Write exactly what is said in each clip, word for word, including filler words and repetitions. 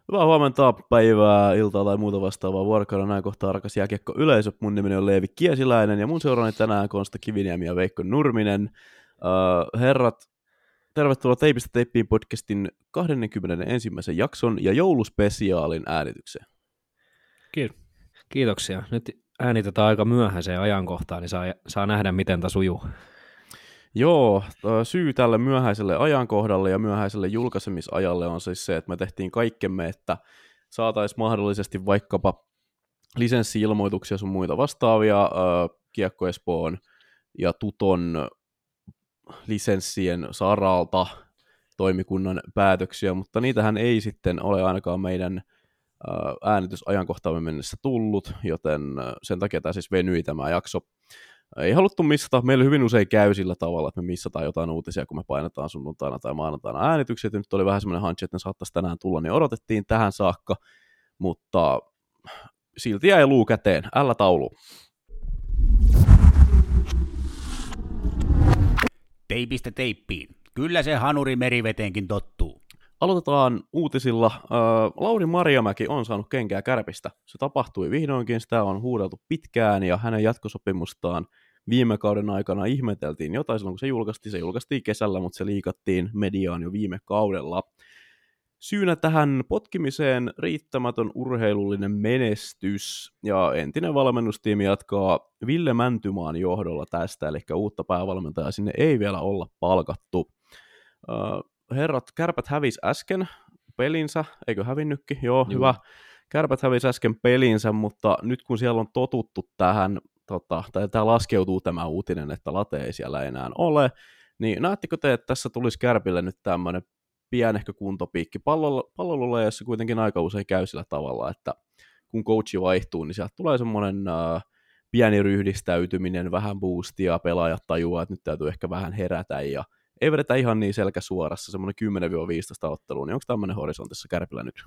Hyvää huomenta, päivää, iltaa tai muuta vastaavaa vuorokauden näin kohtaa rakas jääkiekko yleisö. Mun nimeni on Leevi Kiesiläinen ja mun seuraani tänään Konsta Kiviniemi ja Veikko Nurminen. Uh, herrat, tervetuloa Teipistä teippiin podcastin kaksikymmentäyksi jakson ja jouluspesiaalin äänitykseen. Kiitoksia. Nyt äänitetään aika myöhäiseen ajankohtaan, niin saa, saa nähdä, miten tämä sujuu. Joo, syy tälle myöhäiselle ajankohdalle ja myöhäiselle julkaisemisajalle on siis se, että me tehtiin kaikkemme, että saataisiin mahdollisesti vaikkapa lisenssi-ilmoituksia sun muita vastaavia äh, Kiekko Espoon ja Tuton lisenssien saralta toimikunnan päätöksiä, mutta niitähän ei sitten ole ainakaan meidän äh, äänitysajankohtaamme mennessä tullut, joten sen takia tämä siis venyi tämä jakso. Ei haluttu missata, meillä hyvin usein käy sillä tavalla, että me missataan jotain uutisia, kun me painetaan sunnuntaina tai maanantaina äänityksiä, nyt oli vähän semmoinen hunch, että ne saattaisi tänään tulla, niin odotettiin tähän saakka, mutta silti jäi luu käteen, älä taulu. Teipistä teippiin. Kyllä se hanuri meriveteenkin tottuu. Aloitetaan uutisilla. Lauri Marjamäki on saanut kenkää Kärpistä. Se tapahtui vihdoinkin, sitä on huudeltu pitkään ja hänen jatkosopimustaan viime kauden aikana ihmeteltiin jotain silloin, kun se julkaistiin. Se julkaistiin kesällä, mutta se liikattiin mediaan jo viime kaudella. Syynä tähän potkimiseen riittämätön urheilullinen menestys ja entinen valmennustiimi jatkaa Ville Mäntymaan johdolla tästä, eli uutta päävalmentajaa sinne ei vielä olla palkattu. Herrat, Kärpät hävisi äsken pelinsä, eikö hävinnytkin? Joo, Juu. Hyvä. Kärpät hävisi äsken pelinsä, mutta nyt kun siellä on totuttu tähän, tota, tai tämä laskeutuu tämä uutinen, että late ei siellä enää ole, niin näettekö te, että tässä tulisi Kärpille nyt tämmöinen pienehkö kuntopiikki pallolla, jossa kuitenkin aika usein käy sillä tavalla, että kun coachi vaihtuu, niin sieltä tulee semmoinen äh, pieni ryhdistäytyminen, vähän boostia, pelaajat tajuaa, että nyt täytyy ehkä vähän herätä ja ei vedetä ihan niin selkäsuorassa, semmoinen kymmenen viisitoista ottelua, niin onko tämmöinen horisontissa Kärpillä nyt?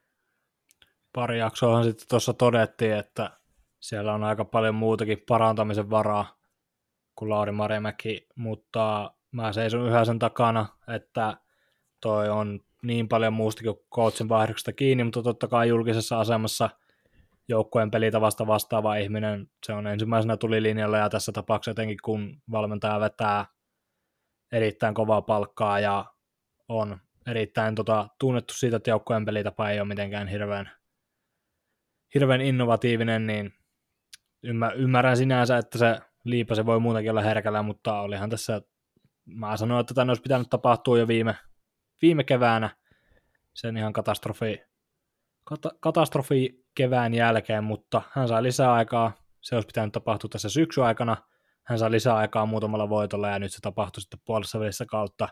Pari jaksoahan sitten tuossa todettiin, että siellä on aika paljon muutakin parantamisen varaa kuin Lauri Marjamäki, mutta mä seison yhä sen takana, että toi on niin paljon muustakin kuin coachin vaihdoksesta kiinni, mutta totta kai julkisessa asemassa joukkueen pelitavasta vastaava ihminen, se on ensimmäisenä tulilinjalla ja tässä tapauksessa etenkin kun valmentaja vetää erittäin kovaa palkkaa ja on erittäin tota, tunnettu siitä, että joukkueen pelitapa ei ole mitenkään hirveän, hirveän innovatiivinen, niin ymmärrän sinänsä, että se Liipase voi muutenkin olla herkällä, mutta olihan tässä, mä sanoin, että tämän olisi pitänyt tapahtua jo viime, viime keväänä sen ihan katastrofi, kata, katastrofi kevään jälkeen, mutta hän sai lisää aikaa, se olisi pitänyt tapahtua tässä syksyn aikana, hän sai lisää aikaa muutamalla voitolla ja nyt se tapahtui sitten puolessa välissä kautta.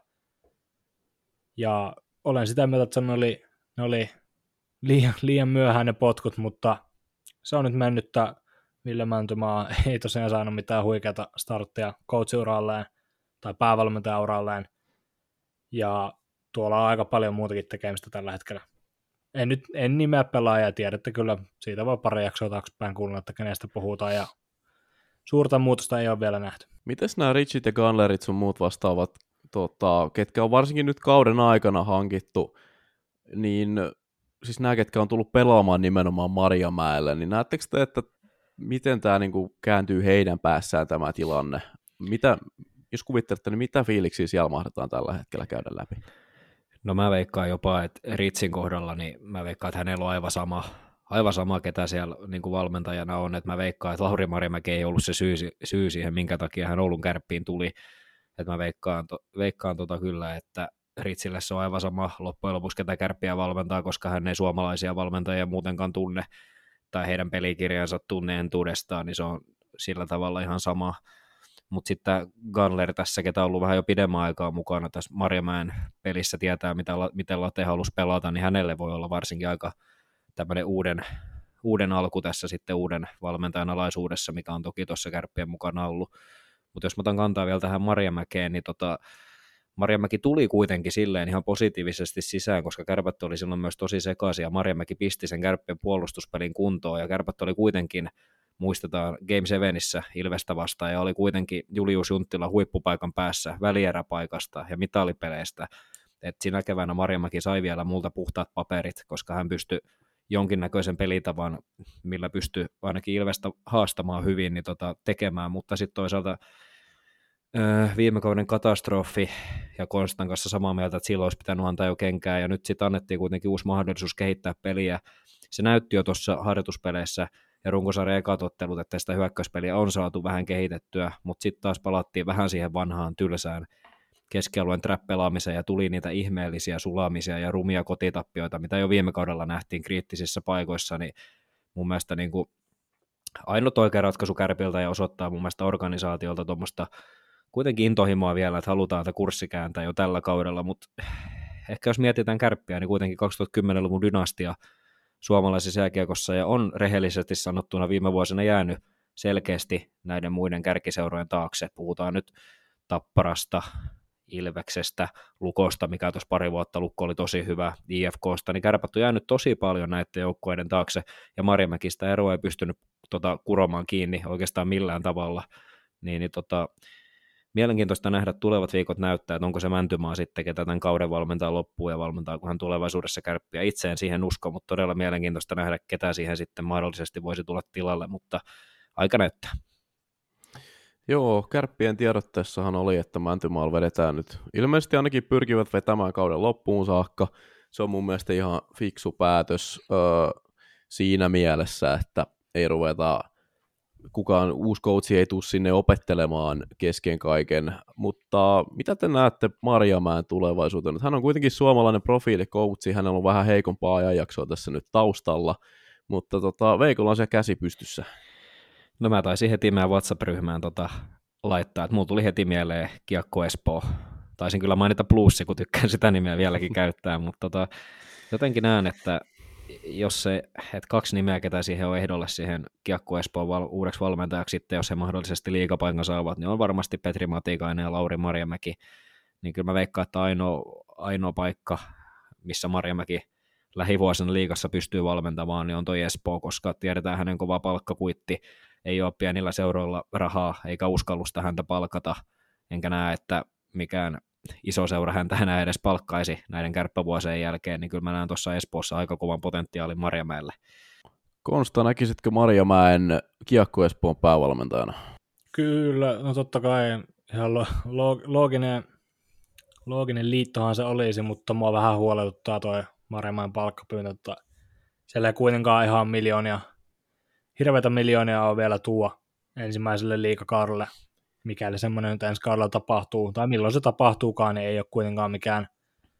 Ja olen sitä mieltä, että ne oli, ne oli liian, liian myöhään ne potkut, mutta se on nyt mennyttä. Ville Mäntymaa ei tosiaan saanut mitään huikeata starttia coach-uralleen tai päävalmentajauralleen. Ja tuolla on aika paljon muutakin tekemistä tällä hetkellä. En nyt en nimeä pelaajia, tiedätte kyllä, siitä voi pari jaksoa taaksepäin kuulla, että kenestä puhutaan ja suurta muutosta ei ole vielä nähty. Mites nämä Richit ja Gunlerit sun muut vastaavat, tota, ketkä on varsinkin nyt kauden aikana hankittu, niin siis nämä, ketkä on tullut pelaamaan nimenomaan Marjamäelle, niin näettekö te, että miten tämä niinku kääntyy heidän päässään tämä tilanne? Mitä, jos kuvittelette, niin mitä fiiliksiä siellä mahdetaan tällä hetkellä käydä läpi? No mä veikkaan jopa, että Ritsin kohdalla, niin mä veikkaan, että hänellä on aivan sama, aivan sama ketä siellä niin kuin valmentajana on, että mä veikkaan, että Lauri Marjamäki ei ollut se syy, syy siihen, minkä takia hän Oulun Kärppiin tuli, että mä veikkaan, to, veikkaan tota kyllä, että Ritsille se on aivan sama loppujen lopuksi, ketä Kärppiä valmentaa, koska hän ei suomalaisia valmentajia muutenkaan tunne, tai heidän pelikirjansa tunne entuudestaan, niin se on sillä tavalla ihan sama. Mutta sitten Gunler tässä, ketä on ollut vähän jo pidemmän aikaa mukana tässä Marjamäen pelissä, tietää, mitä, miten Late halusi pelata, niin hänelle voi olla varsinkin aika tämmöinen uuden, uuden alku tässä sitten uuden valmentajan alaisuudessa, mikä on toki tuossa Kärppien mukana ollut. Mutta jos mä otan kantaa vielä tähän Marjamäkeen, niin tota, Marjamäki tuli kuitenkin silleen ihan positiivisesti sisään, koska Kärpät oli silloin myös tosi sekaisin, ja Marjamäki pisti sen Kärppien puolustuspelin kuntoon, ja Kärpät oli kuitenkin, muistetaan, Game Sevenissä Ilvestä vastaan, ja oli kuitenkin Julius Junttila huippupaikan päässä välieräpaikasta ja mitalipeleistä, Et siinä keväänä Marjamäki sai vielä multa puhtaat paperit, koska hän pystyi jonkinnäköisen pelitavan, millä pystyi ainakin Ilvestä haastamaan hyvin, niin tota, tekemään, mutta sitten toisaalta öö, viime kauden katastrofi ja Konstan kanssa samaa mieltä, että silloin olisi pitänyt antaa jo kenkää, ja nyt sitten annettiin kuitenkin uusi mahdollisuus kehittää peliä. Se näytti jo tuossa harjoituspeleissä ja runkosarjan ekat ottelut, että sitä hyökkäyspeliä on saatu vähän kehitettyä, mutta sitten taas palattiin vähän siihen vanhaan tylsään keskialueen trap-pelaamiseen ja tuli niitä ihmeellisiä sulamisia ja rumia kotitappioita, mitä jo viime kaudella nähtiin kriittisissä paikoissa, niin mun mielestä niin kuin ainut oikea ratkaisu Kärpiltä ja osoittaa mun mielestä organisaatiolta tuommoista kuitenkin intohimoa vielä, että halutaan tätä kurssi kääntää jo tällä kaudella, mutta ehkä jos mietitään Kärppiä, niin kuitenkin kaksituhattakymmenluvun dynastia suomalaisessa jääkiekossa ja on rehellisesti sanottuna viime vuosina jäänyt selkeästi näiden muiden kärkiseurojen taakse. Puhutaan nyt Tapparasta, Ilveksestä, Lukosta, mikä tuossa pari vuotta Lukko oli tosi hyvä, I F K:sta, niin Kärpät on jäänyt tosi paljon näiden joukkueiden taakse, ja Marjamäkistä eroa ei pystynyt tota, kuromaan kiinni oikeastaan millään tavalla, niin, niin tota, mielenkiintoista nähdä tulevat viikot näyttää, että onko se Mäntymaa sitten, ketä tämän kauden valmentaa loppuun ja valmentaa, kun hän tulevaisuudessa Kärppiä. Itse en siihen usko, mutta todella mielenkiintoista nähdä, ketä siihen sitten mahdollisesti voisi tulla tilalle, mutta aika näyttää. Joo, Kärppien tiedotteessahan oli, että Mäntymaalla vedetään nyt. Ilmeisesti ainakin pyrkivät vetämään kauden loppuun saakka. Se on mun mielestä ihan fiksu päätös öö, siinä mielessä, että ei ruveta, kukaan uusi coachi ei tule sinne opettelemaan kesken kaiken. Mutta mitä te näette Marjamäen tulevaisuuteen? Hän on kuitenkin suomalainen profiilikoutsi, hänellä on vähän heikompaa ajanjaksoa tässä nyt taustalla, mutta tota, Veikolla on se käsi pystyssä. No mä taisin heti meidän WhatsApp-ryhmään tota laittaa, että mulla tuli heti mieleen Kiekko Espoo. Taisin kyllä mainita Plussi, kun tykkään sitä nimeä vieläkin käyttää, mutta tota, jotenkin näen, että jos se, että kaksi nimeä, ketä siihen on ehdolle siihen Kiekko Espoon val, uudeksi valmentajaksi sitten, jos he mahdollisesti liigapaikan saavat, niin on varmasti Petri Matikainen ja Lauri Marjamäki. Niin kyllä mä veikkaan, että ainoa, ainoa paikka, missä Marjamäki lähivuosina liigassa pystyy valmentamaan, niin on toi Espoo, koska tiedetään hänen kova palkkakuitti, ei ole pienillä seuroilla rahaa eikä uskallusta häntä palkata, enkä näe, että mikään iso seura häntä enää edes palkkaisi näiden kärppävuosien jälkeen, niin kyllä mä näen tuossa Espoossa aika kovan potentiaalin Marjamäelle. Konsta, näkisitkö Marjamäen Kiekko Espoon päävalmentajana? Kyllä, no totta kai ihan lo- lo- looginen, looginen liittohan se olisi, mutta mua vähän huolestuttaa toi Marjamäen palkkapyyntö, että siellä ei kuitenkaan ihan miljoonia, hirveitä miljoonia on vielä tuo ensimmäiselle liigakaudelle, mikäli semmoinen nyt ensi kaudella tapahtuu, tai milloin se tapahtuukaan, niin ei ole kuitenkaan mikään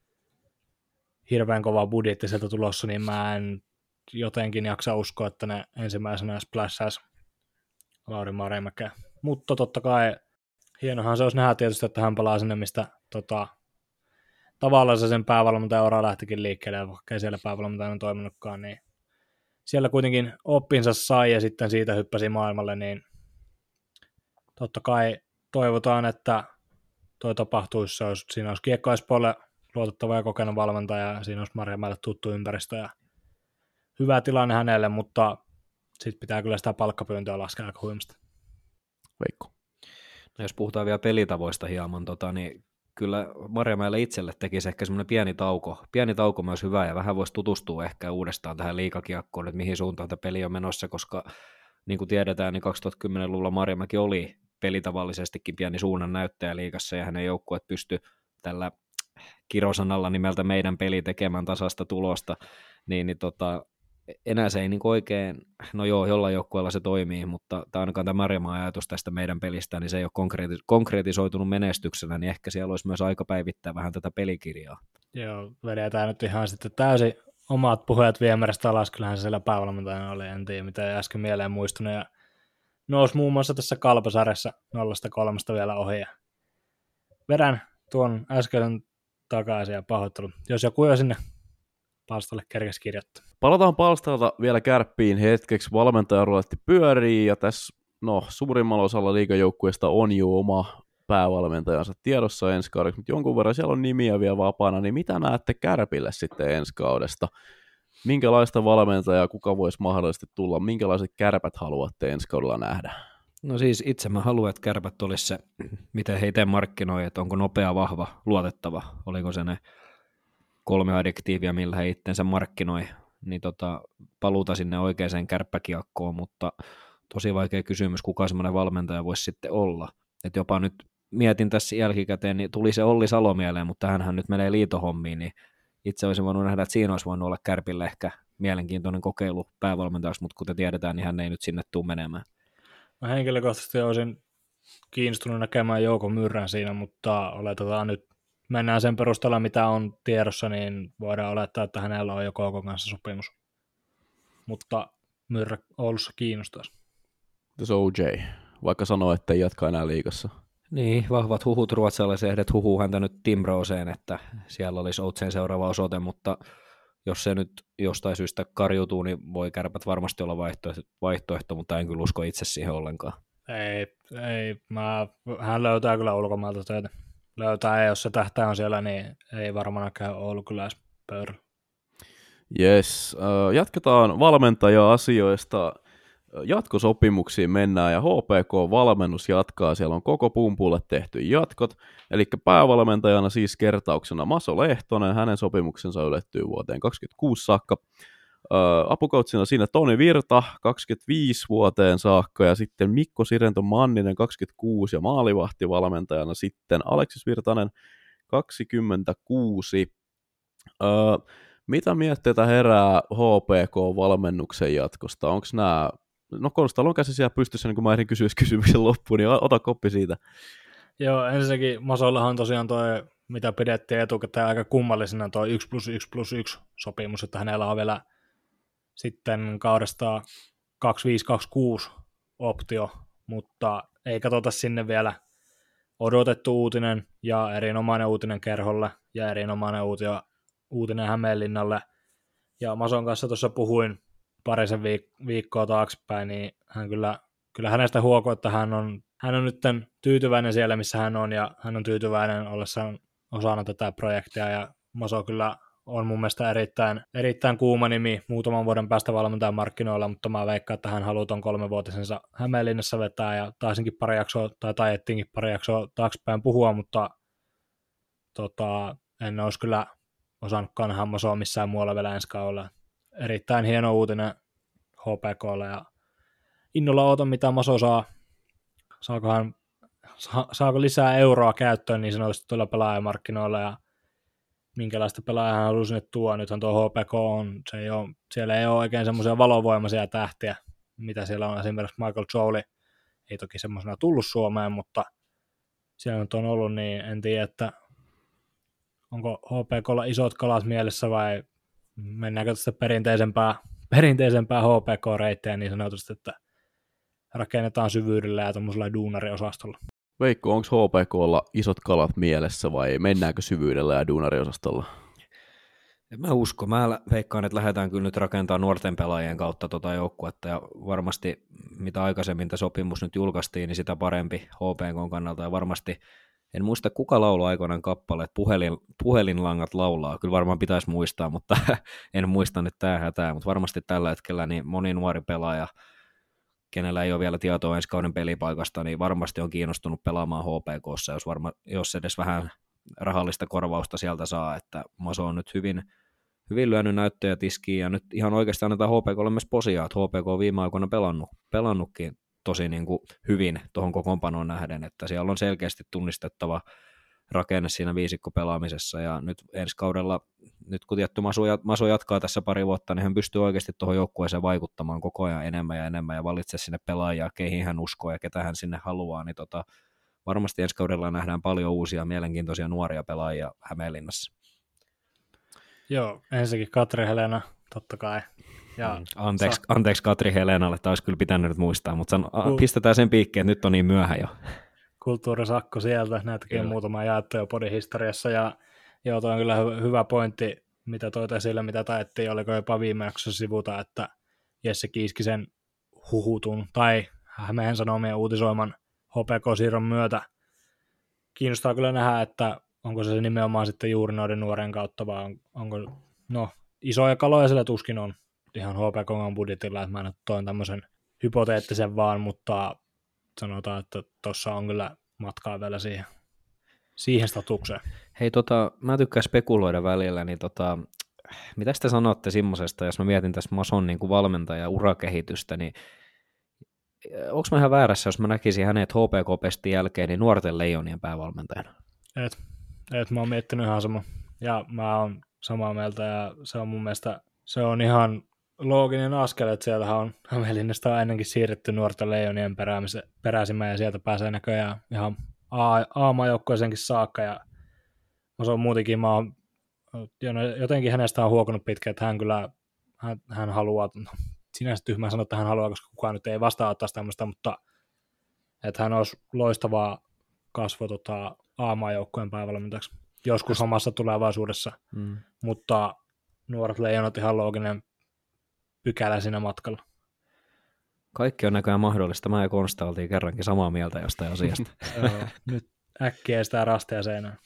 hirveän kova budjetti sieltä tulossa, niin mä en jotenkin jaksa uskoa, että ne ensimmäisenä splashaisi Lauri Marjamäkeä. Mutta totta kai hienohan se olisi nähdä tietysti, että hän palaa sinne, mistä tota, tavallaan se sen päävalmentajan ura lähtikin liikkeelle, vaikka ei siellä päävalmentajana toiminutkaan, niin siellä kuitenkin oppinsa sai ja sitten siitä hyppäsi maailmalle, niin totta kai toivotaan, että toi tapahtuisi, se olisi, siinä olisi Kiekko Espoolle luotettava ja kokenut valmentaja, ja siinä olisi Marjamäelle tuttu ympäristö ja hyvä tilanne hänelle, mutta sitten pitää kyllä sitä palkkapyyntöä laskea aika huimasti. Veikko. No jos puhutaan vielä pelitavoista hieman, tota, niin kyllä Marjamäelle itselle tekisi ehkä semmoinen pieni tauko. Pieni tauko myös hyvä, ja vähän voisi tutustua ehkä uudestaan tähän liigakiekkoon, että mihin suuntaan tämä peli on menossa, koska niin kuin tiedetään, niin kaksituhattakymmenluvulla Marjamäki oli pelitavallisestikin pieni suunnan näyttäjä liigassa, ja hänen joukkueet pystyi tällä kirosanalla nimeltä meidän peli tekemään tasasta tulosta, niin, niin tota, enää se ei niin oikein, no joo, jollain joukkueella se toimii, mutta tämä ainakaan tämä Marjamäen ajatus tästä meidän pelistä, niin se ei ole konkreetis- konkretisoitunut menestyksenä, niin ehkä siellä olisi myös aika päivittää vähän tätä pelikirjaa. Joo, vedetään nyt ihan sitten täysin omat puheet viemärästä alas, kyllähän se siellä päävalmentajana oli, en tiedä mitä äsken mieleen muistunut, ja nousi muun muassa tässä Kalpasarjassa nollasta kolmesta vielä ohi, ja vedän tuon äskeisen takaisin ja pahoittelun, jos joku jo sinne palstalle kerkesi kirjoittaa. Palataan palstalta vielä Kärppiin hetkeksi. Valmentajaruletti pyörii ja tässä no, suurimmalla osalla liigajoukkueesta on jo oma päävalmentajansa tiedossa ensi kaudeksi, mutta jonkun verran siellä on nimiä vielä vapaana, niin mitä näette Kärpille sitten ensi kaudesta? Minkälaista valmentajaa, kuka voisi mahdollisesti tulla? Minkälaiset Kärpät haluatte ensi kaudella nähdä? No siis itse mä haluan, että Kärpät olisi se, miten he itse markkinoi, että onko nopea, vahva, luotettava, oliko se ne kolme adjektiivia, millä he itsensä markkinoi, niin tota, paluuta sinne oikeaan kärppäkiekkoon, mutta tosi vaikea kysymys, kuka semmoinen valmentaja voisi sitten olla. Et jopa nyt mietin tässä jälkikäteen, niin tuli se Olli Salo mieleen, mutta hänhän nyt menee liitohommiin, niin itse olisin voinut nähdä, että siinä olisi voinut olla Kärpille ehkä mielenkiintoinen kokeilu päävalmentajaksi, mutta kuten tiedetään, niin hän ei nyt sinne tule menemään. Mä henkilökohtaisesti olisin kiinnostunut näkemään Jouko Myrrän siinä, mutta oletetaan nyt, mennään sen perusteella, mitä on tiedossa, niin voidaan olettaa, että hänellä on jo K K kanssa sopimus. Mutta Myrrä Oulussa kiinnostaisi. Tässä O J, vaikka sanoo, että ei jatka enää liigassa. Niin, vahvat huhut ruotsalaislehdet huhuu häntä nyt Timrooseen, että siellä olisi Outsen seuraava osoite, mutta jos se nyt jostain syystä karjutuu, niin voi Kärpät varmasti olla vaihtoehto, vaihtoehto mutta en kyllä usko itse siihen ollenkaan. Ei, ei mä, hän löytää kyllä ulkomailta töitä. Löytää, ja jos se tähtää on siellä, niin ei varmaan käy Oulu kyllä edes pöydällä. Jes, äh, jatketaan valmentaja-asioista. Jatkosopimuksiin mennään ja H P K-valmennus jatkaa. Siellä on koko pumpulle tehty jatkot. Eli päävalmentajana siis kertauksena Maso Lehtonen. Hänen sopimuksensa ylettyy vuoteen kaksikymmentäkuusi saakka. Apukoutsina siinä Toni Virta kaksikymmentäviisi vuoteen saakka ja sitten Mikko Sirento Manninen kaksikymmentäkuusi ja maalivahtivalmentajana sitten Aleksis Virtanen kaksikymmentäkuusi. Öö, mitä mietteitä herää H P K-valmennuksen jatkosta? Onko nämä, no Konstalla on käsi siellä pystyssä, niin kun mä ehdin kysyä kysymyksen loppuun, niin ota koppi siitä. Joo, ensinnäkin Masollahan tosiaan toi, mitä pidettiin etukäteen aika kummallisena, toi yksi plus yksi plus yksi sopimus, että hänellä on vielä sitten kaudesta kaksikymmentäviisi kaksikymmentäkuusi optio, mutta ei katsota sinne vielä odotettu uutinen ja erinomainen uutinen Kerholle ja erinomainen uutio, uutinen Hämeenlinnalle. Ja Mason kanssa tuossa puhuin parisen viik- viikkoa taaksepäin, niin hän kyllä, kyllä hänestä huokoi, että hän on, hän on nyt tyytyväinen siellä, missä hän on, ja hän on tyytyväinen ollessaan osana tätä projektia, ja Maso kyllä on mun mielestä erittäin, erittäin kuuma nimi muutaman vuoden päästä valmentajan markkinoilla, mutta mä veikkaan, että hän haluaa ton kolmevuotisensa Hämeenlinnassa vetää, ja taisinkin pari jaksoa, tai taidettiinkin pari jaksoa taaksepäin puhua, mutta tota, en olisi kyllä osannutkaan nähdä Masoa missään muualla vielä ensi kaudella. Erittäin hieno uutinen H P K:lle, ja innolla odotan, mitä Maso saa. Saakohan, sa, saako lisää euroa käyttöön niin sanotusti tuolla pelaajamarkkinoilla, ja minkälaista pelaajaa hän haluaa sinne tuoda. Nythän tuo H P K on, se ei ole, siellä ei ole oikein semmoisia valovoimaisia tähtiä, mitä siellä on esimerkiksi Michael Jouli, ei toki semmoisena tullut Suomeen, mutta siellä nyt on ollut, niin en tiedä, että onko H P K:lla isot kalat mielessä vai mennäänkö tästä perinteisempää, perinteisempää H P K-reittejä niin sanotusti, että rakennetaan syvyydellä ja tuommoisella duunariosastolla. Veikko, onko H P K:lla isot kalat mielessä vai mennäänkö syvyydellä ja duunariosastolla? En mä usko. Mä veikkaan, että lähdetään kyllä nyt rakentamaan nuorten pelaajien kautta tota joukkuetta, ja varmasti mitä aikaisemmin tämä sopimus nyt julkaistiin, niin sitä parempi H P K:n kannalta, ja varmasti en muista kuka lauloi aikoinaan kappale, että puhelin, puhelinlangat laulaa. Kyllä varmaan pitäisi muistaa, mutta en muista nyt tää hätää, mutta varmasti tällä hetkellä niin moni nuori pelaaja, kenellä ei ole vielä tietoa ensi kauden pelipaikasta, niin varmasti on kiinnostunut pelaamaan H P K:ssa, jos, varma, jos edes vähän rahallista korvausta sieltä saa, että Maso on nyt hyvin, hyvin lyönyt näyttöjä tiskiin, ja nyt ihan oikeasti annetaan H P K:lle myös posiaa, että H P K on viime aikoina pelannut, pelannutkin tosi niin kuin hyvin tuohon kokoonpanoon nähden, että siellä on selkeästi tunnistettava rakenne siinä viisikkopelaamisessa, ja nyt ensi kaudella, nyt kun tietty Maso, Maso jatkaa tässä pari vuotta, niin hän pystyy oikeasti tuohon joukkueeseen vaikuttamaan koko ajan enemmän ja enemmän, ja valitsee sinne pelaajia, keihin hän uskoo ja ketä hän sinne haluaa, niin tota, varmasti ensi kaudella nähdään paljon uusia mielenkiintoisia nuoria pelaajia Hämeenlinnassa. Joo, ensinnäkin Katri Helena, totta kai. Ja anteeksi, sa- anteeksi Katri Helenalle, tämä olisi kyllä pitänyt nyt muistaa, mutta san, Kul- pistetään sen piikkiin, että nyt on niin myöhä jo. Kulttuurisakko sieltä, näitäkin on muutama jaettu jo podihistoriassa, ja joo, toi on kyllä hy- hyvä pointti, mitä toit esille, mitä taettiin, oliko jopa viime jaksossa sivuta, että Jesse Kiiskisen huhutun, tai Hämeen Sanomien uutisoiman H P K-siirron myötä kiinnostaa kyllä nähdä, että onko se nimenomaan sitten juuri noiden nuoren kautta, vai on, onko, no, isoja kaloja sillä tuskin on ihan H P K:n budjetilla, että mä nyt toin tämmöisen hypoteettisen vaan, mutta sanotaan, että tuossa on kyllä matkaa vielä siihen, siihen statukseen. Hei, tota, mä tykkään spekuloida välillä, niin tota, mitä te sanotte semmosesta, jos mä mietin tässä Mason niin kuin valmentaja urakehitystä, niin onko mä ihan väärässä, jos mä näkisin hänet H P K-pestin jälkeen niin nuorten Leijonien päävalmentajana? Et, et mä oon miettinyt ihan sama. Ja mä oon samaa mieltä ja se on mun mielestä, se on ihan looginen askel, että sieltähän on Hämeenlinnasta on ennenkin siirretty nuorten Leijonien peräisimään ja sieltä pääsee näköjään ihan A-maajoukkueeseenkin saakka ja se on muutenkin, mä oon, jotenkin hänestä on huokunut pitkään, että hän kyllä, hän, hän haluaa, no, sinänsä tyhmää sanoa, että hän haluaa, koska kukaan nyt ei vastaanottaisi tämmöistä, mutta että hän olisi loistavaa kasvo tota, A-maajoukkueen päävalmentajaksi joskus omassa tulevaisuudessa, mm. mutta nuoret Leijonat ihan looginen pykälä siinä matkalla. Kaikki on näköjään mahdollista. Mä ja Konsta oltiin kerrankin samaa mieltä jostain asiasta. Nyt äkkiä sitä rastia seinään.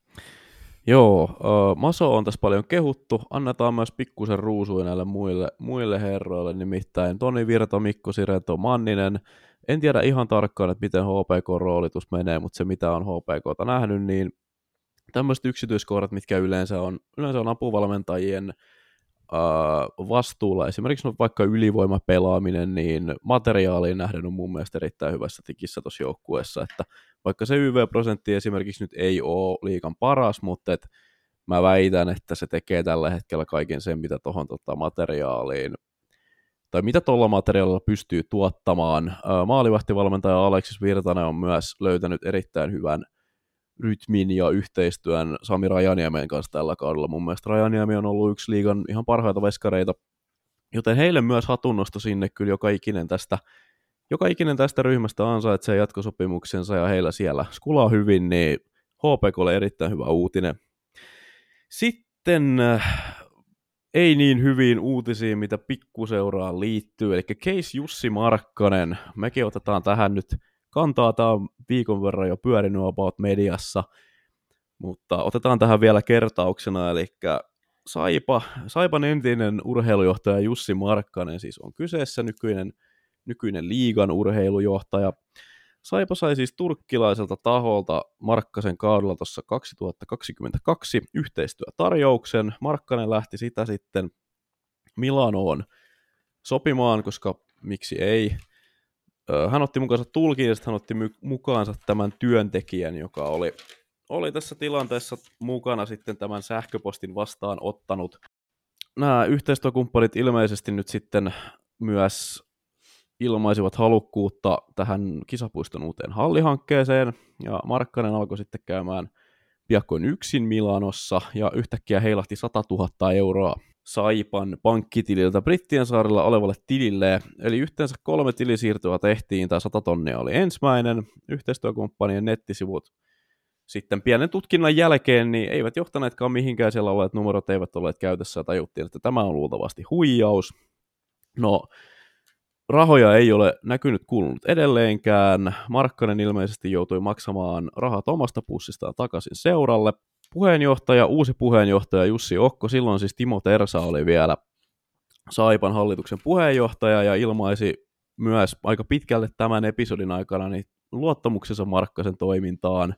Joo, uh, Maso on tässä paljon kehuttu. Annetaan myös pikkusen ruusuja näille muille, muille herroille, nimittäin Toni Virta, Mikko Sireto, Manninen. En tiedä ihan tarkkaan, että miten H P K-roolitus menee, mutta se mitä on H P K:ta nähnyt, niin tämmöiset yksityiskohdat, mitkä yleensä on, yleensä on apuvalmentajien uh, vastuulla, esimerkiksi no vaikka ylivoimapelaaminen, niin materiaaliin nähden on mun mielestä erittäin hyvässä tikissä tuossa joukkueessa, että vaikka se Y V-prosentti esimerkiksi nyt ei ole liigan paras, mutta et mä väitän, että se tekee tällä hetkellä kaiken sen, mitä tuohon tota materiaaliin, tai mitä tuolla materiaalilla pystyy tuottamaan. Maalivahtivalmentaja Aleksis Virtanen on myös löytänyt erittäin hyvän rytmin ja yhteistyön Sami Rajaniemen kanssa tällä kaudella. Mun mielestä Rajaniemi on ollut yksi liigan ihan parhaita veskareita, joten heille myös hatunnosto sinne kyllä joka ikinen tästä Joka ikinen tästä ryhmästä ansaitsee jatkosopimuksensa ja heillä siellä skulaa hyvin, niin H P K:lle erittäin hyvä uutinen. Sitten äh, ei niin hyviin uutisiin, mitä pikkuseuraan liittyy, eli case Jussi Markkanen. Mekin otetaan tähän nyt kantaa, tämä on viikon verran jo pyörinyt about mediassa, mutta otetaan tähän vielä kertauksena, eli Saipa, Saipan entinen urheilujohtaja Jussi Markkanen siis on kyseessä, nykyinen nykyinen liigan urheilujohtaja. Saipa sai siis turkkilaiselta taholta Markkasen kaudella tuossa kaksituhattakaksikymmentäkaksi yhteistyötarjouksen. Markkanen lähti sitä sitten Milanoon sopimaan, koska miksi ei. Hän otti mukaansa tulkin ja hän otti mukaansa tämän työntekijän, joka oli, oli tässä tilanteessa mukana sitten tämän sähköpostin vastaan ottanut. Nämä yhteistyökumppanit ilmeisesti nyt sitten myös ilmaisivat halukkuutta tähän kisapuiston uuteen hallihankkeeseen, ja Markkanen alkoi sitten käymään piakkoin yksin Milanossa, ja yhtäkkiä heilahti sata tuhatta euroa Saipan pankkitililtä Brittien saarella olevalle tilille, eli yhteensä kolme tilisiirtoa tehtiin, tai sata tonnia oli ensimmäinen, yhteistyökumppanien nettisivut sitten pienen tutkinnan jälkeen, niin eivät johtaneetkaan mihinkään, siellä olleet numerot eivät olleet käytössä, ja tajuttiin, että tämä on luultavasti huijaus. No, rahoja ei ole näkynyt kuulunut edelleenkään. Markkanen ilmeisesti joutui maksamaan rahat omasta pussistaan takaisin seuralle. Puheenjohtaja, uusi puheenjohtaja Jussi Okko, silloin siis Timo Tersa oli vielä Saipan hallituksen puheenjohtaja ja ilmaisi myös aika pitkälle tämän episodin aikana niin luottamuksensa Markkasen toimintaan.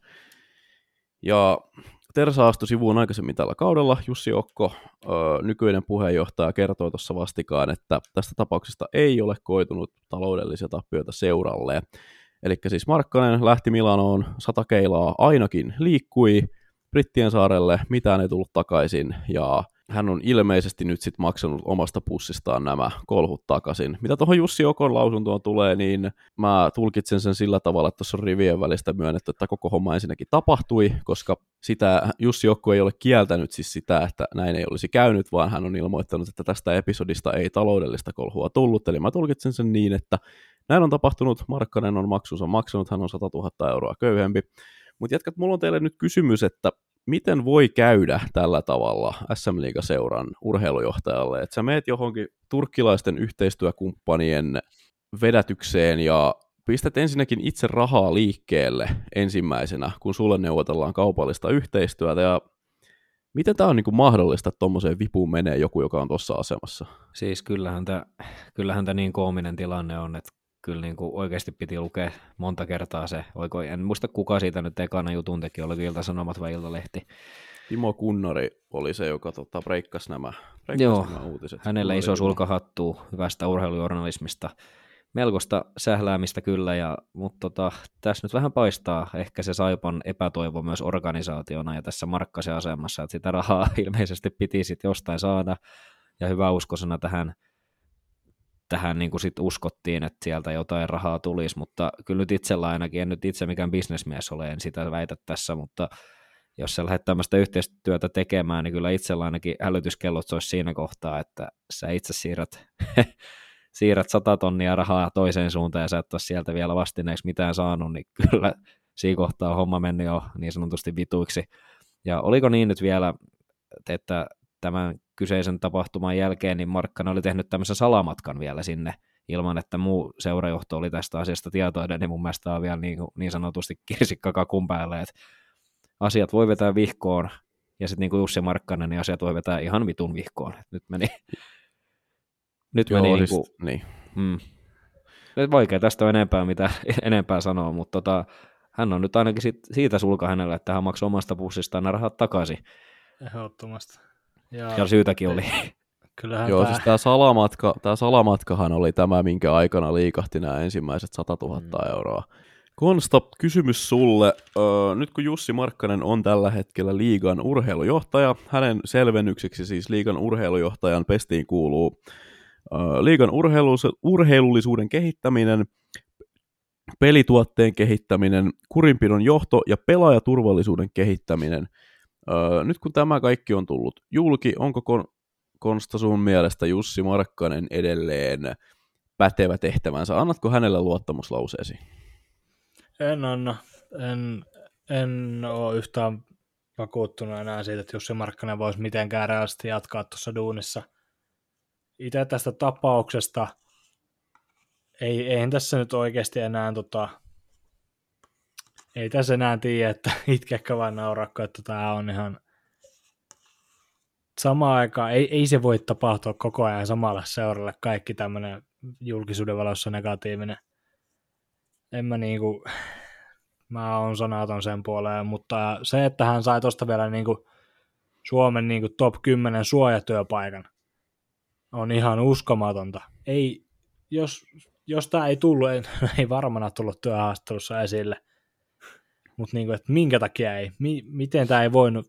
Ja Tersa astui sivuun aikaisemmin tällä kaudella. Jussi Okko, ö, nykyinen puheenjohtaja, kertoi tuossa vastikaan, että tästä tapauksesta ei ole koitunut taloudellisia tappioita seuralle. Eli siis Markkanen lähti Milanoon, sata keilaa ainakin liikkui Brittien saarelle, mitään ei tullut takaisin, ja hän on ilmeisesti nyt sitten maksanut omasta pussistaan nämä kolhut takaisin. Mitä tuohon Jussi Okon lausuntoon tulee, niin mä tulkitsen sen sillä tavalla, että tuossa on rivien välistä myönnetty, että koko homma ensinnäkin tapahtui, koska sitä Jussi Okko ei ole kieltänyt siis sitä, että näin ei olisi käynyt, vaan hän on ilmoittanut, että tästä episodista ei taloudellista kolhua tullut, eli mä tulkitsen sen niin, että näin on tapahtunut, Markkanen on maksunsa maksanut, hän on sata tuhatta euroa köyhempi. Mutta jatkat, mulla on teille nyt kysymys, että miten voi käydä tällä tavalla S M-liigaseuran urheilujohtajalle, että sä meet johonkin turkkilaisten yhteistyökumppanien vedätykseen ja pistät ensinnäkin itse rahaa liikkeelle ensimmäisenä, kun sulle neuvotellaan kaupallista yhteistyötä, ja miten tämä on niin kuin mahdollista, että tuommoiseen vipuun menee joku, joka on tuossa asemassa? Siis kyllähän tämä kyllähän tämä niin koominen tilanne on, että kyllä niin kuin oikeasti piti lukea monta kertaa se. Oiko, en muista kuka siitä nyt ekana jutun teki, oliko Ilta-Sanomat vai Iltalehti. Timo Kunnari oli se, joka tota, breikkasi nämä, breikkasi Joo, nämä uutiset. hänellä iso sulkahattu hyvästä urheilujournalismista. Melkoista sähläämistä kyllä, ja, mutta tota, tässä nyt vähän paistaa ehkä se Saipan epätoivo myös organisaationa ja tässä Markkasen asemassa, että sitä rahaa ilmeisesti piti sitten jostain saada, ja hyvä uskosena tähän, tähän niin kuin sit uskottiin, että sieltä jotain rahaa tulisi, mutta kyllä nyt itsellä ainakin, en nyt itse mikään bisnesmies ole, en sitä väitä tässä, mutta jos sä lähdet tämmöistä yhteistyötä tekemään, niin kyllä itsellä ainakin hälytyskellot olisi siinä kohtaa, että sä itse siirrät siirrät sata tonnia rahaa toiseen suuntaan ja sä et ole sieltä vielä vastineeksi mitään saanut, niin kyllä siinä kohtaa on homma mennyt jo niin sanotusti vituiksi. Ja oliko niin nyt vielä, että tämän kyseisen tapahtuman jälkeen niin Markkanen oli tehnyt tämmöisen salamatkan vielä sinne ilman, että muu seurajohto oli tästä asiasta tietoinen, niin mun mielestä on vielä niin, niin sanotusti kirsikka kakun päälle, että asiat voi vetää vihkoon ja sitten niin kuin Jussi Markkanen, niin asiat voi vetää ihan vitun vihkoon. Nyt meni Nyt Joo, meni siis, niin kuin, niin. mm, vaikea tästä on enempää, mitä enempää sanoa, mutta tota, hän on nyt ainakin sit, siitä sulka hänelle, että hän maksoi omasta pussistaan nämä rahat takaisin. Ehdottomasti. Ja, ja syytäkin oli. Kyllähän Joo, tämä... siis tämä salamatka, tämä salamatkahan oli tämä, minkä aikana liikahti nämä ensimmäiset sata tuhatta mm. euroa. Konsta, kysymys sulle. Öö, nyt kun Jussi Markkanen on tällä hetkellä liigan urheilujohtaja, hänen selvennykseksi siis liigan urheilujohtajan pestiin kuuluu öö, liigan urheilus- urheilullisuuden kehittäminen, pelituotteen kehittäminen, kurinpidon johto ja pelaajaturvallisuuden kehittäminen. Öö, nyt kun tämä kaikki on tullut julki, onko kon- Konsta sun mielestä Jussi Markkanen edelleen pätevä tehtävänsä? Annatko hänelle luottamuslauseesi? En anna. En, en ole yhtään vakuuttunut enää siitä, että Jussi Markkanen voisi mitenkään reaalisesti jatkaa tuossa duunissa. Itse tästä tapauksesta ei, eihän tässä nyt oikeasti enää tota, ei tässä enää tiedä, että itkeäkö vai naurakko, että tämä on ihan samaan aikaan, ei, ei se voi tapahtua koko ajan samalle seuralle kaikki tämmöinen julkisuuden valossa negatiivinen. En mä niinku, mä oon sanaton sen puoleen, mutta se, että hän sai tosta vielä niinku Suomen niinku top kymmenen suojatyöpaikan, on ihan uskomatonta. Ei, jos, jos tää ei tullut, ei, ei varmana tullut työhaastattelussa esille, mutta niinku, että minkä takia ei, Mi, miten tää ei voinut,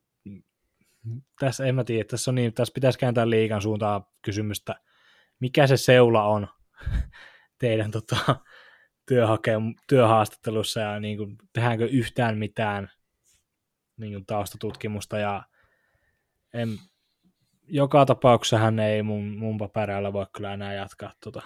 tässä en mä tiedä, tässä, on niin, tässä pitäisi kääntää liigan suuntaan kysymystä, mikä se seula on teidän tota, työhakemus, työhaastattelussa ja niin kuin, tehdäänkö yhtään mitään niin kuin taustatutkimusta ja en, joka tapauksessa hän ei mun, mun paperilla voi kyllä enää jatkaa tuota,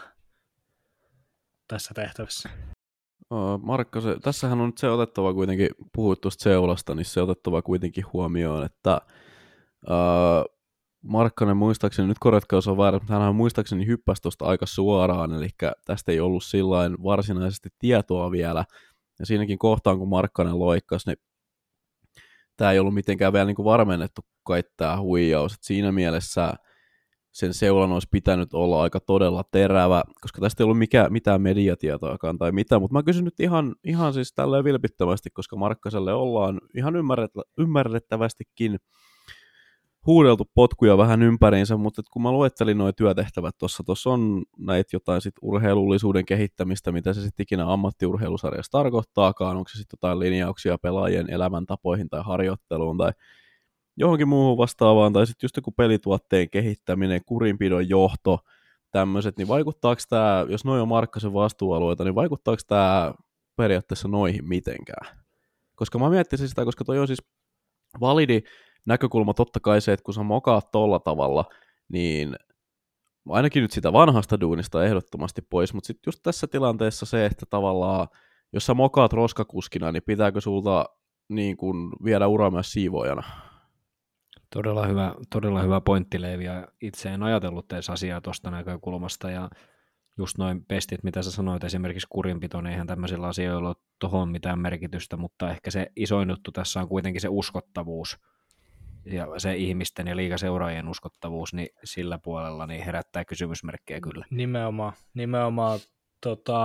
tässä tehtävässä. Markka, se, tässähän on nyt se otettava kuitenkin, puhuit tuosta seulasta, niin se otettava kuitenkin huomioon, että uh, Markkanen muistaakseni, nyt korjatkaa jos on väärä, mutta hänhän muistaakseni hyppäsi tuosta aika suoraan, eli tästä ei ollut sillain varsinaisesti tietoa vielä, ja siinäkin kohtaan, kun Markkanen loikkasi, niin tämä ei ollut mitenkään vielä niin kuin varmennettu kai tämä huijaus, että siinä mielessä sen seulan olisi pitänyt olla aika todella terävä, koska tästä ei ollut mikään, mitään mediatietoakaan tai mitään, mutta mä kysyn nyt ihan, ihan siis tälleen vilpittömästi, koska Markkaselle ollaan ihan ymmärrettävästikin huudeltu potkuja vähän ympäriinsä, mutta kun mä luettelin nuo työtehtävät tuossa, tuossa on näitä jotain sit urheilullisuuden kehittämistä, mitä se sitten ikinä ammattiurheilusarjassa tarkoittaakaan, onko se sitten jotain linjauksia pelaajien elämäntapoihin tai harjoitteluun tai johonkin muuhun vastaavaan, tai sitten just joku pelituotteen kehittäminen, kurinpidon johto, tämmöiset, niin vaikuttaako tämä, jos noin on Markkasen vastuualueita, niin vaikuttaako tämä periaatteessa noihin mitenkään? Koska mä miettisin sitä, koska toi on siis validi näkökulma totta kai se, että kun sä mokaat tolla tavalla, niin ainakin nyt sitä vanhasta duunista ehdottomasti pois, mutta sitten just tässä tilanteessa se, että tavallaan, jos sä mokaat roskakuskina, niin pitääkö sulta niin kun viedä ura myös siivoojana? Todella hyvä, todella hyvä pointti, Leivi, ja itse en ajatellut edes asiaa tuosta näkökulmasta, ja just noin pestit, mitä sä sanoit, esimerkiksi kurinpito, niin eihän tämmöisillä asioilla ole tohon mitään merkitystä, mutta ehkä se isoin juttu tässä on kuitenkin se uskottavuus, ja se ihmisten ja liigaseuraajien uskottavuus, niin sillä puolella niin herättää kysymysmerkkejä kyllä. Nimenomaan, nimenomaan tota,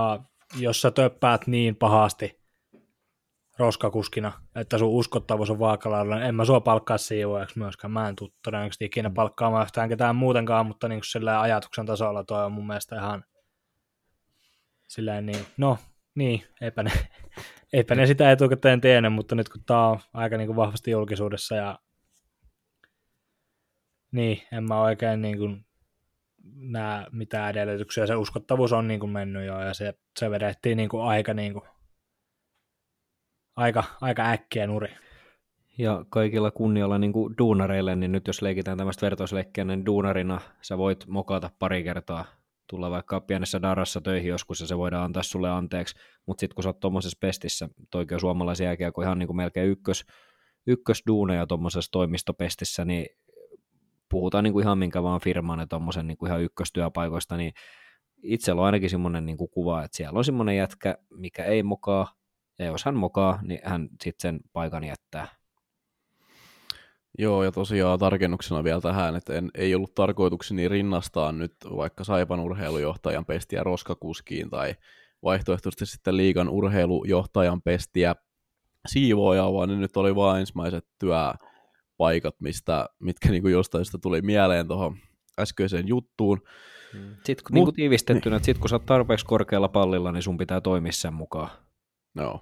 jos sä töppäät niin pahasti roskakuskina, että sun uskottavuus on vaakalaudalla, niin en mä sua palkkaa siivoojaksi myöskään. Mä en tule todennäköisesti ikinä palkkaamaan yhtään ketään muutenkaan, mutta niin sillä ajatuksen tasolla toi on mun mielestä ihan silleen niin, no niin, eipä ne, eipä ne sitä etukäteen tiennyt, mutta nyt kun tää on aika niin kuin vahvasti julkisuudessa ja niin, en mä oikein niin kuin näe mitään edellytyksiä. Se uskottavuus on niin kuin mennyt jo ja se, se vedettiin niin kuin aika, niin kuin, aika, aika äkkiä nuri. Ja kaikilla kunnialla niin kuin duunareille, niin nyt jos leikitään tämmöistä vertausleikkiä, niin duunarina sä voit mokata pari kertaa, tulla vaikka pienessä darassa töihin joskus ja se voidaan antaa sulle anteeksi, mutta sitten kun sä oot tuommoisessa pestissä, toikin on suomalaisen jälkeen, kun ihan niin kuin melkein ykkös, ykkösduuneja tuommoisessa toimistopestissä, niin puhutaan niin kuin ihan minkä vaan firman ja tuommoisen niin kuin ihan ykköstyöpaikoista, niin itsellä on ainakin semmoinen niin kuin kuva, että siellä on semmoinen jätkä, mikä ei mokaa, ja jos hän mokaa, niin hän sitten sen paikan jättää. Joo, ja tosiaan tarkennuksena vielä tähän, että en, ei ollut tarkoitukseni rinnastaa nyt vaikka Saipan urheilujohtajan pestiä roskakuskiin tai vaihtoehtoisesti sitten liigan urheilujohtajan pestiä siivoojaa, vaan ne nyt oli vain ensimmäiset työpaikat, mistä, mitkä niin kuin jostain sitä tuli mieleen tuohon äskeiseen juttuun. Sitten kun Mut, niin kuin tiivistettynä, niin. että sit kun sä oot tarpeeksi korkealla pallilla, niin sun pitää toimia sen mukaan. Joo.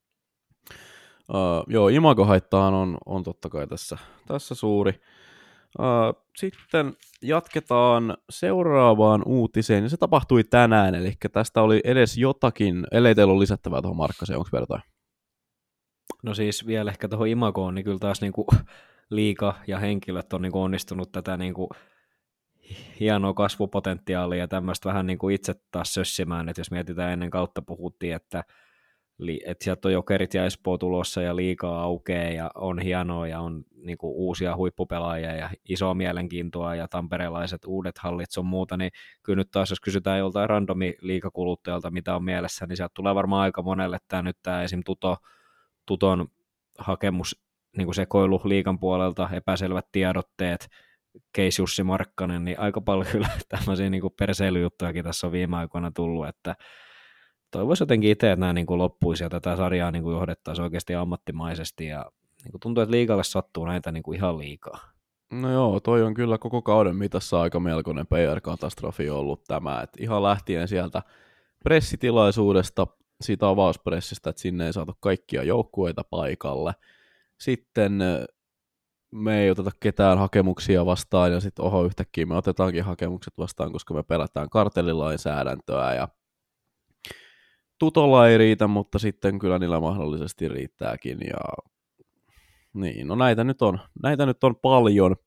Uh, joo, imagohaittahan on, on totta kai tässä, tässä suuri. Uh, sitten jatketaan seuraavaan uutiseen, ja se tapahtui tänään, eli tästä oli edes jotakin, ellei teillä ole lisättävää tuohon Markkaseen, onko vertaan? No siis vielä ehkä tuohon imagoon, niin kyllä taas niinku liiga ja henkilöt on niinku onnistunut tätä niinku hienoa kasvupotentiaalia ja tämmöistä vähän niinku itse taas sössimään, että jos mietitään ennen kautta puhuttiin, että että sieltä on Jokerit ja Espoo tulossa ja liigaa aukeaa ja on hienoa ja on niinku uusia huippupelaajia ja isoa mielenkiintoa ja tamperelaiset uudet hallit sun muuta, niin kyllä nyt taas jos kysytään joltain randomi liigakuluttajalta mitä on mielessä, niin sieltä tulee varmaan aika monelle tämä nyt tämä esim. Tuto, Tuton hakemus niinku sekoilu liigan puolelta, epäselvät tiedotteet, case Jussi Markkanen, niin aika paljon kyllä tämmöisiä niinku perseilyjuttujakin tässä on viime aikoina tullut, että toivoisi jotenkin itse, että nämä niin kuin loppuisi ja tätä sarjaa niin kuin johdettaisiin oikeasti ammattimaisesti ja niin kuin tuntuu, että liigalle sattuu näitä niin kuin ihan liikaa. No joo, toi on kyllä koko kauden mitassa aika melkoinen P R-katastrofi ollut tämä, että ihan lähtien sieltä pressitilaisuudesta, siitä avauspressistä, että sinne ei saatu kaikkia joukkueita paikalle. Sitten me ei oteta ketään hakemuksia vastaan ja sitten oho yhtäkkiä me otetaankin hakemukset vastaan, koska me pelätään kartellilainsäädäntöä ja Tutolla ei riitä, mutta sitten kyllä niillä mahdollisesti riittääkin. Ja niin, no näitä nyt on, näitä nyt on paljon,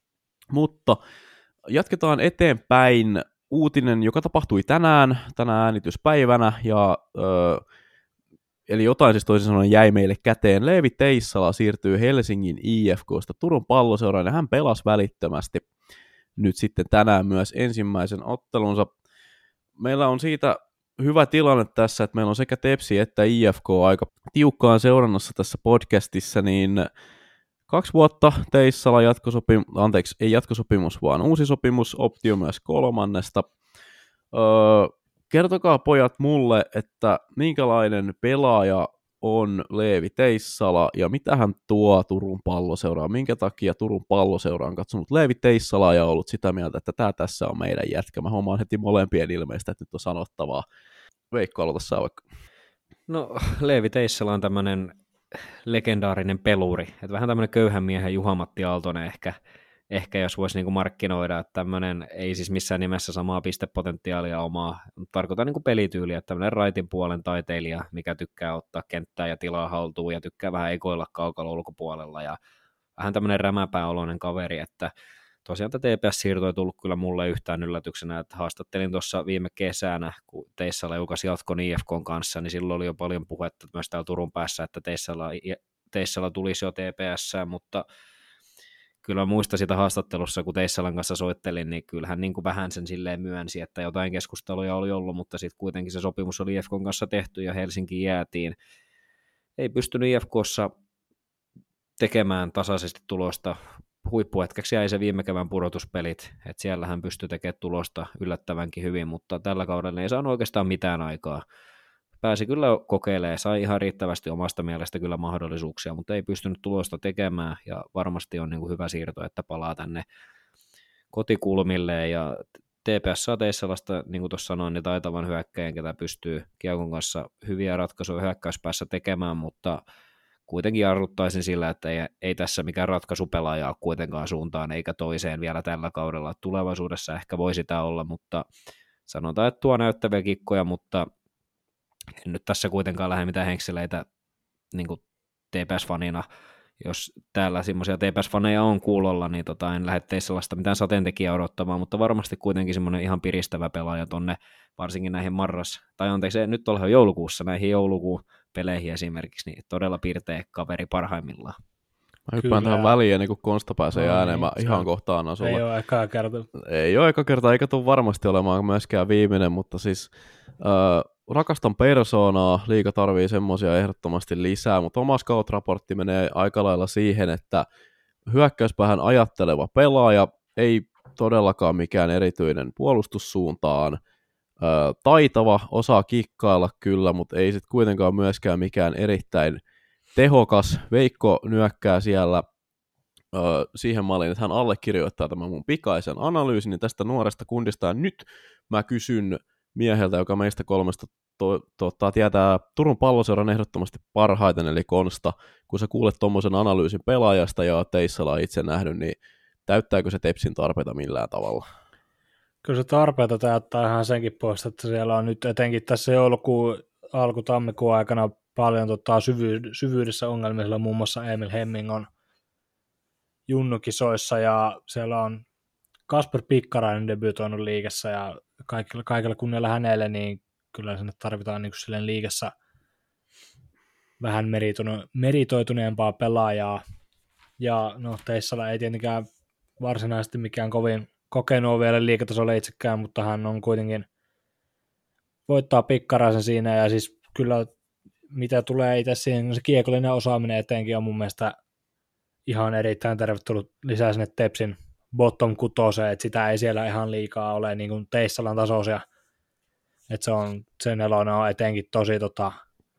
mutta jatketaan eteenpäin. Uutinen, joka tapahtui tänään, tänä äänityspäivänä, ja, ö, eli jotain siis toisin sanoen jäi meille käteen. Leevi Teissala siirtyy Helsingin I F K:sta Turun Palloseuraan, ja hän pelasi välittömästi nyt sitten tänään myös ensimmäisen ottelunsa. Meillä on siitä hyvä tilanne tässä, että meillä on sekä Tepsi että I F K aika tiukkaan seurannassa tässä podcastissa, niin kaksi vuotta Teissala jatkosopimus, anteeksi, ei jatkosopimus, vaan uusi sopimus, optio myös kolmannesta. Öö, kertokaa pojat mulle, että minkälainen pelaaja on Leevi Teissala ja mitä hän tuo Turun Palloseuraan, minkä takia Turun Palloseura on katsonut Leevi Teissalaa ja ollut sitä mieltä, että tämä tässä on meidän jätkä. Mä huomaan heti molempien ilmeistä, että nyt on sanottavaa. Veikko, aloita sä vaikka. No Leevi Teissala on tämmöinen legendaarinen peluri, että vähän tämmöinen köyhän miehen Juha-Matti Aaltonen ehkä, ehkä jos voisi niinku markkinoida, että tämmöinen ei siis missään nimessä samaa pistepotentiaalia omaa, tarkoitan niinku pelityyliä, että tämmöinen raitin puolen taiteilija, mikä tykkää ottaa kenttää ja tilaa haltuun ja tykkää vähän ekoilla kaukalla ulkopuolella ja vähän tämmöinen rämäpääoloinen kaveri, että tosiaan tämä T P S-siirto ei tullut kyllä mulle yhtään yllätyksenä, että haastattelin tuossa viime kesänä, kun Teissala julkaisi jatkon I F K:n kanssa, niin silloin oli jo paljon puhetta myös täällä Turun päässä, että Teissala, Teissala tulisi jo T P S:ään, mutta kyllä muista sitä haastattelussa, kun Teissalan kanssa soittelin, niin kyllähän niin kuin vähän sen silleen myönsi, että jotain keskusteluja oli ollut, mutta sitten kuitenkin se sopimus oli I F K:n kanssa tehty ja Helsinkiin jäätiin. Ei pystynyt I F K:ssa tekemään tasaisesti tulosta. Huippuhetkeksi jäi se viime kevään pudotuspelit, että siellä hän pystyi tekemään tulosta yllättävänkin hyvin, mutta tällä kaudella ei saanut oikeastaan mitään aikaa. pääsi kyllä kokeilemaan, sai ihan riittävästi omasta mielestä kyllä mahdollisuuksia, mutta ei pystynyt tulosta tekemään, ja varmasti on niin kuin hyvä siirto, että palaa tänne kotikulmille, ja T P S saa Teissalasta, niin kuin tuossa sanoin, niin taitavan hyökkäjän, ketä pystyy kiekon kanssa hyviä ratkaisuja hyökkäyspäässä tekemään, mutta kuitenkin jarruttaisin sillä, että ei, ei tässä mikään ratkaisupelaajaa kuitenkaan suuntaan eikä toiseen vielä tällä kaudella. Tulevaisuudessa ehkä voi sitä olla, mutta sanotaan, että tuo näyttäviä kikkoja, mutta en nyt tässä kuitenkaan lähde mitään henkseleitä niin kuin T P S-fanina. Jos täällä semmoisia T P S-faneja on kuulolla, niin tota, en lähde Teissalasta mitään sateentekijää odottamaan, mutta varmasti kuitenkin semmoinen ihan piristävä pelaaja tonne, varsinkin näihin marras, tai anteeksi, nyt ollaan joulukuussa, näihin joulukuun peleihin esimerkiksi, niin todella pirteä kaveri parhaimmillaan. Mä hyppään tähän väliin ennen kuin Konsta pääsee no, ääneen, mä niin, ihan kohtaan annan sulle. Ei ole ekaa kertaa. Ei ole eka kertaa, eikä tule varmasti olemaan myöskään viimeinen, mutta siis äh, rakastan persoonaa, liiga tarvii semmoisia ehdottomasti lisää, mutta oma scout-raportti menee aika lailla siihen, että hyökkäyspäähän ajatteleva pelaaja, ei todellakaan mikään erityinen puolustussuuntaan, äh, taitava, osaa kikkailla kyllä, mutta ei sitten kuitenkaan myöskään mikään erittäin tehokas. Veikko nyökkää siellä ö, siihen malliin, että hän allekirjoittaa tämän mun pikaisen analyysin niin tästä nuoresta kundista. Ja nyt mä kysyn mieheltä, joka meistä kolmesta to, to, tietää Turun Palloseuran ehdottomasti parhaiten, eli Konsta. Kun sä kuulet tuommoisen analyysin pelaajasta ja Teissala itse nähnyt, niin täyttääkö se Tepsin tarpeita millään tavalla? Kyllä se tarpeita täyttää ihan senkin puolesta, että siellä on nyt etenkin tässä joulukuun alku-tammikuun aikana paljon tota, syvy- syvyydessä ongelmia, siellä muun muassa Emil Hemming on junnukisoissa ja siellä on Kasper Pikkarainen debytoinut liigassa ja kaikilla, kaikilla kunnialla hänelle, niin kyllä sinne tarvitaan niin silleen liigassa vähän meritoituneempaa pelaajaa. Ja no Teissala ei tietenkään varsinaisesti mikään kovin kokenut ole vielä liigatasolla itsekään, mutta hän on kuitenkin voittaa Pikkaraisen siinä ja siis kyllä mitä tulee itse siihen, se kiekollinen osaaminen etenkin on mun mielestä ihan erittäin tervetullut lisää sinne Tepsin bottom kutoseen, että sitä ei siellä ihan liikaa ole niin kuin Teissalan tasoisia, että se on, sen nelonen on etenkin tosi tota,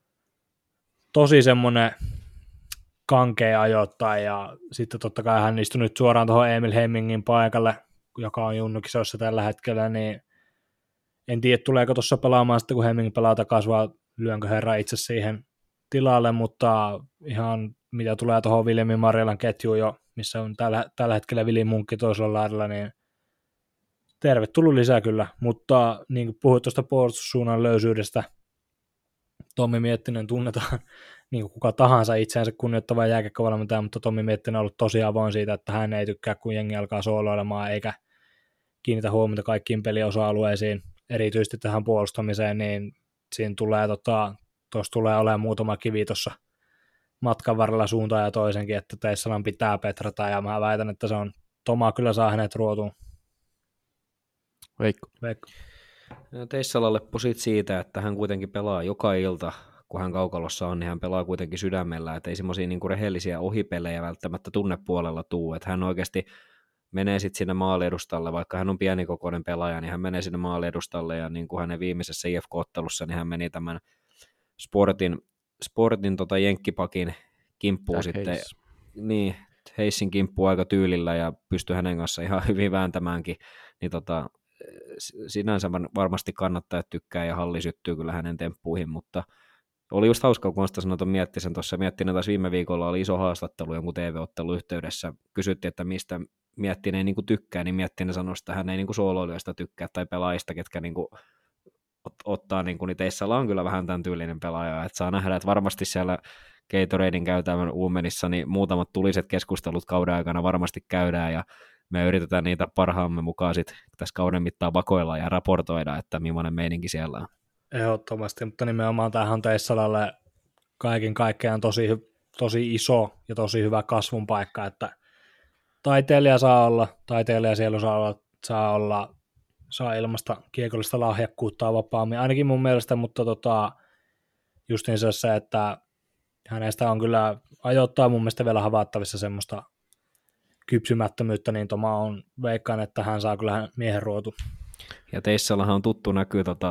tosi semmoinen kankea ajoittain ja sitten totta kai hän istui nyt suoraan tuohon Emil Hemmingin paikalle, joka on junnukisoissa tällä hetkellä, niin en tiedä tuleeko tuossa pelaamaan sitten kun Hemming pelaa takaisin vaan lyönkö herra itse siihen tilalle, mutta ihan mitä tulee tuohon Viljami Marjalan ketjuun jo, missä on tällä, tällä hetkellä Vili Munkki toisella laidalla, niin tervetullut lisää kyllä, mutta niin kuin puhuit tuosta puolustussuunnan löysyydestä, Tommi Miettinen tunnetaan niin kuin kuka tahansa itseänsä kunnioittava jääkiekkovalmentaja, mutta Tommi Miettinen on ollut tosi avoin siitä, että hän ei tykkää, kun jengi alkaa sooloilemaan, eikä kiinnitä huomiota kaikkiin peliosa-alueisiin, erityisesti tähän puolustamiseen, niin siinä tulee, tota, tuossa tulee olemaan muutama kivi tuossa matkan varrella suuntaan ja toisenkin, että Teissalan pitää petrata, ja mä väitän, että se on, Toma kyllä saa hänet ruotuun. Veikko. Veikko. Teissalalle posit siitä, että hän kuitenkin pelaa joka ilta, kun hän kaukalossa on, niin hän pelaa kuitenkin sydämellä, että ei semmoisia niinku rehellisiä ohipelejä välttämättä tunnepuolella tuu, että hän oikeasti menee sitten sinne maaliedustalle, vaikka hän on pienikokoinen pelaaja, niin hän menee sinne maaliedustalle, ja niin kuin hänen viimeisessä I F K-ottelussa, niin hän meni tämän Sportin, sportin tota jenkkipakin kimppuun Jack sitten, Hayes. niin, Heissin kimppuun aika tyylillä, ja pystyi hänen kanssa ihan hyvin vääntämäänkin, niin tota, sinänsä varmasti kannattaa tykkää, ja halli syttyy kyllä hänen temppuihin, mutta oli just hauskaa, kun Konsta sanoi tuon Miettisen tuossa, Miettinen taas viime viikolla oli iso haastattelu jonkun T V-ottelu yhteydessä, kysyttiin, että mistä Miettinen niin kuin tykkää, niin Miettinen sanoi, että hän ei niin kuin sooloilijoista tykkää tai pelaajista, ketkä niin kuin ot- ottaa, niin kuin, niin Teissala on kyllä vähän tämän tyylinen pelaaja, että saa nähdä, että varmasti siellä Gatoraden käytävän Uumenissa, niin muutamat tuliset keskustelut kauden aikana varmasti käydään, ja me yritetään niitä parhaamme mukaan sit tässä kauden mittaan vakoilla ja raportoida, että millainen meininki siellä on. Ehdottomasti, mutta nimenomaan tämähän Teissalalle kaiken kaikkiaan tosi, tosi iso ja tosi hyvä kasvun paikka, että taiteilija saa olla, taiteilija siellä saa olla, saa, olla, saa ilmasta kiekollista lahjakkuutta vapaammin, ainakin mun mielestä, mutta tota, justiinsa se, että hänestä on kyllä ajoittaa mun mielestä vielä havaittavissa semmoista kypsymättömyyttä, niin Toma on veikkaan, että hän saa kyllä miehen ruotu. Ja Teissalahan on tuttu näkyy tota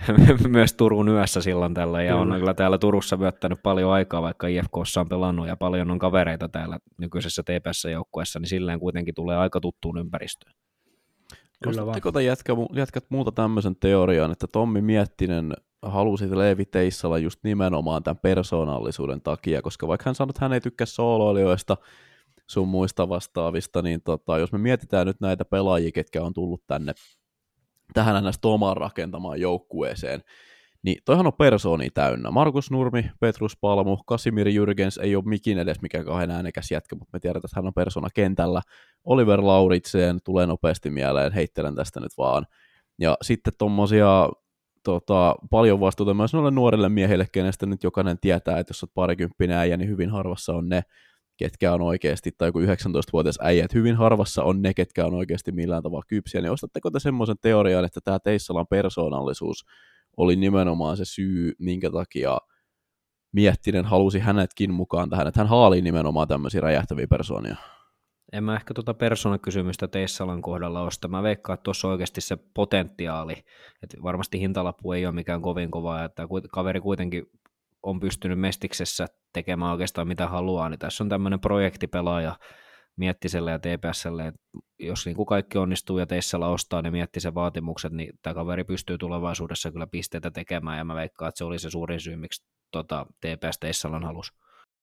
myös Turun yössä silloin tällä, ja Kyllä. on kyllä täällä Turussa vyöttänyt paljon aikaa, vaikka I F K:ssa on pelannut, ja paljon on kavereita täällä nykyisessä T P S-joukkueessa, niin silleen kuitenkin tulee aika tuttuun ympäristöön. Nostatteko te jätkä, jätkät muuta tämmöisen teorian, että Tommi Miettinen halusi Leevi Teissala just nimenomaan tämän persoonallisuuden takia, koska vaikka hän sanoi, että hän ei tykkää sooloilijoista sun muista vastaavista, niin tota, jos me mietitään nyt näitä pelaajia, ketkä on tullut tänne tähän näistä omaan rakentamaan joukkueeseen, niin toihan on persoonia täynnä. Markus Nurmi, Petrus Palmu, Kasimir Jürgens ei ole mikin edes mikään kauhean äänekäs jätkä, mutta me tiedetään, että hän on persona kentällä. Oliver Lauritsen tulee nopeasti mieleen, heittelen tästä nyt vaan. Ja sitten tommosia tota, paljon vastuuta myös noille nuorille miehille, kenestä nyt jokainen tietää, että jos olet parikymppinen äijä, niin hyvin harvassa on ne, ketkä on oikeasti, tai joku yhdeksäntoistavuotias äijä, että hyvin harvassa on ne, ketkä on oikeasti millään tavalla kypsiä, niin ostatteko te semmoisen teorian, että tämä Teissalan persoonallisuus oli nimenomaan se syy, minkä takia Miettinen halusi hänetkin mukaan tähän, että hän haalii nimenomaan tämmöisiä räjähtäviä persoonia? En mä ehkä tuota persoonakysymystä Teissalan kohdalla osta. Mä veikkaan, että tuossa on oikeasti se potentiaali. Että varmasti hintalappu ei ole mikään kovin kova, että kaveri kuitenkin on pystynyt Mestiksessä tekemään oikeastaan mitä haluaa, niin tässä on tämmöinen projektipelaaja Miettiselle ja T P S:lle, että jos niin kuin kaikki onnistuu ja Teissala ostaa ne Miettisen vaatimukset, niin tämä kaveri pystyy tulevaisuudessa kyllä pisteitä tekemään, ja mä veikkaan, että se oli se suurin syy, miksi tota, T P S Teissalan halus.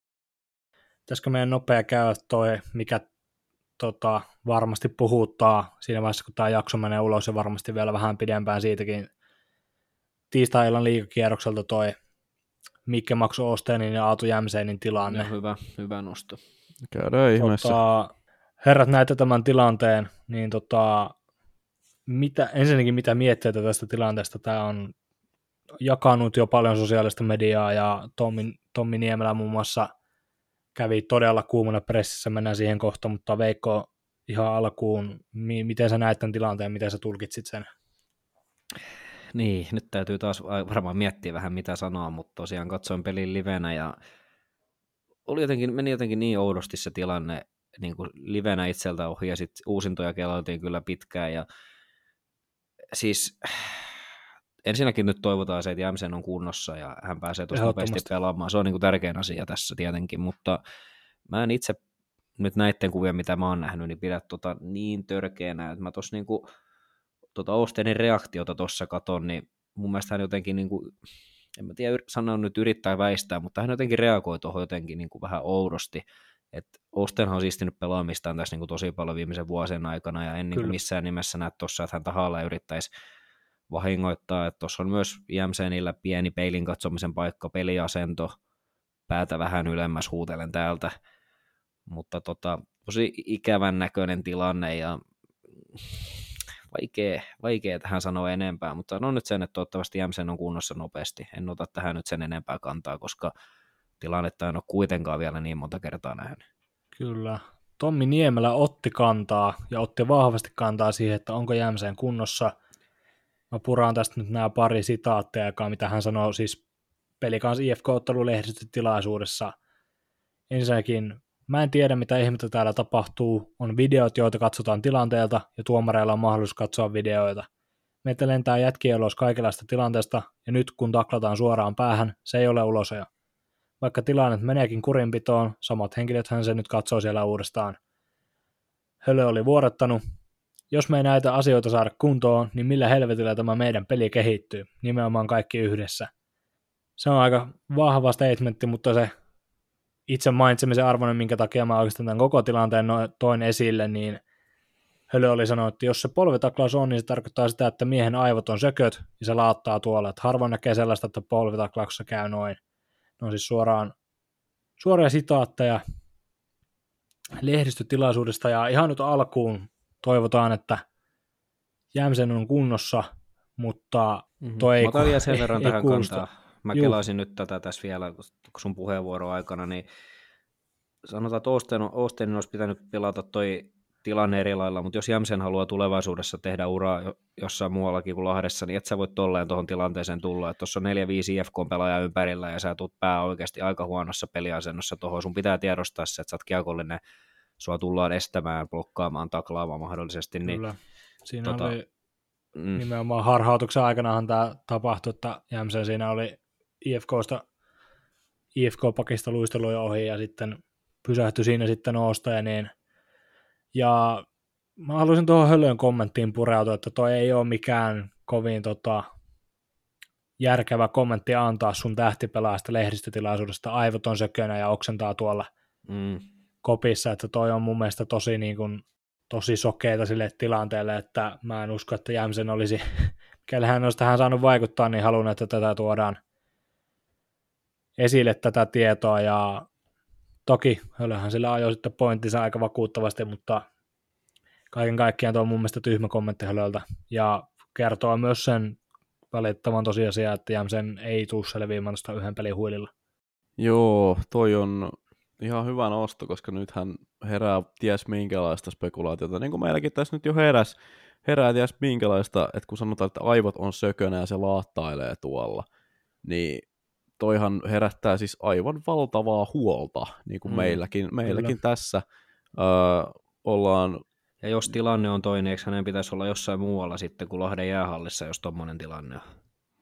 Pitäisikö meidän nopea käydä toi, mikä tota, varmasti puhuttaa siinä vaiheessa, kun tämä jakso menee ulos, ja varmasti vielä vähän pidempään siitäkin tiistai-illan liigakierrokselta toi Mikke Maksu Osteenin ja Aatu Jämseinin tilanne. No, hyvä, hyvä nosto. Käydään ihmeessä. Tota, herrat näette tämän tilanteen, niin tota, mitä, ensinnäkin mitä miettii tästä tilanteesta, tämä on jakanut jo paljon sosiaalista mediaa, ja Tommi, Tommi Niemelä muun muassa kävi todella kuumana pressissä, mennään siihen kohtaan, mutta Veikko ihan alkuun, mi- miten sä näet tämän tilanteen, miten sä tulkitsit sen? Niin, nyt täytyy taas varmaan miettiä vähän mitä sanoa, mutta tosiaan katsoin pelin livenä ja oli jotenkin, meni jotenkin niin oudosti se tilanne niin kuin livenä itseltä ohi ja sitten uusintoja kelailtiin kyllä pitkään ja siis ensinnäkin nyt toivotaan se, että Jämsen on kunnossa ja hän pääsee tuosta nopeasti pelaamaan. Se on niin kuin tärkein asia tässä tietenkin, mutta mä en itse nyt näiden kuvien, mitä mä oon nähnyt, niin pidä tota niin törkeänä, että mä tuossa niin kuin tuota Ostenin reaktiota tuossa katon, niin mun mielestä hän jotenkin, niin kuin, en mä tiedä sanoa nyt yrittää väistää, mutta hän jotenkin reagoi tuohon jotenkin niin kuin vähän oudosti. että Ostenhan on siistinyt pelaamistaan tässä niin kuin tosi paljon viimeisen vuosien aikana, ja en niin kuin missään nimessä näe tuossa, että hän tahallaan yrittäisi vahingoittaa, että tuossa on myös Jämsenillä pieni peilin katsomisen paikka, peliasento, päätä vähän ylemmäs huutelen täältä, mutta tota, tosi ikävän näköinen tilanne, ja Vaikea, vaikea tähän sanoa enempää, mutta sanon nyt sen, että toivottavasti Jämsen on kunnossa nopeasti. En ota tähän nyt sen enempää kantaa, koska tilannetta en ole kuitenkaan vielä niin monta kertaa nähnyt. Kyllä. Tommi Niemelä otti kantaa ja otti vahvasti kantaa siihen, että onko Jämsen kunnossa. Mä puraan tästä nyt nämä pari sitaatteja, mitä hän sanoi siis Pelikans I F K-ottelulehdistötilaisuudessa. Ensinnäkin, mä en tiedä, mitä ihmettä täällä tapahtuu. On videot, joita katsotaan tilanteelta, ja tuomareilla on mahdollisuus katsoa videoita. Meitä lentää jätkiä ulos kaikenlaista tilanteesta, ja nyt kun taklataan suoraan päähän, se ei ole ulosajo. Vaikka tilanne meneekin kurinpitoon, samat henkilöthän se nyt katsoo siellä uudestaan. Hölö oli vuorattanut. Jos me ei näitä asioita saada kuntoon, niin millä helvetillä tämä meidän peli kehittyy, nimenomaan kaikki yhdessä. Se on aika vahva statementti, mutta se itse mainitsemisen arvoinen, minkä takia mä oikeastaan tämän koko tilanteen toin esille, niin Hölö oli sanonut, että jos se polvitaklaus on, niin se tarkoittaa sitä, että miehen aivot on sököt, ja se laattaa tuolla. Että harvoin näkee sellaista, että polvitaklauksessa käy noin. Ne on siis suoraan, suoria sitaatteja lehdistötilaisuudesta, ja ihan nyt alkuun toivotaan, että Jämsen on kunnossa, mutta toi mm-hmm. ei, Mä otan vielä sen verran ei tähän kuulosta. kantaa. Mä Juh. kelaisin nyt tätä tässä vielä sun puheenvuoron aikana, niin sanotaan, että Osten, Ostenin olisi pitänyt pelata toi tilanne eri lailla, mutta jos Jämsen haluaa tulevaisuudessa tehdä uraa jossain muuallakin kuin Lahdessa, niin et sä voi tolleen tuohon tilanteeseen tulla, että tuossa on neljä viisi I F K-pelaajaa ympärillä, ja sä tulet pää oikeasti aika huonossa peliasennossa tuohon. Sun pitää tiedostaa se, että sä oot kiekollinen, sua tullaan estämään, blokkaamaan, taklaamaan mahdollisesti. Niin, Kyllä. Siinä tota, oli mm. nimenomaan harhautuksen aikanahan tämä tapahtui, että Jämsä siinä oli I F K:sta, I F K-pakista luisteluja ohi ja sitten pysähtyi siinä sitten nousta ja niin. Ja mä haluaisin tuohon Hölön kommenttiin pureutua, että toi ei ole mikään kovin tota, järkevä kommentti antaa sun tähtipelaajasta lehdistötilaisuudesta, aivot on sökönä ja oksentaa tuolla mm. kopissa, että toi on mun mielestä tosi, niin kuin, tosi sokeita sille tilanteelle, että mä en usko, että Jämsen olisi, mikäli hän olisi tähän saanut vaikuttaa, niin haluan, että tätä tuodaan esille tätä tietoa, ja toki Hölöhän sillä ajoi sitten pointtinsa aika vakuuttavasti, mutta kaiken kaikkiaan tuo on mun mielestä tyhmä kommentti Hölöltä, ja kertoo myös sen valitettavan tosiasia, että Jämsen ei tule selviämään tuosta yhden pelin huililla. Joo, toi on ihan hyvä nosto, koska nythän herää ties minkälaista spekulaatiota, niin kuin meilläkin tässä nyt jo heräs, herää ties minkälaista, että kun sanotaan, että aivot on sökönä ja se laattailee tuolla, niin toihan herättää siis aivan valtavaa huolta, niin kuin mm, meilläkin, meilläkin tässä öö, ollaan. Ja jos tilanne on toinen, eikö hänen pitäisi olla jossain muualla sitten kuin Lahden jäähallissa, jos tommoinen tilanne on?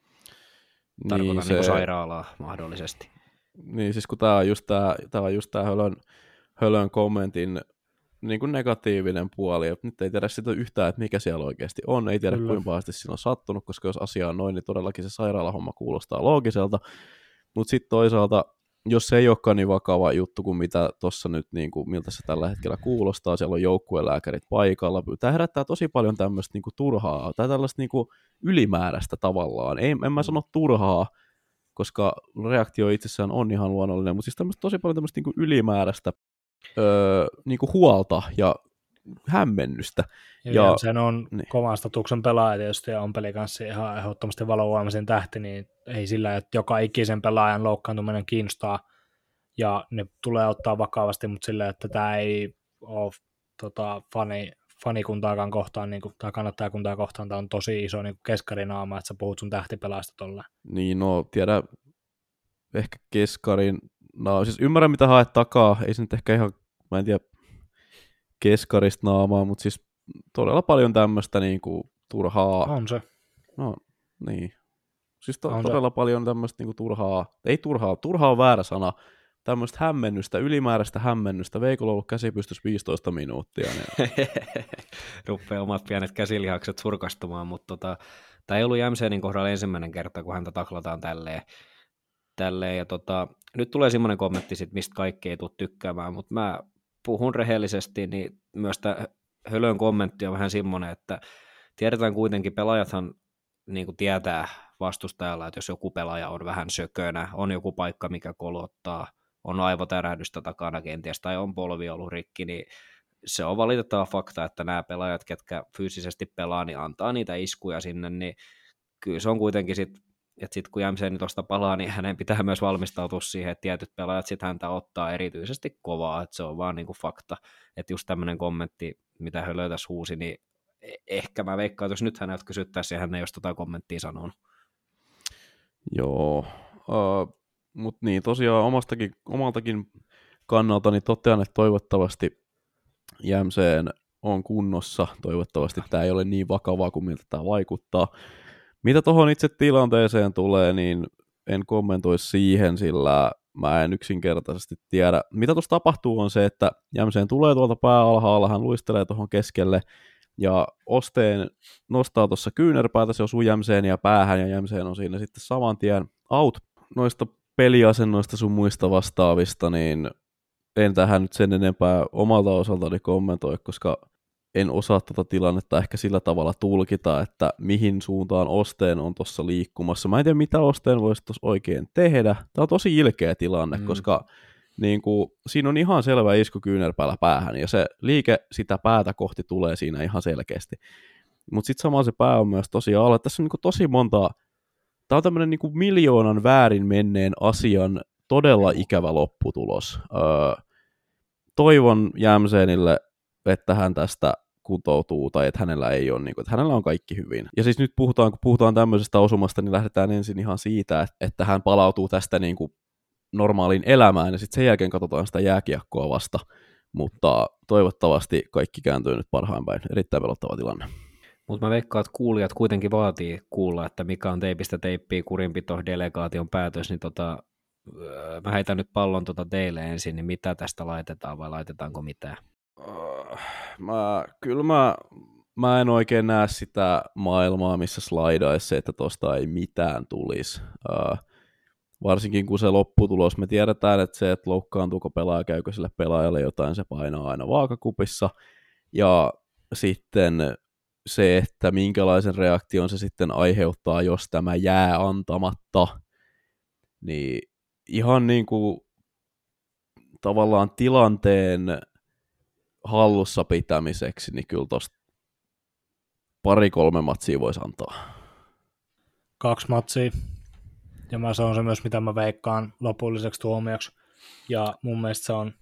Tarkoitan niin, se, niin kuin sairaalaa mahdollisesti. Niin, siis kun tämä on just tämä, tämä on just tämä Hölön, Hölön kommentin niin kuin negatiivinen puoli, että nyt ei tiedä sitä yhtään, että mikä siellä oikeasti on, ei tiedä Kyllä. kuinka pahasti siinä on sattunut, koska jos asia on noin, niin todellakin se sairaalahomma kuulostaa loogiselta, mutta sitten toisaalta, jos se ei olekaan niin vakava juttu kuin mitä tuossa nyt, niin kuin, miltä se tällä hetkellä kuulostaa, siellä on joukkuelääkärit paikalla, tämä herättää tosi paljon tämmöistä niin kuin turhaa, tai tällaista niin kuin ylimääräistä tavallaan, ei, en mä sano turhaa, koska reaktio itsessään on ihan luonnollinen, mutta siis tämmöistä tosi paljon tämmöistä niin kuin ylimääräistä öö, niin kuin huolta ja hämmennystä. Ja, ja sen on niin. Kovan statuksen pelaaja tietysti ja on pelikanssi ihan ehdottomasti valovoimaisen tähti, niin ei sillä, että joka ikisen pelaajan loukkaantuminen kiinnostaa ja ne tulee ottaa vakavasti, mutta sillä, että tämä ei ole tota, fani, fanikuntaakaan kohtaan, niin kuin, tai kannattajakuntaa kohtaan, tämä on tosi iso niin keskarinaama, että sä puhut sun tähtipelaajasta tolleen. Niin, no tiedä, ehkä keskarin, no siis ymmärrän mitä haet takaa, ei se nyt ehkä ihan, mä en tiedä, keskarista naamaa, mutta siis todella paljon tämmöistä niinku turhaa. On se. No, niin. Siis to- todella se. paljon tämmöistä niinku turhaa, ei turhaa, turhaa on väärä sana, tämmöistä hämmennystä, ylimääräistä hämmennystä. Veikolla on ollut käsipystys viisitoista minuuttia. Niin... Rupeaa omat pienet käsilihakset surkastumaan, mutta tota, tämä ei ollut Jämsenin kohdalla ensimmäinen kerta, kun häntä taklataan tälleen. tälleen ja tota, nyt tulee semmoinen kommentti, sit, mistä kaikki ei tule tykkäämään, mutta mä puhun rehellisesti, niin myös tämä Hölön kommentti on vähän semmoinen, että tiedetään kuitenkin, pelaajathan niin kuin tietää vastustajalla, että jos joku pelaaja on vähän sökönä, on joku paikka, mikä kolottaa, on aivotärähdystä takana kenties, tai on polvi ollut rikki, niin se on valitettava fakta, että nämä pelaajat, ketkä fyysisesti pelaa, niin antaa niitä iskuja sinne, niin kyllä se on kuitenkin sitten, että sitten kun Jämseni tuosta palaa, niin hänen pitää myös valmistautua siihen, että tietyt pelaajat sitten häntä ottaa erityisesti kovaa, että se on vaan niinku fakta, että just tämmöinen kommentti, mitä Hölö tässä huusi, niin ehkä mä veikkaan, että jos nyt häneltä kysyttäisiin, ja hän ei olisi tota kommenttia sanonut. Joo, uh, mutta niin tosiaan omastakin, omaltakin kannaltani totean, että toivottavasti Jämseen on kunnossa, toivottavasti tämä ei ole niin vakavaa kuin miltä tämä vaikuttaa. Mitä tuohon itse tilanteeseen tulee, niin en kommentoi siihen, sillä mä en yksinkertaisesti tiedä. Mitä tuossa tapahtuu on se, että Jämseen tulee tuolta pääalhaalla, hän luistelee tuohon keskelle, ja Osteen nostaa tuossa kyynärpäätä, se osuu Jämseen ja päähän, ja Jämseen on siinä sitten saman tien out. Noista peliasennoista sun muista vastaavista, niin en tähän nyt sen enempää omalta osaltani kommentoi, koska en osaa tuota tilannetta ehkä sillä tavalla tulkita, että mihin suuntaan Osteen on tuossa liikkumassa. Mä en tiedä, mitä Osteen voisi tuossa oikein tehdä. Tämä on tosi ilkeä tilanne, mm. koska niin kuin, siinä on ihan selvä isku kyynärpäällä päähän, ja se liike sitä päätä kohti tulee siinä ihan selkeästi. Mutta sitten samalla se pää on myös tosi alle. Tässä on niin kuin tosi monta, tämä on tämmöinen niin kuin miljoonan väärin menneen asian todella ikävä lopputulos. Öö, toivon Jämsenille, että hän tästä kuntoutuu, tai että hänellä ei ole, niin kuin, että hänellä on kaikki hyvin. Ja siis nyt puhutaan, kun puhutaan tämmöisestä osumasta, niin lähdetään ensin ihan siitä, että, että hän palautuu tästä niin kuin normaaliin elämään, ja sitten sen jälkeen katsotaan sitä jääkiekkoa vasta. Mutta toivottavasti kaikki kääntyy nyt parhain päin. Erittäin pelottava tilanne. Mutta mä veikkaan, että kuulijat kuitenkin vaatii kuulla, että mikä on teipistä teippiä kurinpito delegaation päätös, niin tota, mä heitän nyt pallon tota teille ensin, niin mitä tästä laitetaan vai laitetaanko mitään? Uh, mä, kyllä mä, mä en oikein näe sitä maailmaa, missä slaidaisi se, että tosta ei mitään tulisi. Uh, varsinkin kun se lopputulos, me tiedetään, että se, että loukkaantuuko pelaaja, käykö sille pelaajalle jotain, se painaa aina vaakakupissa. Ja sitten se, että minkälaisen reaktion se sitten aiheuttaa, jos tämä jää antamatta, niin ihan niin kuin tavallaan tilanteen hallussa pitämiseksi, niin kyllä tuosta pari-kolme matsia voisi antaa. Kaksi matsia. Ja mä, se on se myös, mitä mä veikkaan lopulliseksi tuomioksi. Ja mun mielestä se on,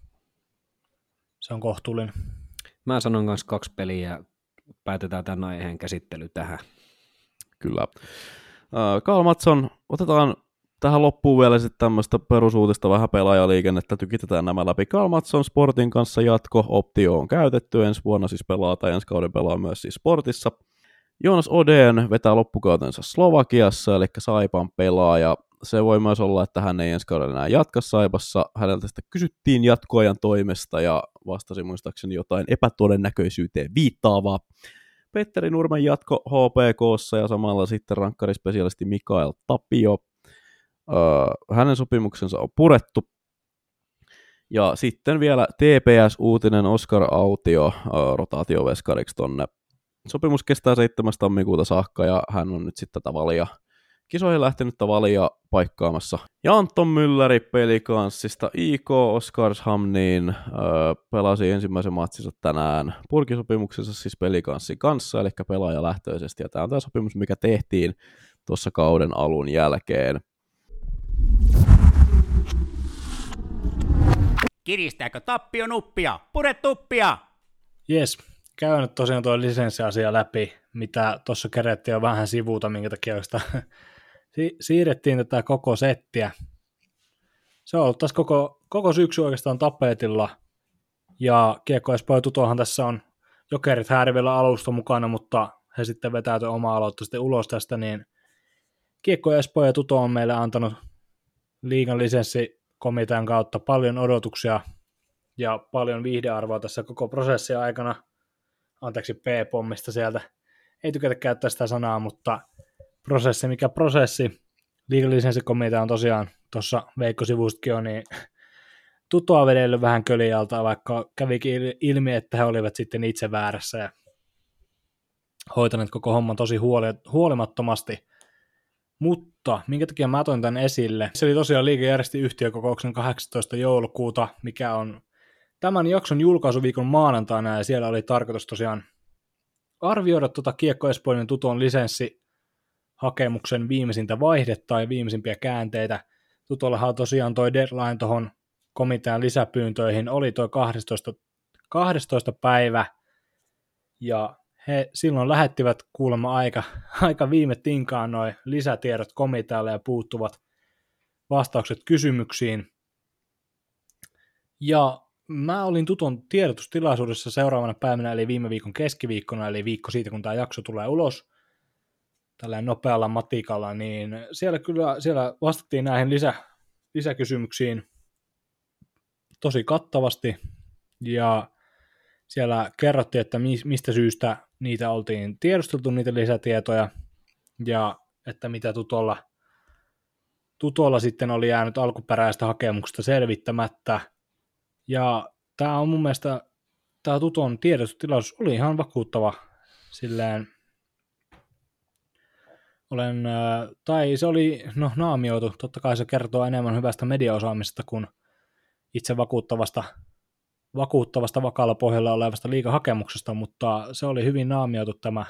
se on kohtuullinen. Mä sanon kanssa kaksi peliä ja päätetään tämän aiheen käsittely tähän. Kyllä. Karl Mattsson, otetaan tähän loppuun vielä sitten tämmöistä perusuutista vähän pelaajaliikennettä, tykitetään nämä läpi. Karl Mattsson Sportin kanssa jatko, optio on käytetty, ensi vuonna siis pelaa tai ensi kauden pelaa myös siis Sportissa. Jonas Odén vetää loppukautensa Slovakiassa, eli Saipan pelaaja. Se voi myös olla, että hän ei ensi kaudella enää jatka Saipassa. Häneltä sitä kysyttiin jatkoajan toimesta ja vastasi muistaakseni jotain epätodennäköisyyteen viittaavaa. Petteri Nurmen jatko H P K:ssa ja samalla sitten rankkarispesialisti Mikael Tapio. Hänen sopimuksensa on purettu. Ja sitten vielä T P S-uutinen Oskar Autio rotaatioveskariksi tonne. Sopimus kestää seitsemäs tammikuuta saakka ja hän on nyt sitten tavallia kisoihin lähtenyttä valia paikkaamassa. Ja Anton Mülleri Pelikanssista I K Oskarshamniin öö, pelasi ensimmäisen matsinsa tänään purkisopimuksensa siis Pelikanssin kanssa, eli pelaajalähtöisesti. Ja tämä on tämä sopimus, mikä tehtiin tuossa kauden alun jälkeen. Kiristääkö Tappio nuppia? Pure tuppia! Jes, käyn nyt tosiaan tuo lisenssiasia läpi, mitä tuossa kerettiin jo vähän sivuuta, minkä takia oikeastaan si- siirrettiin tätä koko settiä. Se on ollut tässä koko, koko syksy oikeastaan tapetilla, ja Kiekko Espoo ja Tutohan tässä on Jokerit häärivillä alusta mukana, mutta he sitten vetäytyi omaa aloittaa sitten ulos tästä, niin Kiekko Espoo ja Tuto on meille antanut liigan lisenssikomitean kautta paljon odotuksia ja paljon viihdearvoa tässä koko prosessin aikana. Anteeksi P-pommista sieltä. Ei tykätä käyttää sitä sanaa, mutta prosessi mikä prosessi. Liigan lisenssikomitea on tosiaan, tuossa Veikko sivustakin on, niin Tutoa vedellyt vähän kölialta, vaikka kävikin ilmi, että he olivat sitten itse väärässä ja hoitaneet koko homman tosi huoli- huolimattomasti. Mutta minkä takia mä toin tämän esille? Se oli tosiaan liiga järjesti yhtiökokouksen kahdeksastoista joulukuuta, mikä on tämän jakson julkaisuviikon maanantaina, ja siellä oli tarkoitus tosiaan arvioida tuota Kiekko Espoon ja Tuton lisenssihakemuksen viimeisintä vaihdetta ja viimeisimpiä käänteitä. Tutollahan tosiaan toi deadline tuohon komitean lisäpyyntöihin oli toi kahdestoista, kahdestoista päivä, ja he silloin lähettivät kuulemma aika, aika viime tinkaan noi lisätiedot komitealle ja puuttuvat vastaukset kysymyksiin. Ja mä olin Tuton tiedotustilaisuudessa seuraavana päivänä, eli viime viikon keskiviikkona, eli viikko siitä, kun tämä jakso tulee ulos, tällä nopealla matikalla, niin siellä kyllä siellä vastattiin näihin lisä, lisäkysymyksiin tosi kattavasti, ja siellä kerrottiin, että mistä syystä niitä oltiin tiedosteltu, niitä lisätietoja, ja että mitä Tutolla, Tutolla sitten oli jäänyt alkuperäistä hakemuksesta selvittämättä. Ja tämä on mun mielestä, tämä Tuton tiedotustilaisuus oli ihan vakuuttava, silleen, olen, tai se oli, no naamioitu, totta kai se kertoo enemmän hyvästä mediaosaamisesta kuin itse vakuuttavasta, vakuuttavasta vakaalla pohjalla olevasta liigahakemuksesta, mutta se oli hyvin naamioitu tämä,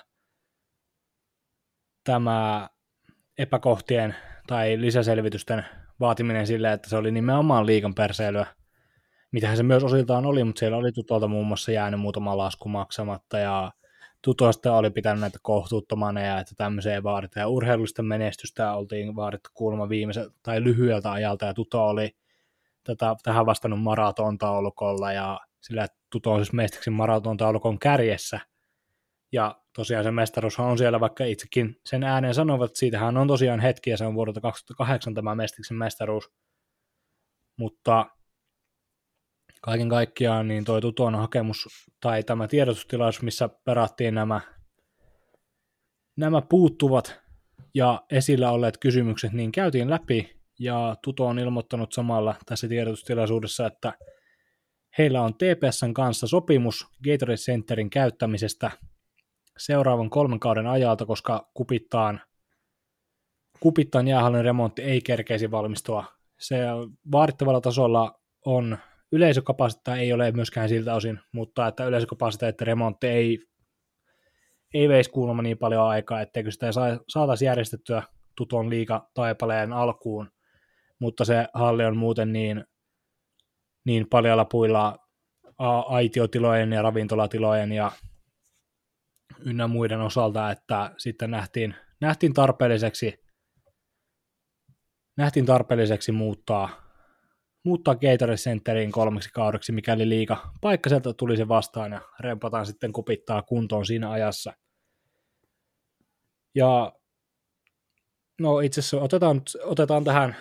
tämä epäkohtien tai lisäselvitysten vaatiminen silleen, että se oli nimenomaan liigan perseilyä, mitähän se myös osiltaan oli, mutta siellä oli Tutolta muun muassa jäänyt muutama lasku maksamatta, ja Tutosta oli pitänyt näitä kohtuuttomana, ja että tämmöiseen vaaditaan, ja urheilullista menestystä oltiin vaadittu kuulemma viimeisen tai lyhyeltä ajalta, ja Tuto oli tätä, tähän vastannut maratontaulukolla, ja sillä Tuto on siis mestaksi maratontaulukon kärjessä, ja tosiaan se mestaruushan on siellä, vaikka itsekin sen ääneen sanovat, että siitähän on tosiaan hetki, ja se on vuodelta kaksituhattakahdeksan tämä Mestiksen mestaruus. Mutta kaiken kaikkiaan niin toi Tuton hakemus, tai tämä tiedotustilaisuus, missä perattiin nämä, nämä puuttuvat ja esillä olleet kysymykset, niin käytiin läpi, ja Tuto on ilmoittanut samalla tässä tiedotustilaisuudessa, että heillä on T P S:n kanssa sopimus Gatorade Centerin käyttämisestä seuraavan kolmen kauden ajalta, koska Kupittaan, Kupittaan jäähallin remontti ei kerkeisi valmistua. Se vaadittavalla tasolla on, yleisökapasiteettia ei ole myöskään siltä osin, mutta että yleisökapasiteetti remontti ei, ei veisi kuulemma niin paljon aikaa, etteikö sitä saataisiin järjestettyä Tuton liigataipaleen alkuun, mutta se halli on muuten niin, niin paljoilla puilla aitiotilojen ja ravintolatilojen ja ynnä muiden osalta, että sitten nähtiin, nähtiin tarpeelliseksi nähtiin tarpeelliseksi muuttaa, muuttaa Gatorade Centeriin kolmeksi kaudeksi, mikäli liiga paikka sieltä tuli se vastaan ja rempataan sitten Kupittaa kuntoon siinä ajassa. Ja no itse asiassa otetaan, otetaan tähän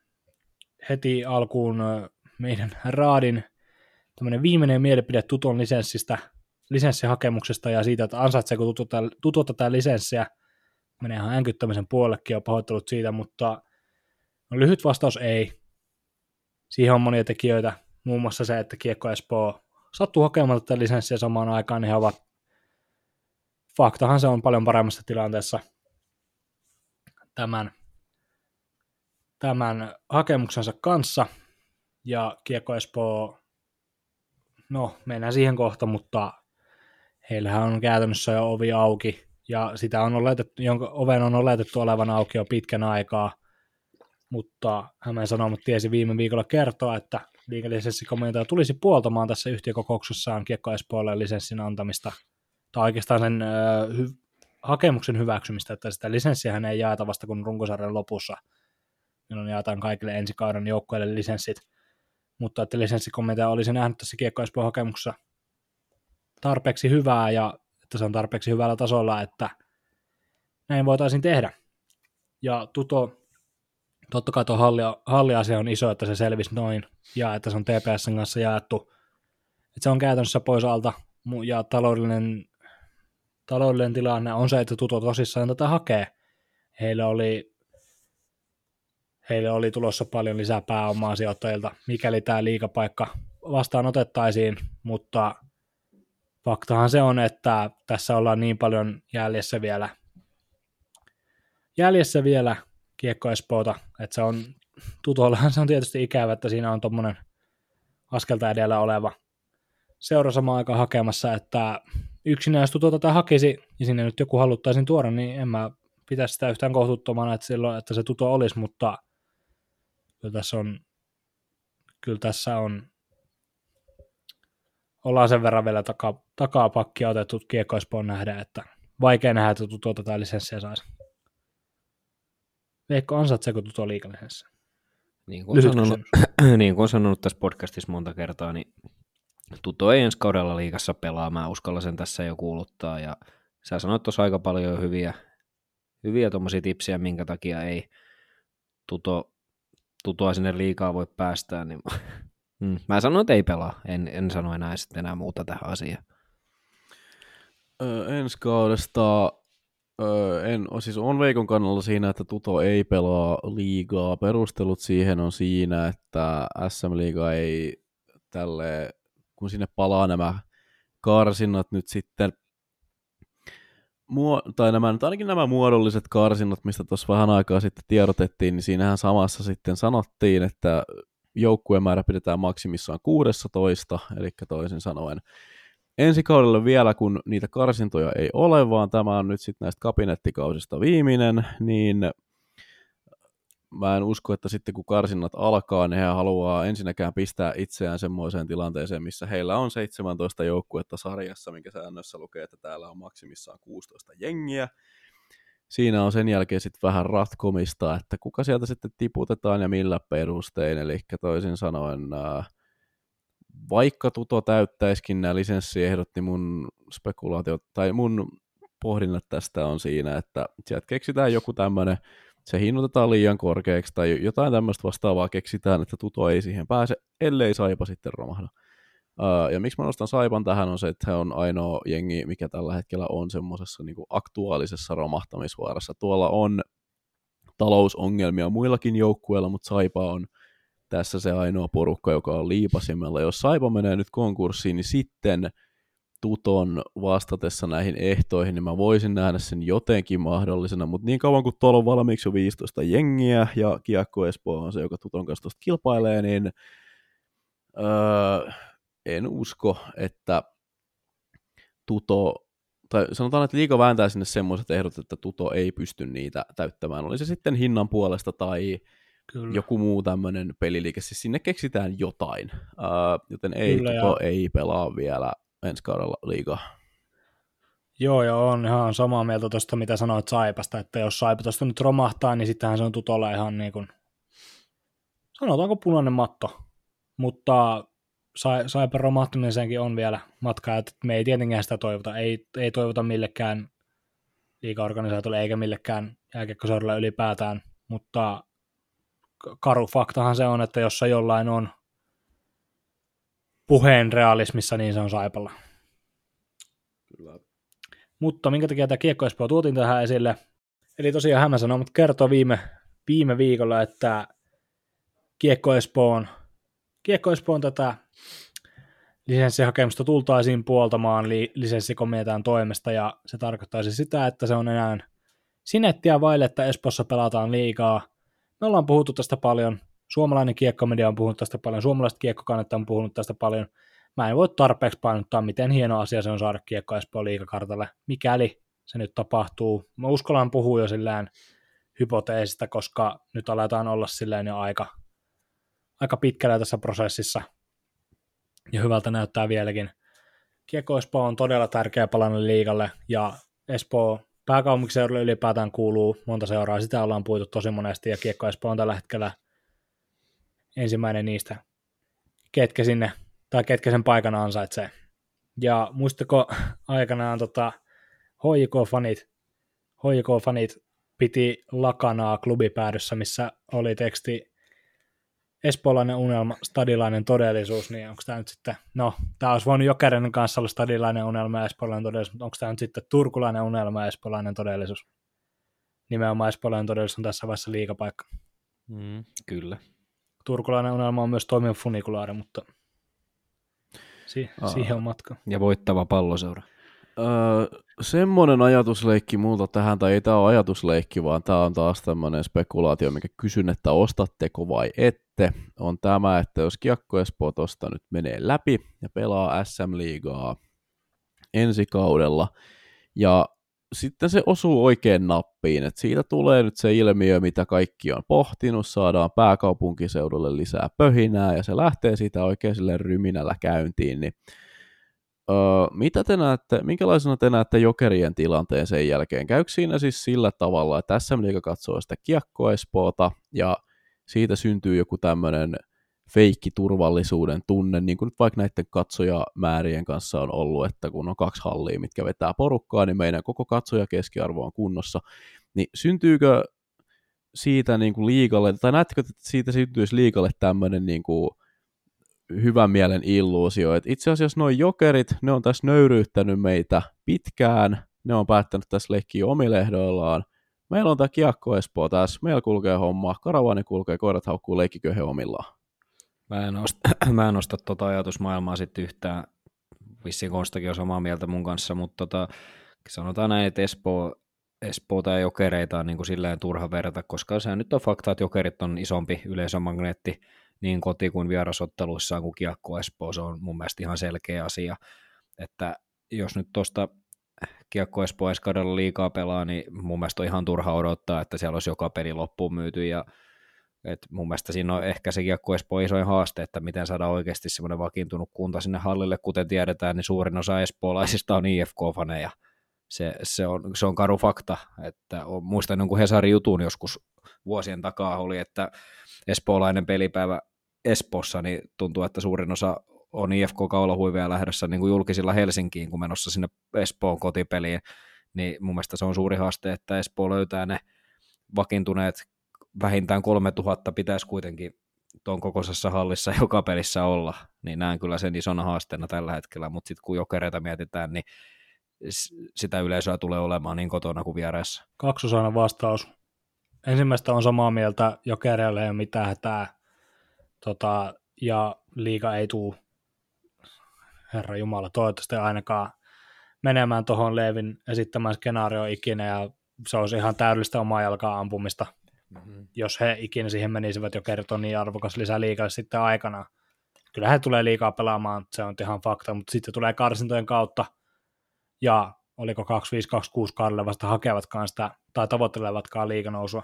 heti alkuun meidän Raadin tämmöinen viimeinen mielipide Tuton lisenssistä, lisenssihakemuksesta ja siitä, että ansaitseeko Tuto tätä lisenssiä. Menee ihan änkyttämisen puolellekin, on pahoittelut siitä, mutta no, lyhyt vastaus ei. Siihen on monia tekijöitä, muun muassa se, että Kiekko Espoo sattuu hakemaan tätä lisenssiä samaan aikaan, niin he ovat, faktahan se on paljon paremmassa tilanteessa tämän, tämän hakemuksensa kanssa, ja Kiekko Espoo, no mennään siihen kohta, mutta heillähän on käytännössä jo ovi auki, ja sitä on oletettu, jonka oven on oletettu olevan auki jo pitkän aikaa, mutta Hämeen Sanomat tiesi viime viikolla kertoa, että liikalisenssikomentaja tulisi puoltamaan tässä yhtiökokouksessaan Kiekko Espoolle lisenssin antamista, tai oikeastaan sen ö, hy- hakemuksen hyväksymistä, että sitä lisenssiähän ei jaeta vasta kun runkosarjan lopussa, milloin jaetaan kaikille ensi kauden joukkueille lisenssit, mutta että lisenssikomentaja olisi nähnyt tässä Kiekko Espoon hakemuksessa tarpeeksi hyvää, ja että se on tarpeeksi hyvällä tasolla, että näin voitaisiin tehdä. Ja Tuto, totta kai tuo halli, halliasia on iso, että se selvisi noin, ja että se on T P S:n kanssa jaettu, että se on käytännössä pois alta, ja taloudellinen, taloudellinen tilanne on se, että Tuto tosissaan tätä hakee. Heillä oli, heille oli tulossa paljon lisää pääomaa sijoittajilta, mikäli tämä liigapaikka vastaan otettaisiin, mutta faktahan se on, että tässä ollaan niin paljon jäljessä vielä, jäljessä vielä Kiekko Espoota, että se on, Tutollehan se on tietysti ikävä, että siinä on tommonen askelta edellä oleva seura samaan aikaan hakemassa, että yksinään jos Tuto tätä hakisi ja sinne nyt joku haluttaisiin tuoda, niin en mä pitäisi sitä yhtään kohtuuttomana, että, silloin, että se Tuto olisi, mutta kyllä tässä on, kyllä tässä on ollaan sen verran vielä takaa, takaa pakkia otettu Kiekko Espoon nähdä, että vaikea nähdä, että Tuto tätä lisenssiä saisi. Veikko, ansaitseeko Tuto liigalisenssiä? Niin kuin, sanonut, niin kuin on sanonut tässä podcastissa monta kertaa, niin Tuto ei ensi kaudella liigassa pelaa, mä uskalla sen tässä jo kuuluttaa, ja sä sanoit tuossa aika paljon hyviä, hyviä tuommoisia tipsiä, minkä takia ei Tuto, Tutoa sinne liigaa voi päästää, niin mm, mä sanoin, että ei pelaa, en, en sano enää sitten enää muuta tähän asiaan. Öö, ensi kaudesta öö, en, siis on Veikon kannalla siinä, että Tuto ei pelaa liigaa. Perustelut siihen on siinä, että S M-liiga ei tälle, kun sinne palaa nämä karsinnat nyt sitten, muo- tai nämä, nyt ainakin nämä muodolliset karsinnat, mistä tuossa vähän aikaa sitten tiedotettiin, niin siinähän samassa sitten sanottiin, että joukkuemäärä pidetään maksimissaan kuusitoista, eli toisin sanoen ensi kaudella vielä, kun niitä karsintoja ei ole, vaan tämä on nyt sitten näistä kabinettikausista viimeinen, niin mä en usko, että sitten kun karsinnat alkaa, niin he haluaa ensinnäkään pistää itseään semmoiseen tilanteeseen, missä heillä on seitsemäntoista joukkuetta sarjassa, minkä säännössä lukee, että täällä on maksimissaan kuusitoista jengiä. Siinä on sen jälkeen sitten vähän ratkomista, että kuka sieltä sitten tiputetaan ja millä perustein, eli toisin sanoen, vaikka Tuto täyttäisikin nämä lisenssiehdot, niin mun spekulaatio, tai mun pohdinnat tästä on siinä, että sieltä keksitään joku tämmöinen, se hinnoitetaan liian korkeaksi tai jotain tämmöistä vastaavaa keksitään, että Tuto ei siihen pääse, ellei Saipa sitten romahda. Uh, ja miksi mä nostan Saipan tähän on se, että he on ainoa jengi, mikä tällä hetkellä on semmoisessa niin kuin aktuaalisessa romahtamisvaarassa. Tuolla on talousongelmia muillakin joukkueilla, mutta Saipa on tässä se ainoa porukka, joka on liipasimella. Jos Saipa menee nyt konkurssiin, niin sitten Tuton vastatessa näihin ehtoihin, niin mä voisin nähdä sen jotenkin mahdollisena, mutta niin kauan kuin tuolla on valmiiksi jo viisitoista jengiä, ja Kiekko Espoo on se, joka Tuton kanssa tuosta kilpailee, niin öö, en usko, että Tuto, tai sanotaan, että liiga vääntää sinne semmoiset ehdot, että Tuto ei pysty niitä täyttämään. Oli se sitten hinnan puolesta tai Kyllä. joku muu tämmöinen peliliike, siis sinne keksitään jotain, uh, joten ei, Kyllä, Tuto ja... ei pelaa vielä ensi kaudella liigaa. Joo, ja on ihan samaa mieltä tuosta, mitä sanoit Saipasta, että jos Saipa tuosta nyt romahtaa, niin sittenhän se on Tutolle ihan niin kuin, sanotaanko punainen matto, mutta Saipan romahtamiseenkin on vielä matkaa, että me ei tietenkään sitä toivota, ei, ei toivota millekään liigaorganisaatiolle eikä millekään jääkiekkoseuralle ylipäätään, mutta karu faktahan se on, että jos se jollain on puheen realismissa, niin se on Saipalla. Kyllä. Mutta minkä takia tämä Kiekko Espoo tuotiin tähän esille, eli tosiaan Hämä Sanomat kertoi viime, viime viikolla, että Kiekko Espoon, Kiekko Espoon tätä lisenssihakemusta tultaisiin puoltamaan li- lisenssikomitean toimesta, ja se tarkoittaisi sitä, että se on enää sinettiä vaille, että Espoossa pelataan liigaa. Me ollaan puhuttu tästä paljon, suomalainen kiekkomedia on puhunut tästä paljon, suomalaiset kiekkokannat on puhunut tästä paljon. Mä en voi tarpeeksi painottaa, miten hieno asia se on saada Kiekko Espoon liigakartalle, mikäli se nyt tapahtuu. Mä uskallan puhua jo sillään hypoteesista, koska nyt aletaan olla silleen jo aika, aika pitkällä tässä prosessissa, ja hyvältä näyttää vieläkin. Kiekko Espoo on todella tärkeä palanen liigalle, ja Espoo pääkaupunkiseudulle ylipäätään kuuluu monta seuraa, sitä ollaan puhuttu tosi monesti, ja Kiekko Espoo on tällä hetkellä ensimmäinen niistä, ketkä sinne, tai ketkä sen paikan ansaitsee. Ja muistako aikanaan tota, H J K-fanit, H J K-fanit piti lakanaa klubipäädyssä, missä oli teksti espoolainen unelma, stadilainen todellisuus, niin onko tämä nyt sitten, no, tämä olisi voinut Jokerin kanssa olla stadilainen unelma ja espoolainen todellisuus, mutta onko tämä nyt sitten turkulainen unelma ja espoolainen todellisuus? Nimenomaan espoolainen todellisuus on tässä vaiheessa liigapaikka. Mm, kyllä. Turkulainen unelma on myös toimiva funikulaari, mutta si- siihen on matka. Ja voittava palloseura. Öö, semmoinen ajatusleikki multa tähän, tai ei tämä ole ajatusleikki, vaan tämä on taas tämmöinen spekulaatio, mikä kysyn, että ostatteko vai ette, on tämä, että jos Kiekko Espoo tosta nyt menee läpi ja pelaa S M-liigaa ensi kaudella, ja sitten se osuu oikein nappiin, että siitä tulee nyt se ilmiö, mitä kaikki on pohtinut, saadaan pääkaupunkiseudulle lisää pöhinää, ja se lähtee siitä oikein sille ryminällä käyntiin, niin Öö, mitä te näette, minkälaisena te näette Jokerien tilanteen sen jälkeen? Käykö siinä siis sillä tavalla, että S M-liiga katsoo sitä Kiekko Espoota ja siitä syntyy joku tämmöinen feikkiturvallisuuden tunne, niin kuin nyt vaikka näiden katsojamäärien kanssa on ollut, että kun on kaksi hallia, mitkä vetää porukkaa, niin meidän koko katsojakeskiarvo on kunnossa, niin syntyykö siitä niin kuin liigalle, tai näettekö, että siitä syntyisi liigalle tämmöinen niin kuin hyvän mielen illuusio, että itse asiassa nuo Jokerit, ne on tässä nöyryyttänyt meitä pitkään, ne on päättänyt tässä leikkiä omille ehdoillaan, meillä on tämä Kiekko Espoo tässä, meillä kulkee homma, karavani kulkee, koirat haukkuu, leikkikö he omillaan. Mä en osta, mä en osta tota ajatusmaailmaa sitten yhtään, vissiin Konstakin on samaa mieltä mun kanssa, mutta tota, sanotaan näin, että Espoo, Espoota ja Jokereita on niin kuin silleen turha verrata, koska se nyt on fakta, että Jokerit on isompi yleisömagneetti, niin koti- kuin vierasotteluissaan kuin Kiekko Espoo, se on mun mielestä ihan selkeä asia, että jos nyt tuosta Kiekko Espoo ensi kaudella liikaa pelaa, niin mun mielestä on ihan turha odottaa, että siellä olisi joka peli loppuun myyty, ja et mun mielestä siinä on ehkä se Kiekko Espoo isoin haaste, että miten saada oikeasti semmoinen vakiintunut kunta sinne hallille, kuten tiedetään, niin suurin osa espoolaisista on I F K-faneja, se, se, on, se on karu fakta, että on, muistan jonkun Hesarin jutun joskus vuosien takaa oli, että espoolainen pelipäivä Espoossa, niin tuntuu, että suurin osa on I F K-kaulahuiveja lähdössä niin kuin julkisilla Helsinkiin, kun menossa sinne Espoon kotipeliin, niin mun mielestä se on suuri haaste, että Espoo löytää ne vakiintuneet vähintään kolmetuhatta pitäisi kuitenkin tuon kokoisessa hallissa joka pelissä olla, niin näen kyllä sen isona haasteena tällä hetkellä, mutta sitten kun Jokereita mietitään, niin sitä yleisöä tulee olemaan niin kotona kuin vieraissa. Kaksosainen vastaus. Ensimmäistä on samaa mieltä, Jokereille ei ole mitään hätää, tota, ja liiga ei tule, herra jumala, toivottavasti ainakaan menemään tuohon Leevin esittämään skenaarioon ikinä, ja se olisi ihan täydellistä omaa jalkaa ampumista, mm-hmm. jos he ikinä siihen menisivät, Jokerit on niin arvokas lisää liigalle sitten aikana. Kyllä he tulee liigaa pelaamaan, se on ihan fakta, mutta sitten tulee karsintojen kautta, ja oliko kaksikymmentäviisi kaksikymmentäkuusi kaudelle vasta hakevatkaan sitä, tai tavoittelevatkaan liiganousua,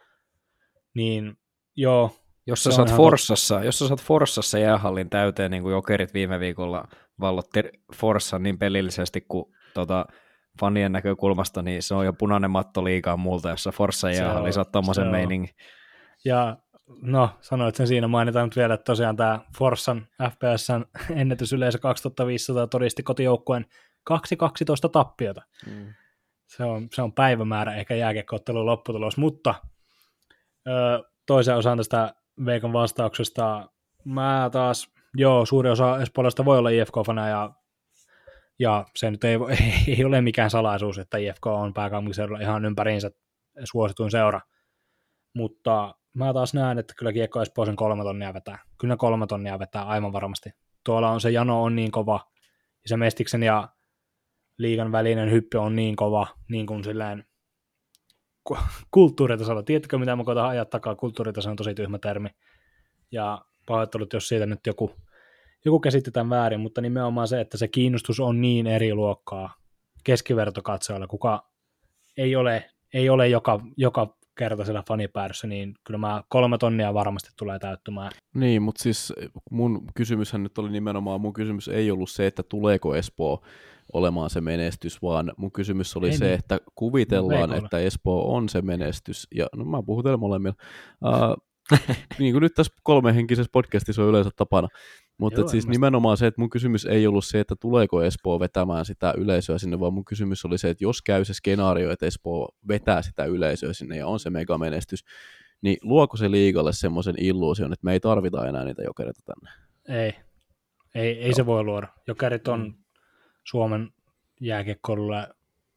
niin joo. Jos sä, saat Forssassa, jos sä saat Forssassa jäähallin täyteen, niin kuin Jokerit viime viikolla vallotti Forssan niin pelillisesti kuin tota, fanien näkökulmasta, niin se on jo punainen matto liigaa muulta, jossa Forssan jäähalli saa tommosen meiningin. Ja no, sanoit sen siinä, mainitaan nyt vielä, että tosiaan tämä Forssan F P S:n ennätysyleisö kaksituhattaviisisataa todisti kotijoukkueen kaksi kaksitoista tappiota. Mm. Se, on, se on päivämäärä eikä jääkiekko-ottelun lopputulos, mutta ö, toisen osan tästä Veikon vastauksesta, mä taas, joo, suuri osa espoolaista voi olla I F K-fana, ja, ja se nyt ei, ei ole mikään salaisuus, että I F K on pääkaupunkiseudulla ihan ympäriinsä suosituin seura, mutta mä taas näen, että kyllä Kiekko Espoo sen kolme tonnia vetää, kyllä kolme tonnia vetää aivan varmasti. Tuolla on se jano on niin kova, ja se Mestiksen ja liigan välinen hyppy on niin kova, niin kuin silleen kulttuuritasolla. Tiedättekö, mitä mä koitan ajaa takaa? Kulttuuritaso on tosi tyhmä termi. Ja pahoittelut, jos siitä nyt joku, joku käsitetään väärin, mutta nimenomaan se, että se kiinnostus on niin eri luokkaa keskivertokatsoilla, kuka ei ole, ei ole joka, joka kerta siellä fanipäädyssä, niin kyllä mä kolme tonnia varmasti tulee täyttymään. Niin, mutta siis mun kysymyshän nyt oli nimenomaan, mun kysymys ei ollut se, että tuleeko Espoo olemaan se menestys, vaan mun kysymys oli ei se, niin. että kuvitellaan, no, että Espoo on se menestys, ja no mä puhun teille molemmilla, uh, niin kuin nyt tässä kolmehenkisessä podcastissa on yleensä tapana, mutta Joo, siis nimenomaan se, että mun kysymys ei ollut se, että tuleeko Espoo vetämään sitä yleisöä sinne, vaan mun kysymys oli se, että jos käy se skenaario, että Espoo vetää sitä yleisöä sinne ja on se megamenestys, niin luoko se liigalle semmoisen illuusion, että me ei tarvita enää niitä Jokereita tänne? Ei, ei, ei se voi luoda. Jokerit on mm. Suomen jääkiekkoilulle,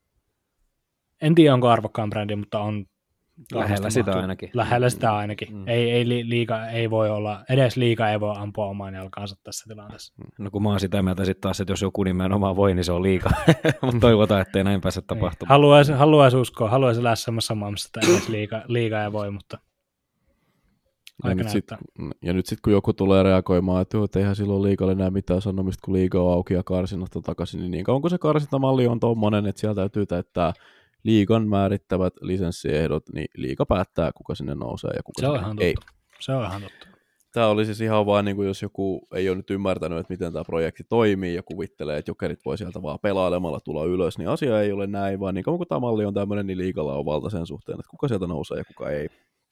en tiedä onko arvokkaan brändi, mutta on lähellä sitä ainakin. Lähellä sitä ainakin. Mm. Ei, ei, liiga ei voi olla, edes liiga ei voi ampua omaan jalkaansa tässä tilanteessa. No kun mä oon sitä mieltä sitten taas, että jos joku nimenomaan voi, niin se on liiga. Mutta toivotaan, ettei näin pääse tapahtumaan. Haluaisi, haluaisi uskoa, haluaisi elää semmoisessa maailmassa, että edes liiga, liiga ei voi, mutta ja nyt, sit, ja nyt sitten kun joku tulee reagoimaan, että, että eihän silloin liigalle näe mitään sanomista, kun liiga on auki ja karsinnasta takaisin, niin niin kauan kun se karsintamalli on tommonen, että siellä täytyy täyttää liigan määrittävät lisenssiehdot, niin liiga päättää, kuka sinne nousee ja kuka se sinne on ei. Se on ihan totta. Tämä oli siis ihan vaan, niin kuin jos joku ei ole nyt ymmärtänyt, että miten tämä projekti toimii ja kuvittelee, että Jokerit voi sieltä vaan pelailemalla tulla ylös, niin asia ei ole näin, vaan niin kauan kun tämä malli on tämmöinen, niin liigalla on valta sen suhteen, että kuka sieltä nousee ja kuka ei.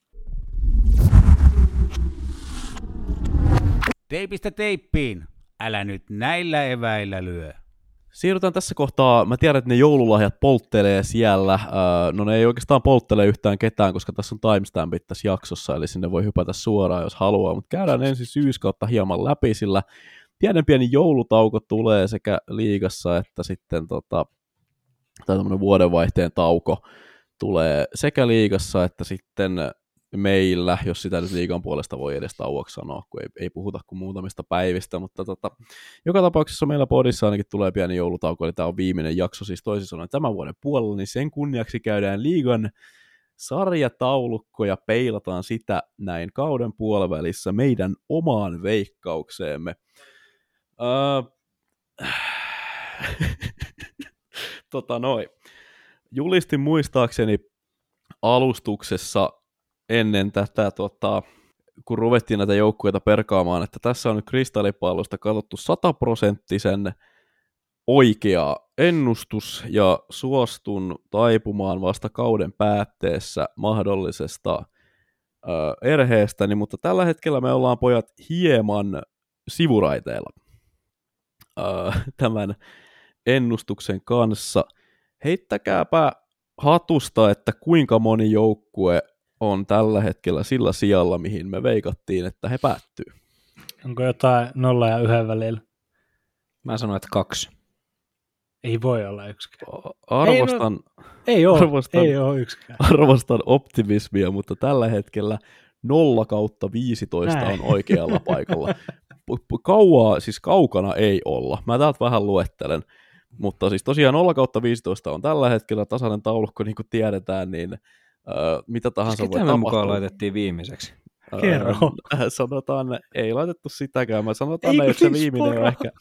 Teipistä teippiin. Älä nyt näillä eväillä lyö. Siirrytään tässä kohtaa, mä tiedän, että ne joululahjat polttelee siellä, no ne ei oikeastaan polttele yhtään ketään, koska tässä on timestampit tässä jaksossa, eli sinne voi hypätä suoraan, jos haluaa, mutta käydään ensin syyskautta hieman läpi, sillä pienen pieni joulutauko tulee sekä liigassa, että sitten tota, tai tämmöinen vuodenvaihteen tauko tulee sekä liigassa, että sitten meillä, jos sitä nyt liigan puolesta voi edes tauoksi sanoa, kun ei, ei puhuta kuin muutamista päivistä, mutta tota, joka tapauksessa meillä podissa ainakin tulee pieni joulutauko, eli tämä on viimeinen jakso, siis toisin sanoen tämän vuoden puolella, niin sen kunniaksi käydään liigan sarjataulukko ja peilataan sitä näin kauden puolivälissä meidän omaan veikkaukseemme. Uh, tota noin. Julistin muistaakseni alustuksessa ennen tätä, tota, kun ruvettiin näitä joukkueita perkaamaan, että tässä on nyt kristallipallosta katsottu sataprosenttisen oikea ennustus, ja suostun taipumaan vasta kauden päätteessä mahdollisesta ö, erheestäni, mutta tällä hetkellä me ollaan pojat hieman sivuraiteilla ö, tämän ennustuksen kanssa. heittäkääpä hatusta, että kuinka moni joukkue on tällä hetkellä sillä sijalla, mihin me veikattiin, että he päättyy. Onko jotain nolla ja yhden välillä? Mä sanoin, että kaksi. Ei voi olla yksikään. Arvostan, ei, no, ei, ole, arvostan, ei ole yksikään. Arvostan optimismia, mutta tällä hetkellä nolla kautta viisitoista Näin. on oikealla paikalla. Kauaa, siis kaukana ei olla. Mä täältä vähän luettelen. Mutta siis tosiaan nolla kautta viisitoista on tällä hetkellä tasainen taulukko, niin kuin tiedetään, niin äh, mitä tahansa siis voi tapahtua. mukaan laitettiin viimeiseksi? Kerro. Äh, sanotaan, ei laitettu sitäkään. Mä sanotaan, että se viimeinen on ehkä...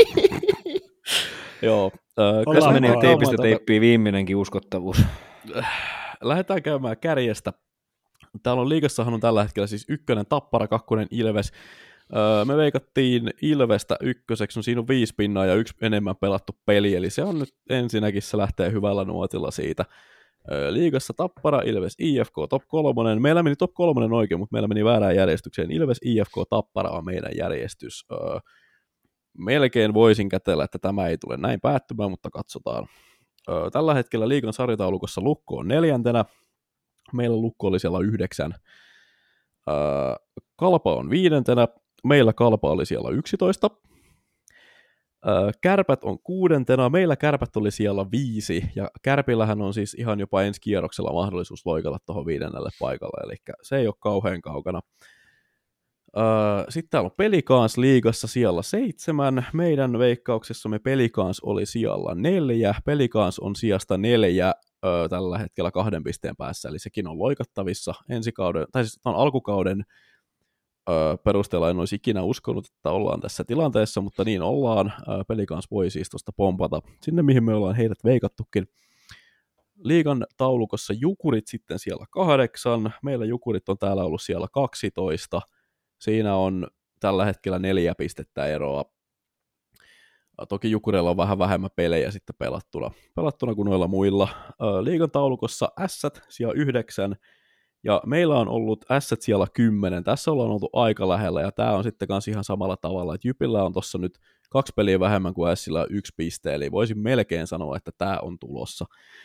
Joo. Äh, meni teipistä teippiin viimeinenkin uskottavuus. Lähdetään käymään kärjestä. Täällä on liigassahan on tällä hetkellä siis ykkönen Tappara, kakkonen Ilves. Öö, me veikattiin Ilvestä ykköseksi, no siinä on viisi pinnaa ja yksi enemmän pelattu peli, eli se on nyt ensinnäkin, se lähtee hyvällä nuotilla siitä. Öö, liigassa Tappara, Ilves, I F K, top kolmonen. Meillä meni top kolmonen oikein, mutta meillä meni väärään järjestykseen. Ilves, I F K, Tappara on meidän järjestys. Öö, melkein voisin kätellä, että tämä ei tule näin päättymään, mutta katsotaan. Öö, tällä hetkellä liigan sarjataulukossa Lukko on neljäntenä. Meillä Lukko oli siellä yhdeksän. Öö, Kalpa on viidentenä. Meillä Kalpa oli siellä yksitoista. Öö, Kärpät on kuudentena. Meillä Kärpät oli siellä viisi. Ja Kärpillähän on siis ihan jopa ensi kierroksella mahdollisuus loikalla tuohon viidennelle paikalle. Eli se ei ole kauhean kaukana. Öö, sitten täällä on Pelikans liigassa siellä seitsemän. Meidän veikkauksessamme Pelikans oli siellä neljä. Pelikans on sijasta neljä öö, tällä hetkellä kahden pisteen päässä. Eli sekin on loikattavissa ensi kauden, tai siis on alkukauden öö, perusteella en olisi ikinä uskonut, että ollaan tässä tilanteessa, mutta niin ollaan. Öö, Pelikans voi siis tuosta pompata sinne, mihin me ollaan heidät veikattukin. Liigan taulukossa Jukurit sitten siellä kahdeksan. Meillä Jukurit on täällä ollut siellä kaksitoista. Siinä on tällä hetkellä neljä pistettä eroa. Toki Jukurilla on vähän vähemmän pelejä sitten pelattuna, pelattuna kuin noilla muilla. Liigan taulukossa Ässät siellä yhdeksän, ja meillä on ollut Ässät siellä kymmenen. Tässä ollaan oltu aika lähellä, ja tämä on sitten kanssa ihan samalla tavalla, että Jypillä on tuossa nyt kaksi peliä vähemmän kuin Ässillä yksi piste, eli voisin melkein sanoa, että tämä on tulossa.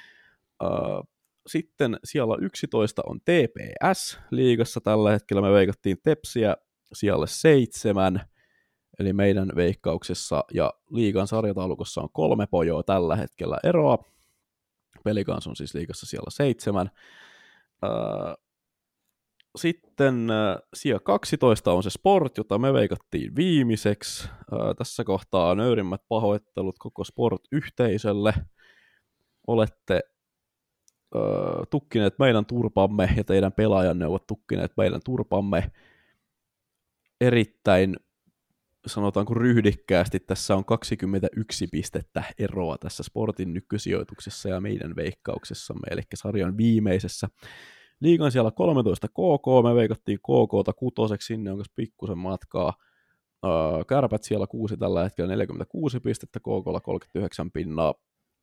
Sitten siellä yksitoista on T P S liigassa tällä hetkellä. Me veikattiin Tepsiä siellä seitsemän, eli meidän veikkauksessa, ja liigan sarjataulukossa on kolme pojoa tällä hetkellä eroa. Pelikans on siis liigassa siellä seitsemän. Sitten sija kaksitoista on se Sport, jota me veikattiin viimeiseksi. Tässä kohtaa nöyrimmät pahoittelut koko Sport-yhteisölle. Olette tukkineet meidän turpamme ja teidän pelaajanne ovat tukkineet meidän turpamme erittäin, sanotaanko ryhdikkäästi. Tässä on kaksikymmentäyksi pistettä eroa tässä Sportin nykysijoituksessa ja meidän veikkauksessamme, eli sarjan viimeisessä. Liigan siellä kolmetoista K K, me veikattiin K K:ta kutoseksi, sinne onko pikkusen matkaa. Kärpät siellä kuusi tällä hetkellä neljäkymmentäkuusi pistettä, K K:lla kolmekymmentäyhdeksän pinnaa.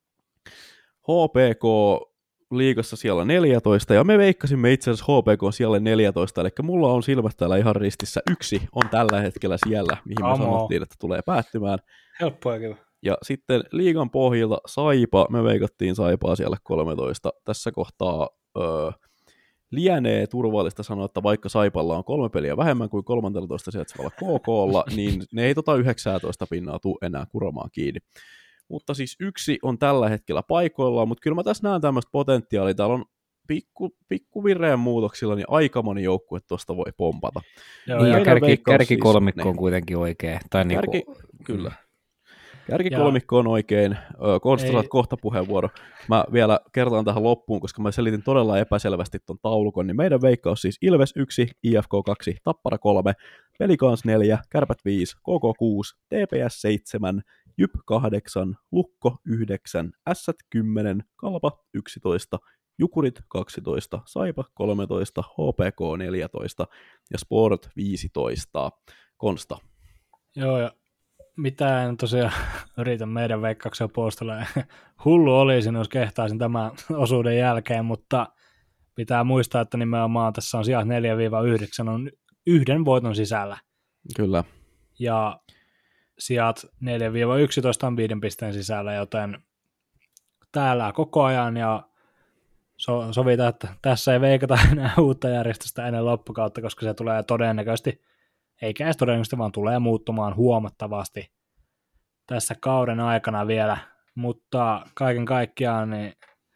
H P K liigassa siellä neljätoista, ja me veikkasimme itse asiassa H P K siellä neljätoista, eli mulla on silmät täällä ihan ristissä. Yksi on tällä hetkellä siellä, mihin me sanottiin, että tulee päättymään. Helppoa ja kiva. Ja sitten liigan pohjilta Saipa, me veikattiin Saipaa siellä kolmetoista. Tässä kohtaa öö, lienee turvallista sanoa, että vaikka Saipalla on kolme peliä vähemmän kuin kolmetoista sijaitsevalla K K:lla, niin ne ei tota yhdeksäntoista pinnaa tule enää kuromaan kiinni. Mutta siis yksi on tällä hetkellä paikoillaan, mutta kyllä mä tässä näen tämmöistä potentiaalia. Täällä on pikku, pikku vireen muutoksilla, niin aika moni joukkue tuosta voi pompata. Joo, ja kärki, kärkikolmikko siis, on kuitenkin oikein. Tai kärki, niinku... Kyllä. Kärkikolmikko on oikein. Konsta saat kohta puheenvuoro. Mä vielä kertaan tähän loppuun, koska mä selitin todella epäselvästi ton taulukon. Niin meidän veikkaus siis Ilves yksi, I F K kaksi, Tappara kolme, Pelikans neljä, Kärpät viisi, K K kuusi, T P S seitsemän, Jyp kahdeksan, Lukko yhdeksän, Ässät kymmenen, Kalpa yksitoista, Jukurit kaksitoista, Saipa kolmetoista, H P K neljätoista ja Sport viisitoista. Konsta. Joo, ja mitä en tosiaan yritä meidän veikkauksia puolustella. Hullu olisin, jos kehtaisin tämän osuuden jälkeen, mutta pitää muistaa, että nimenomaan tässä on sijat neljä yhdeksän on yhden voiton sisällä. Kyllä. Ja sijat neljä yksitoista on viiden pisteen sisällä, joten täällä koko ajan ja so, sovitaan, että tässä ei veikata enää uutta järjestystä ennen loppukautta, koska se tulee todennäköisesti, eikä edes todennäköisesti, vaan tulee muuttumaan huomattavasti tässä kauden aikana vielä, mutta kaiken kaikkiaan niin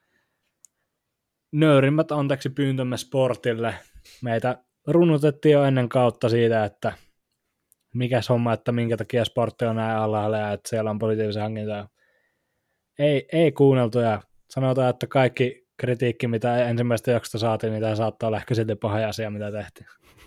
nöyrimmät anteeksi pyyntömme Sportille. Meitä runnutettiin jo ennen kautta siitä, että mikä homma, että minkä takia Sportti on näin alhaalla ja että siellä on positiivisia hankintoja. Ei, ei kuunneltu ja sanotaan, että kaikki kritiikki, mitä ensimmäistä jaksosta saatiin, niin tämä saattaa olla ehkä silti paha asia, mitä tehtiin.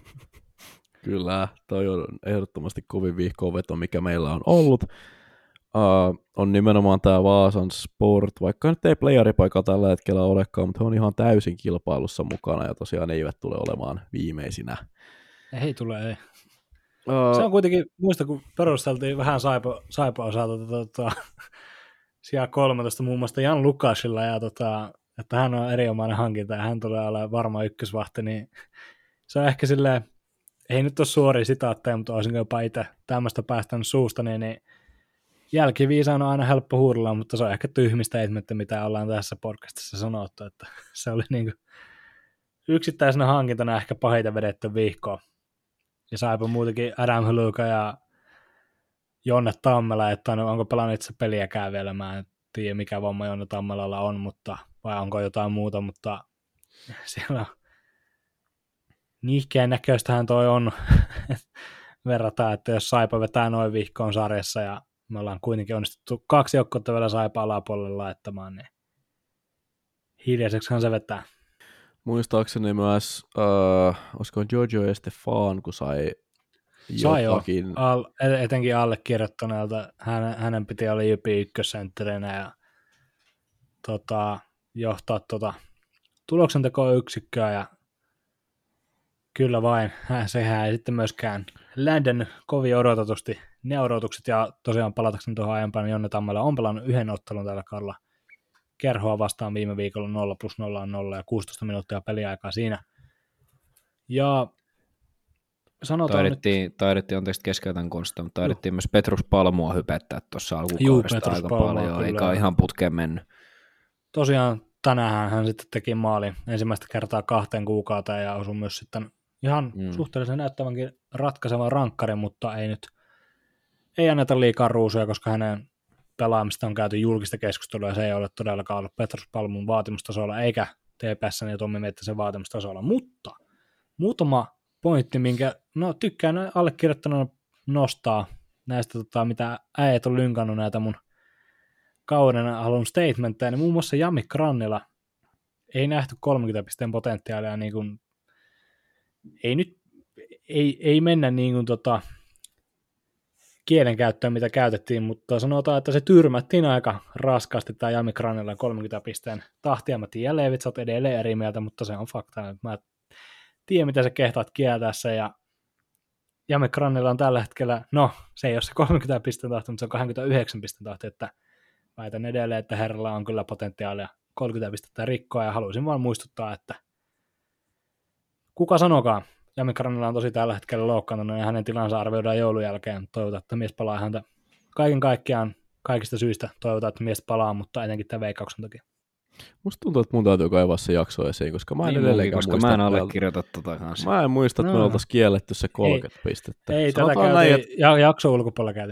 Kyllä, toi on ehdottomasti kovin vihkoa veto, mikä meillä on ollut. Uh, on nimenomaan tämä Vaasan Sport, vaikka nyt ei playeripaikalla tällä hetkellä olekaan, mutta he on ihan täysin kilpailussa mukana ja tosiaan eivät tule olemaan viimeisinä. Ei tule, ei. Uh, Se on kuitenkin, muista kun perusteltiin vähän Saipa, Saipa osalta tota, sijaa kolmetoista muun muassa Jan Lukasilla, ja tota, että hän on erinomainen hankinta ja hän tulee olemaan varma ykkösvahti, niin se on ehkä silleen, ei nyt ole suoria sitaatteja, mutta olisin jopa itse tämmöistä päästänyt suusta, niin, niin jälkiviisaan on aina helppo huudella, mutta se on ehkä tyhmistä ihmettä, mitä ollaan tässä podcastissa sanottu, että se oli niin kuin yksittäisenä hankintana ehkä pahita vedetty viikkoa. Ja Saipa muutenkin Adam Huluka ja Jonne Tammela, että on, onko pelannut itse peliäkään vielä, mä en tiedä mikä vamma Jonne Tammelalla on, mutta vai onko jotain muuta, mutta siellä on nihkeän näköistähän toi on verrataan, että jos Saipa vetää noin viikkoon sarjassa ja me ollaan kuitenkin onnistuttu kaksi joukkuetta vielä Saipa alapuolelle laittamaan, niin hiljaiseksihan se vetää. Muistaakseni myös, uh, olisiko Giorgio Estefan, kun sai Sai jotakin. Al, etenkin allekirjoittaneelta. Hänen, hänen piti olla Jypi ykkössentterinä ja tota, johtaa tota, tuloksentekoyksikköä ja kyllä vain, sehän ei sitten myöskään ländännyt kovin odotetusti ne odotukset ja tosiaan palatakseni tuohon aiempaan, niin Jonne Tammela on pelannut yhden ottelun tällä kaudella Kerhoa vastaan viime viikolla nolla plus nolla on nolla ja kuusitoista minuuttia peliaikaa siinä. Ja sanotaan taidettiin, nyt... taidettiin, anteeksi keskeytän Konsta, mutta taidettiin Juh. myös Petrus Palmua hypettää tuossa alkukaudesta aika Palmua, paljon, kyllä. Eikä ihan putkeen mennyt. Tosiaan tänään hän sitten teki maalin ensimmäistä kertaa kahteen kuukauteen ja osui myös sitten ihan mm. suhteellisen näyttävänkin ratkaisevan rankkarin, mutta ei nyt ei anneta liikaa ruusuja, koska hänen pelaamista on käyty julkista keskustelua ja se ei ole todellakaan ollut Petrus Palmun vaatimustasolla eikä T P S:n ja Tommi Miettisen vaatimustasolla, mutta muutama pointti, minkä no, tykkään allekirjoittanut nostaa näistä, tota, mitä äijät on lynkannut näitä mun kauden alun statementteja, niin muun muassa Jami Krannila ei nähty kolmekymmentä pisteen potentiaalia, niin kuin, ei nyt ei, ei mennä niin kuin, tota, kielenkäyttöön, mitä käytettiin, mutta sanotaan, että se tyrmättiin aika raskaasti tämä Jami Krannila kolmekymmentä pisteen tahtia. Mä tiedän, Leevit, sä oot edelleen eri mieltä, mutta se on fakta. Mä tiedän, mitä sä kehtaat kieltää se, ja Jami Krannila on tällä hetkellä, no, se ei ole se kolmekymmentä pisteen tahti, mutta se on kaksikymmentäyhdeksän pisteen tahti, että väitän edelleen, että herralla on kyllä potentiaalia kolmekymmentä pistettä rikkoa, ja haluaisin vaan muistuttaa, että kuka sanokaan, Jami Krannila on tosi tällä hetkellä loukkaantunut, ja hänen tilansa arvioidaan joulun jälkeen. Toivotaan, että mies palaa häntä kaiken kaikkiaan, kaikista syistä toivotaan, että mies palaa, mutta etenkin tämän veikkauksen takia. Musta tuntuu, että mun täytyy kaivaa se jakso esiin, koska mä en niin edelleenkään koska muista. Mä en allekirjoita tota kanssa. Mä en muista, että no. me oltaisiin kielletty se kolmekymmentä ei, pistettä. Ei, tätä käytiin että... ja jakso ulkopuolella käyty.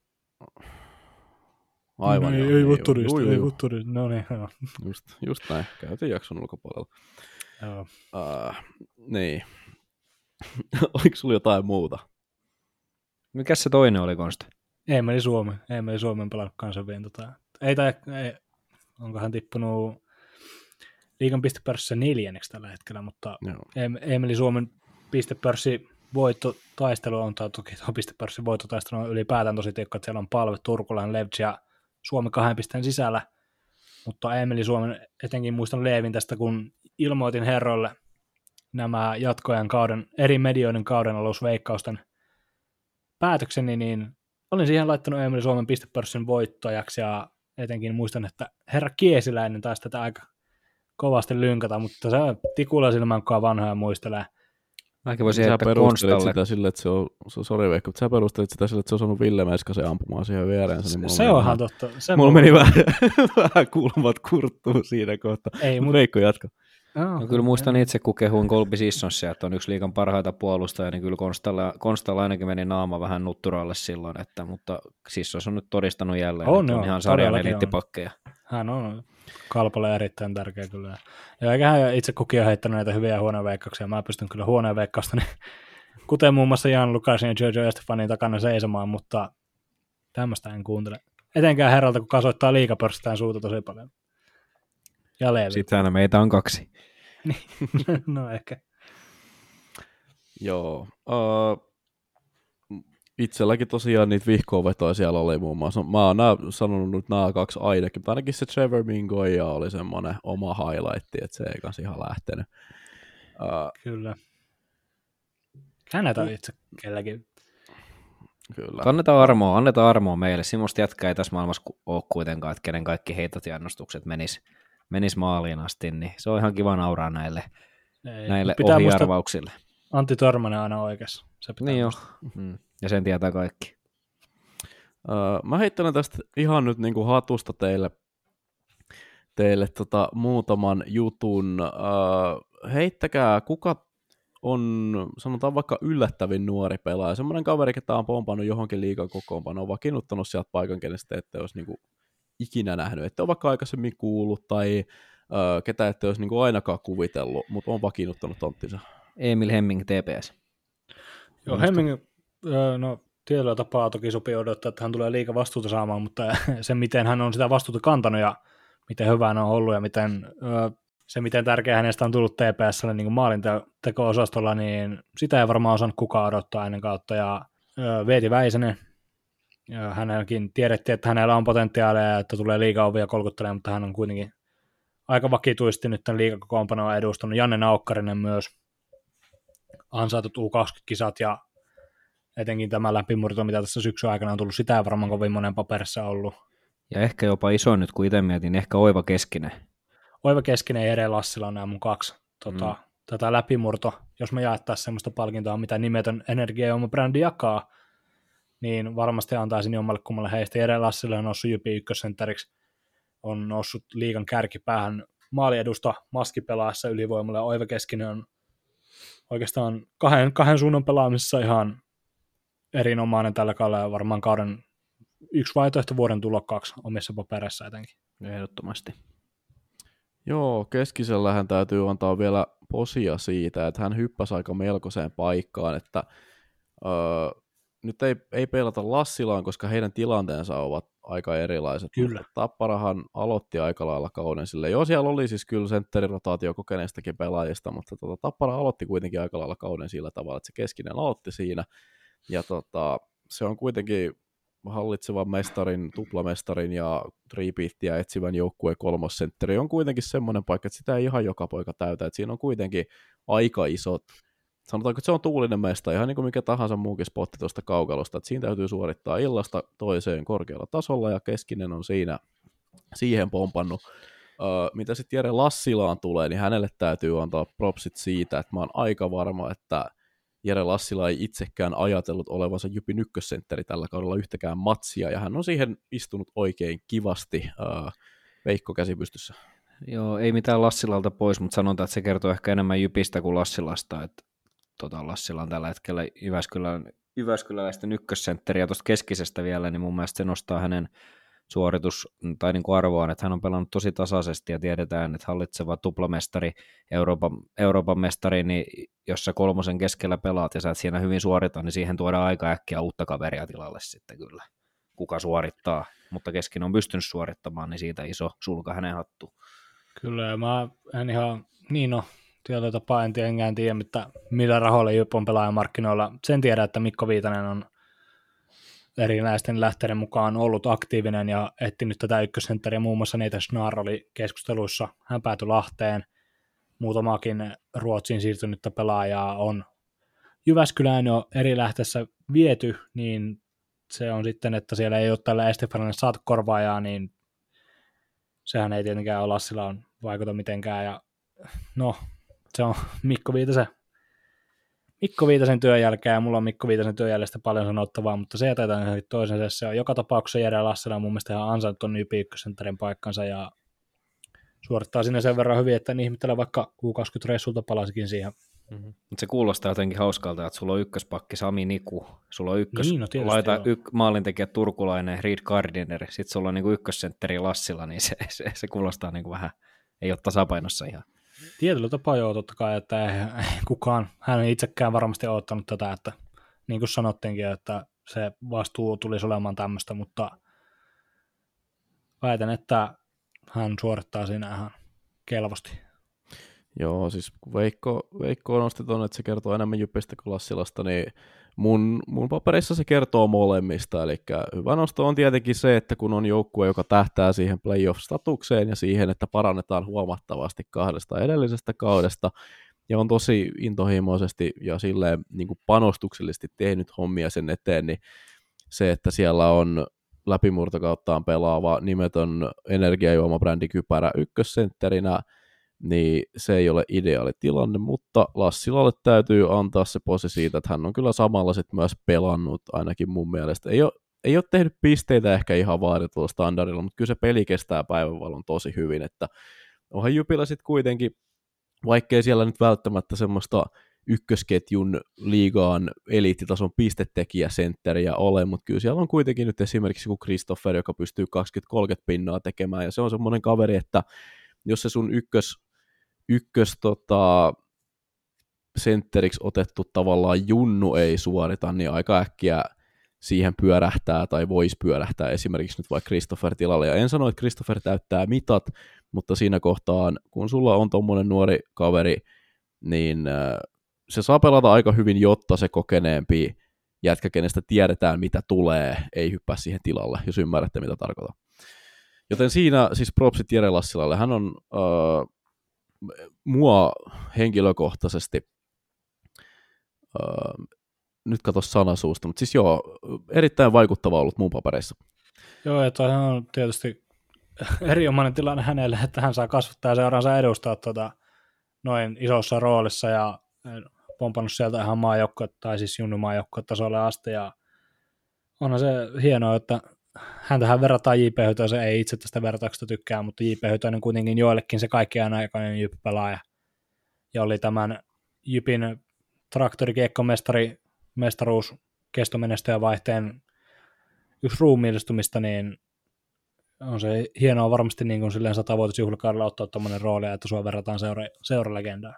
Aivan. No, joo, ei, ei voi joo, todistaa, joo, ei joo. voi todistaa. No niin, joo. Just, just näin, käytiin jakson ulkopuolella. Joo. Uh, niin. Oliko sulla jotain muuta? Mikäs se toinen oli, Konsta? Emeli Suomi. Emeli Suomen pelannut kansainvälinen. Tota. Ei, tai, ei, onko hän tippunut liigan pistepörssissä neljänneksi tällä hetkellä, mutta Emeli Suomen pistepörssi voittotaistelu on, tai toki tuo pistepörssin voittotaistelu on ylipäätään tosi tiukka, että siellä on Palve, Turkulainen, Levts ja Suomi kahden pisteen sisällä, mutta Emeli Suomen, etenkin muistan Leevin tästä, kun ilmoitin herroille nämä jatkoajan kauden, eri medioiden kauden alusveikkausten päätökseni, niin olin siihen laittanut Emeli Suomen pistepörssin voittajaksi, ja etenkin muistan, että herra Kiesiläinen taisi tätä aika kovasti lynkata, mutta se on tikulla silmään, kun vanhoja muistelee. Mäkin voisin Sä heittää perustelit Konstalle. sitä sille, että se on, sori Veikko, mutta sä perustelit sitä sille, että se on saanut Ville Meskasen ampumaan siihen viereensä. Niin Se on ihan totta. Se mulla voi- meni vähän, vähän kulmat kurttuun siinä kohtaa. Ei, Mut mut- Veikko jatka. Joo, No kyllä muistan itse, kun kehuin Colby Sissonsia, että on yksi liigan parhaita puolustajia, niin kyllä Konstalla, Konstalla ainakin meni naama vähän nutturalle silloin, että, mutta Sissons on nyt todistanut jälleen, On, että on joo, ihan sarjan todellakin eliittipakkeja. Hän on Kalpalle erittäin tärkeä kyllä. Ja eiköhän itse kukin ole heittänyt näitä hyviä huoneenveikkauksia. Mä pystyn kyllä huoneenveikkausta, niin kuten muun muassa Jan Lukasin ja Jojo Estefanin takana seisomaan, mutta tämmöistä en kuuntele. Etenkään herralta, kun kasoittaa liigapörssitään suuta tosi paljon. Ja Leevi. Sitten aina meitä on kaksi. No ehkä. Joo. Uh, itselläkin tosiaan niitä vihkoovetoja siellä oli muun muassa. Mä oon nää, sanonut nyt nämä kaksi ainakin, mutta ainakin se Trevor Mingoja oli semmoinen oma highlightti, että se ei kanssa ihan lähtenyt. Uh, Kyllä. Käännetään itse kelläkin. kyllä. Annetaan armoa, annetaan armoa meille. Semmoista jätkää ei tässä maailmassa ole kuitenkaan, että kenen kaikki heitot ja annostukset menis, menis maaliin asti, niin se on ihan kiva nauraa näille, Ei, näille pitää muistaa, ohiarvauksille. Antti Tormanen aina oikeassa. Se pitää Niin joo, muistaa. mm. ja sen tietää kaikki. Uh, mä heittelen tästä ihan nyt niinku hatusta teille, teille tota muutaman jutun. Uh, heittäkää, kuka on, sanotaan vaikka yllättävin nuori pelaaja, semmoinen kaveri, ketä on pompannut johonkin liigan kokoonpanoon, vakiinnuttanut sieltä paikan, kenestä ette olisi niinku ikinä nähnyt, ette ole vaikka aikaisemmin kuullut, tai uh, ketä ette olisi niinku ainakaan kuvitellut, mutta on vakiinnuttanut tonttinsa. Emil Hemming, T P S. Joo, Hemming, öö, no tietyllä tapaa toki sopii odottaa, että hän tulee liiga vastuuta saamaan, mutta se, miten hän on sitä vastuuta kantanut ja miten hyvä hän on ollut ja miten, öö, se, miten tärkeä hänestä on tullut T P S:lle niin maalinteko-osastolla, niin sitä ei varmaan osannut kukaan odottaa ennen kautta. Ja öö, Veeti Väisänen, öö, hänelläkin tiedettiin, että hänellä on potentiaalia ja että tulee liigaovia kolkuttelemaan, mutta hän on kuitenkin aika vakituisesti nyt tämän liigakokoonpanoa edustanut. Janne Naukkarinen myös, ansaitut U kaksikymmentä-kisat ja etenkin tämä läpimurto, mitä tässä syksyn aikana on tullut, sitä ei varmaan kovin monen paperissa ollut. Ja ehkä jopa iso nyt, kun itse mietin, ehkä Oiva Keskinen. Oiva Keskinen ja Ere Lassila on nämä mun kaksi tota, mm. tätä läpimurto. Jos me jaettaisiin semmoista palkintoa, mitä nimetön energiajuoma brändi jakaa, niin varmasti antaisin jommalle kummalle heistä. Ere Lassila on noussut Jypi ykkössentteriksi, on noussut liigan kärkipäähän maaliedusta maskipelaassa ylivoimalla, ja Oiva Keskinen on oikeastaan kahden, kahden suunnan pelaamisessa ihan erinomainen tällä kaudella ja varmaan kauden yksi vaihtoehto vuoden tulokkaaksi omissa papereissa etenkin. Ehdottomasti. Joo, Keskisellähän täytyy antaa vielä posia siitä, että hän hyppäsi aika melkoiseen paikkaan, että öö, nyt ei, ei peilata Lassilaan, koska heidän tilanteensa ovat aika erilaiset. Kyllä. Mutta Tapparahan aloitti aika lailla kauden sille. Joo, siellä oli siis kyllä sentterirotaatio kokeneistakin pelaajista, mutta tota, Tappara aloitti kuitenkin aika lailla kauden sillä tavalla, että se Keskinen aloitti siinä. Ja tota, se on kuitenkin hallitsevan mestarin, tuplamestarin ja tripiittiä etsivän joukkueen kolmosentteri on kuitenkin semmoinen paikka, että sitä ei ihan joka poika täytä, että siinä on kuitenkin aika isot, sanotaanko, että se on tuulinen mesta, ihan niin kuin mikä tahansa muukin spotti tuosta kaukalosta, että siinä täytyy suorittaa illasta toiseen korkealla tasolla, ja Keskinen on siinä siihen pompannut. Uh, mitä sitten Jere Lassilaan tulee, niin hänelle täytyy antaa propsit siitä, että mä oon aika varma, että Jere Lassila ei itsekään ajatellut olevansa Jypin ykkössentteri tällä kaudella yhtäkään matsia, ja hän on siihen istunut oikein kivasti. Uh, Veikko käsi pystyssä. Joo, ei mitään Lassilalta pois, mutta sanotaan, että se kertoo ehkä enemmän Jypistä kuin Lassilasta, että tota, Lassila on tällä hetkellä Jyväskylän, Jyväskyläläisten ykkössentteriä tuosta keskisestä vielä, niin mun mielestä se nostaa hänen suoritus tai niin kuin arvoaan, että hän on pelannut tosi tasaisesti ja tiedetään, että hallitseva tuplamestari, Euroopan, Euroopan mestari, niin jos sä kolmosen keskellä pelaat ja sä et siinä hyvin suorita, niin siihen tuodaan aika äkkiä uutta kaveria tilalle sitten kyllä, kuka suorittaa, mutta Keskinen on pystynyt suorittamaan, niin siitä iso sulka hänen hattuun. Kyllä, ja mä en ihan, niin no, tietyllä tapaa en tiedä, enkään tiedä, mutta millä rahoilla Jyp on pelaajamarkkinoilla. Sen tiedän, että Mikko Viitanen on erinäisten lähteiden mukaan ollut aktiivinen ja etsinyt tätä ykkössentteriä, muun muassa Neitä Schnar oli keskusteluissa. Hän päätyi Lahteen, muutamakin Ruotsiin siirtynyttä pelaajaa on Jyväskylään jo eri lähteessä viety, niin se on sitten, että siellä ei ole tällä Estefanille saatu korvaajaa, niin sehän ei tietenkään ole Lassilaan vaikuta mitenkään, ja no, se on Mikko Viitasen, Mikko Viitasen työn jälkeen, ja mulla on Mikko Viitasen työn jäljestä paljon sanottavaa, mutta se jätetään toisen. Se on joka tapauksessa Jere Lassila mun mielestä ihan ansainnut ton Y P ykkössentterin paikkansa, ja suorittaa sinne sen verran hyvin, että en ihmettele vaikka U kaksikymmentä-reissulta palasikin siihen. Mm-hmm. Se kuulostaa jotenkin hauskalta, että sulla on ykköspakki Sami Niku, sulla on ykkös, niin, no laita yk, maalintekijä Turkulainen, Reed Gardiner, sitten sulla on niinku ykkössentteri Lassila, niin se, se, se kuulostaa niinku vähän, ei ole tasapainossa ihan. Tietyllä tapaa joo, totta kai, että ei, ei kukaan, hän ei itsekään varmasti odottanut tätä, että niin kuin sanottiinkin, että se vastuu tulisi olemaan tämmöistä, mutta väitän, että hän suorittaa siinä ihan kelvosti. Joo, siis kun Veikko, Veikko nosti tuonne, että se kertoo enemmän Jypistä kuin Lassilasta, niin mun, mun paperissa se kertoo molemmista, eli hyvä nosto on tietenkin se, että kun on joukkue, joka tähtää siihen playoff-statukseen ja siihen, että parannetaan huomattavasti kahdesta edellisestä kaudesta, ja on tosi intohimoisesti ja silleen niin kuin panostuksellisesti tehnyt hommia sen eteen, niin se, että siellä on läpimurtokauttaan pelaava nimetön energiajuomabrändi Kypärä ykkössentterinä, niin se ei ole ideaali tilanne, mutta Lassilalle täytyy antaa se posi siitä, että hän on kyllä samalla sit myös pelannut, ainakin mun mielestä. Ei ole, ei ole tehnyt pisteitä ehkä ihan vaaditulla standardilla, mutta kyllä se peli kestää päivänvalon tosi hyvin, että onhan Jypillä sitten kuitenkin, vaikkei siellä nyt välttämättä semmoista ykkösketjun liigaan eliittitason pistetekijäsentteriä ole, mutta kyllä siellä on kuitenkin nyt esimerkiksi joku Christopher, joka pystyy kaksikymmentä kolmekymmentä pinnaa tekemään, ja se on semmoinen kaveri, että jos se sun ykkös, ykkös tota, sentteriksi otettu tavallaan junnu ei suorita, niin aika äkkiä siihen pyörähtää tai voisi pyörähtää esimerkiksi nyt vaikka Christopher tilalle. Ja en sano, että Christopher täyttää mitat, mutta siinä kohtaan, kun sulla on tommonen nuori kaveri, niin se saa pelata aika hyvin, jotta se kokeneempi jätkä, kenestä tiedetään mitä tulee, ei hyppää siihen tilalle, jos ymmärrätte mitä tarkoitan. Joten siinä siis propsit Jere Lassilalle. Hän on äh, mua henkilökohtaisesti, äh, nyt katso sanasuusta, mutta siis joo, erittäin vaikuttava ollut mun papereissa. Joo, ja toi on tietysti erinomainen tilanne hänelle, että hän saa kasvattaa ja seuraansa edustaa tuota, noin isossa roolissa ja pompannut sieltä ihan maajoukkoa, tai siis junnumaajoukkoa tasolle asti, ja onhan se hienoa, että häntähän verrataan J P Hytösen, ei itse tästä vertauksesta tykkää, mutta J P Hytönen kuitenkin joillekin se kaikkiaan aikainen Jyp-pelaaja. Ja oli tämän Jypin traktorikiekkomestari, mestaruus, kestomenestyjä vaihteen yksi ruumiillistumista, niin on se hienoa varmasti niin kuin silleen satavuotisjuhlakaudella ottaa tuommoinen rooli, että sua verrataan seura, seuralegendaan.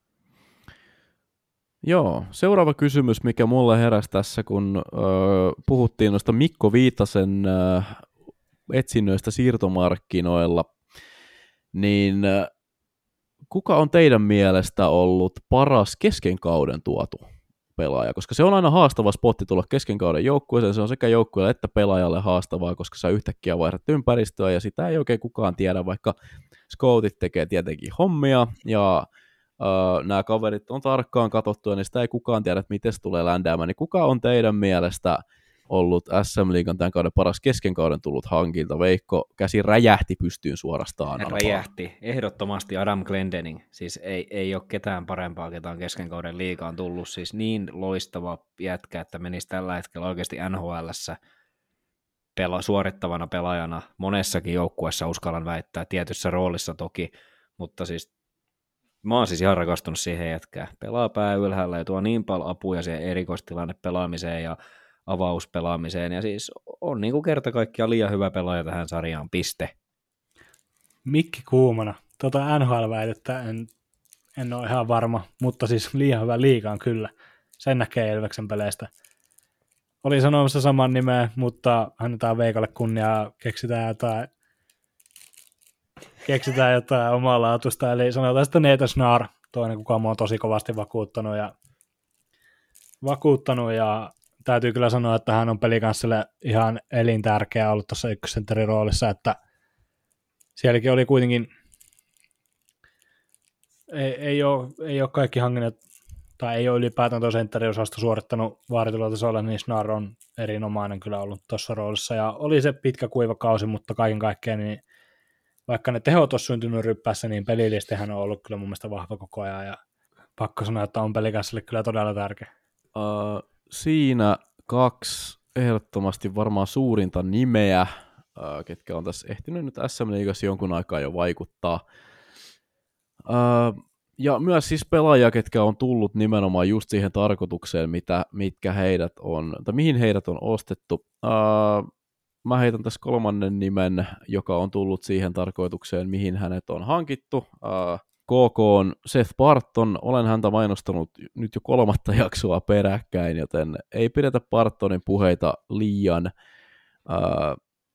Joo, seuraava kysymys, mikä mulle heräsi tässä, kun ö, puhuttiin noista Mikko Viitasen ö, etsinnöistä siirtomarkkinoilla, niin ö, kuka on teidän mielestä ollut paras kesken kauden tuotu pelaaja? Koska se on aina haastava spotti tulla kesken kauden joukkueeseen, se on sekä joukkueelle että pelaajalle haastavaa, koska sä yhtäkkiä vaihdat ympäristöä ja sitä ei oikein kukaan tiedä, vaikka scoutit tekee tietenkin hommia ja Uh, nämä kaverit on tarkkaan katsottu, niin sitä ei kukaan tiedä, että miten se tulee ländäämään. Niin kuka on teidän mielestä ollut S M-liigan tämän kauden paras keskenkauden tullut hankinta? Veikko, käsi räjähti pystyyn suorastaan. Räjähti. Ehdottomasti Adam Glendening. Siis ei, ei ole ketään parempaa, ketä on keskenkauden liigaan tullut. Siis niin loistava jätkä, että menisi tällä hetkellä oikeasti N H L:ssä pela- suorittavana pelaajana. Monessakin joukkueessa uskallan väittää, tietyssä roolissa toki, mutta siis mä oon siis ihan rakastunut siihen jätkään. Pelaa pää ylhäällä ja tuo niin paljon apuja siihen erikoistilanne pelaamiseen ja avauspelaamiseen. Ja siis on niin kuin kerta kaikkiaan liian hyvä pelaaja tähän sarjaan, piste. Mikki kuumana. Tota N H L-väitettä en, en ole ihan varma, mutta siis liian hyvä liigaan kyllä. Sen näkee Ilveksen peleistä. Oli sanomassa saman nimeä, mutta annetaan Veikalle kunniaa, keksitään jotain keksitään jotain omalaatuista, eli sanotaan sitten Nathan Snar, toinen kuka mua on tosi kovasti vakuuttanut ja, vakuuttanut ja täytyy kyllä sanoa, että hän on pelikanssille ihan elintärkeä ollut tuossa ykkössentterin roolissa, että sielläkin oli kuitenkin, ei, ei, ole, ei ole kaikki hankinnat, tai ei ole ylipäätään tuo sentteriosasto suorittanut vaaritulla tasolla, niin Snar on erinomainen kyllä ollut tuossa roolissa, ja oli se pitkä kuiva kausi, mutta kaiken kaikkiaan niin vaikka ne tehot olisi syntynyt ryppäässä, niin pelillisesti hän on ollut kyllä mun mielestä vahva koko ajan. Ja pakko sanoa, että on Pelicansille kyllä todella tärkeä. Uh, siinä kaksi ehdottomasti varmaan suurinta nimeä, uh, ketkä on tässä ehtinyt nyt S M-liigassa jonkun aikaa jo vaikuttaa. Uh, ja myös siis pelaajia, ketkä on tullut nimenomaan just siihen tarkoitukseen, mitä, mitkä heidät on, tai mihin heidät on ostettu. Uh, mä heitän tässä kolmannen nimen, joka on tullut siihen tarkoitukseen, mihin hänet on hankittu. Uh, K K on Seth Barton, olen häntä mainostanut nyt jo kolmatta jaksoa peräkkäin, joten ei pidetä Bartonin puheita liian, uh,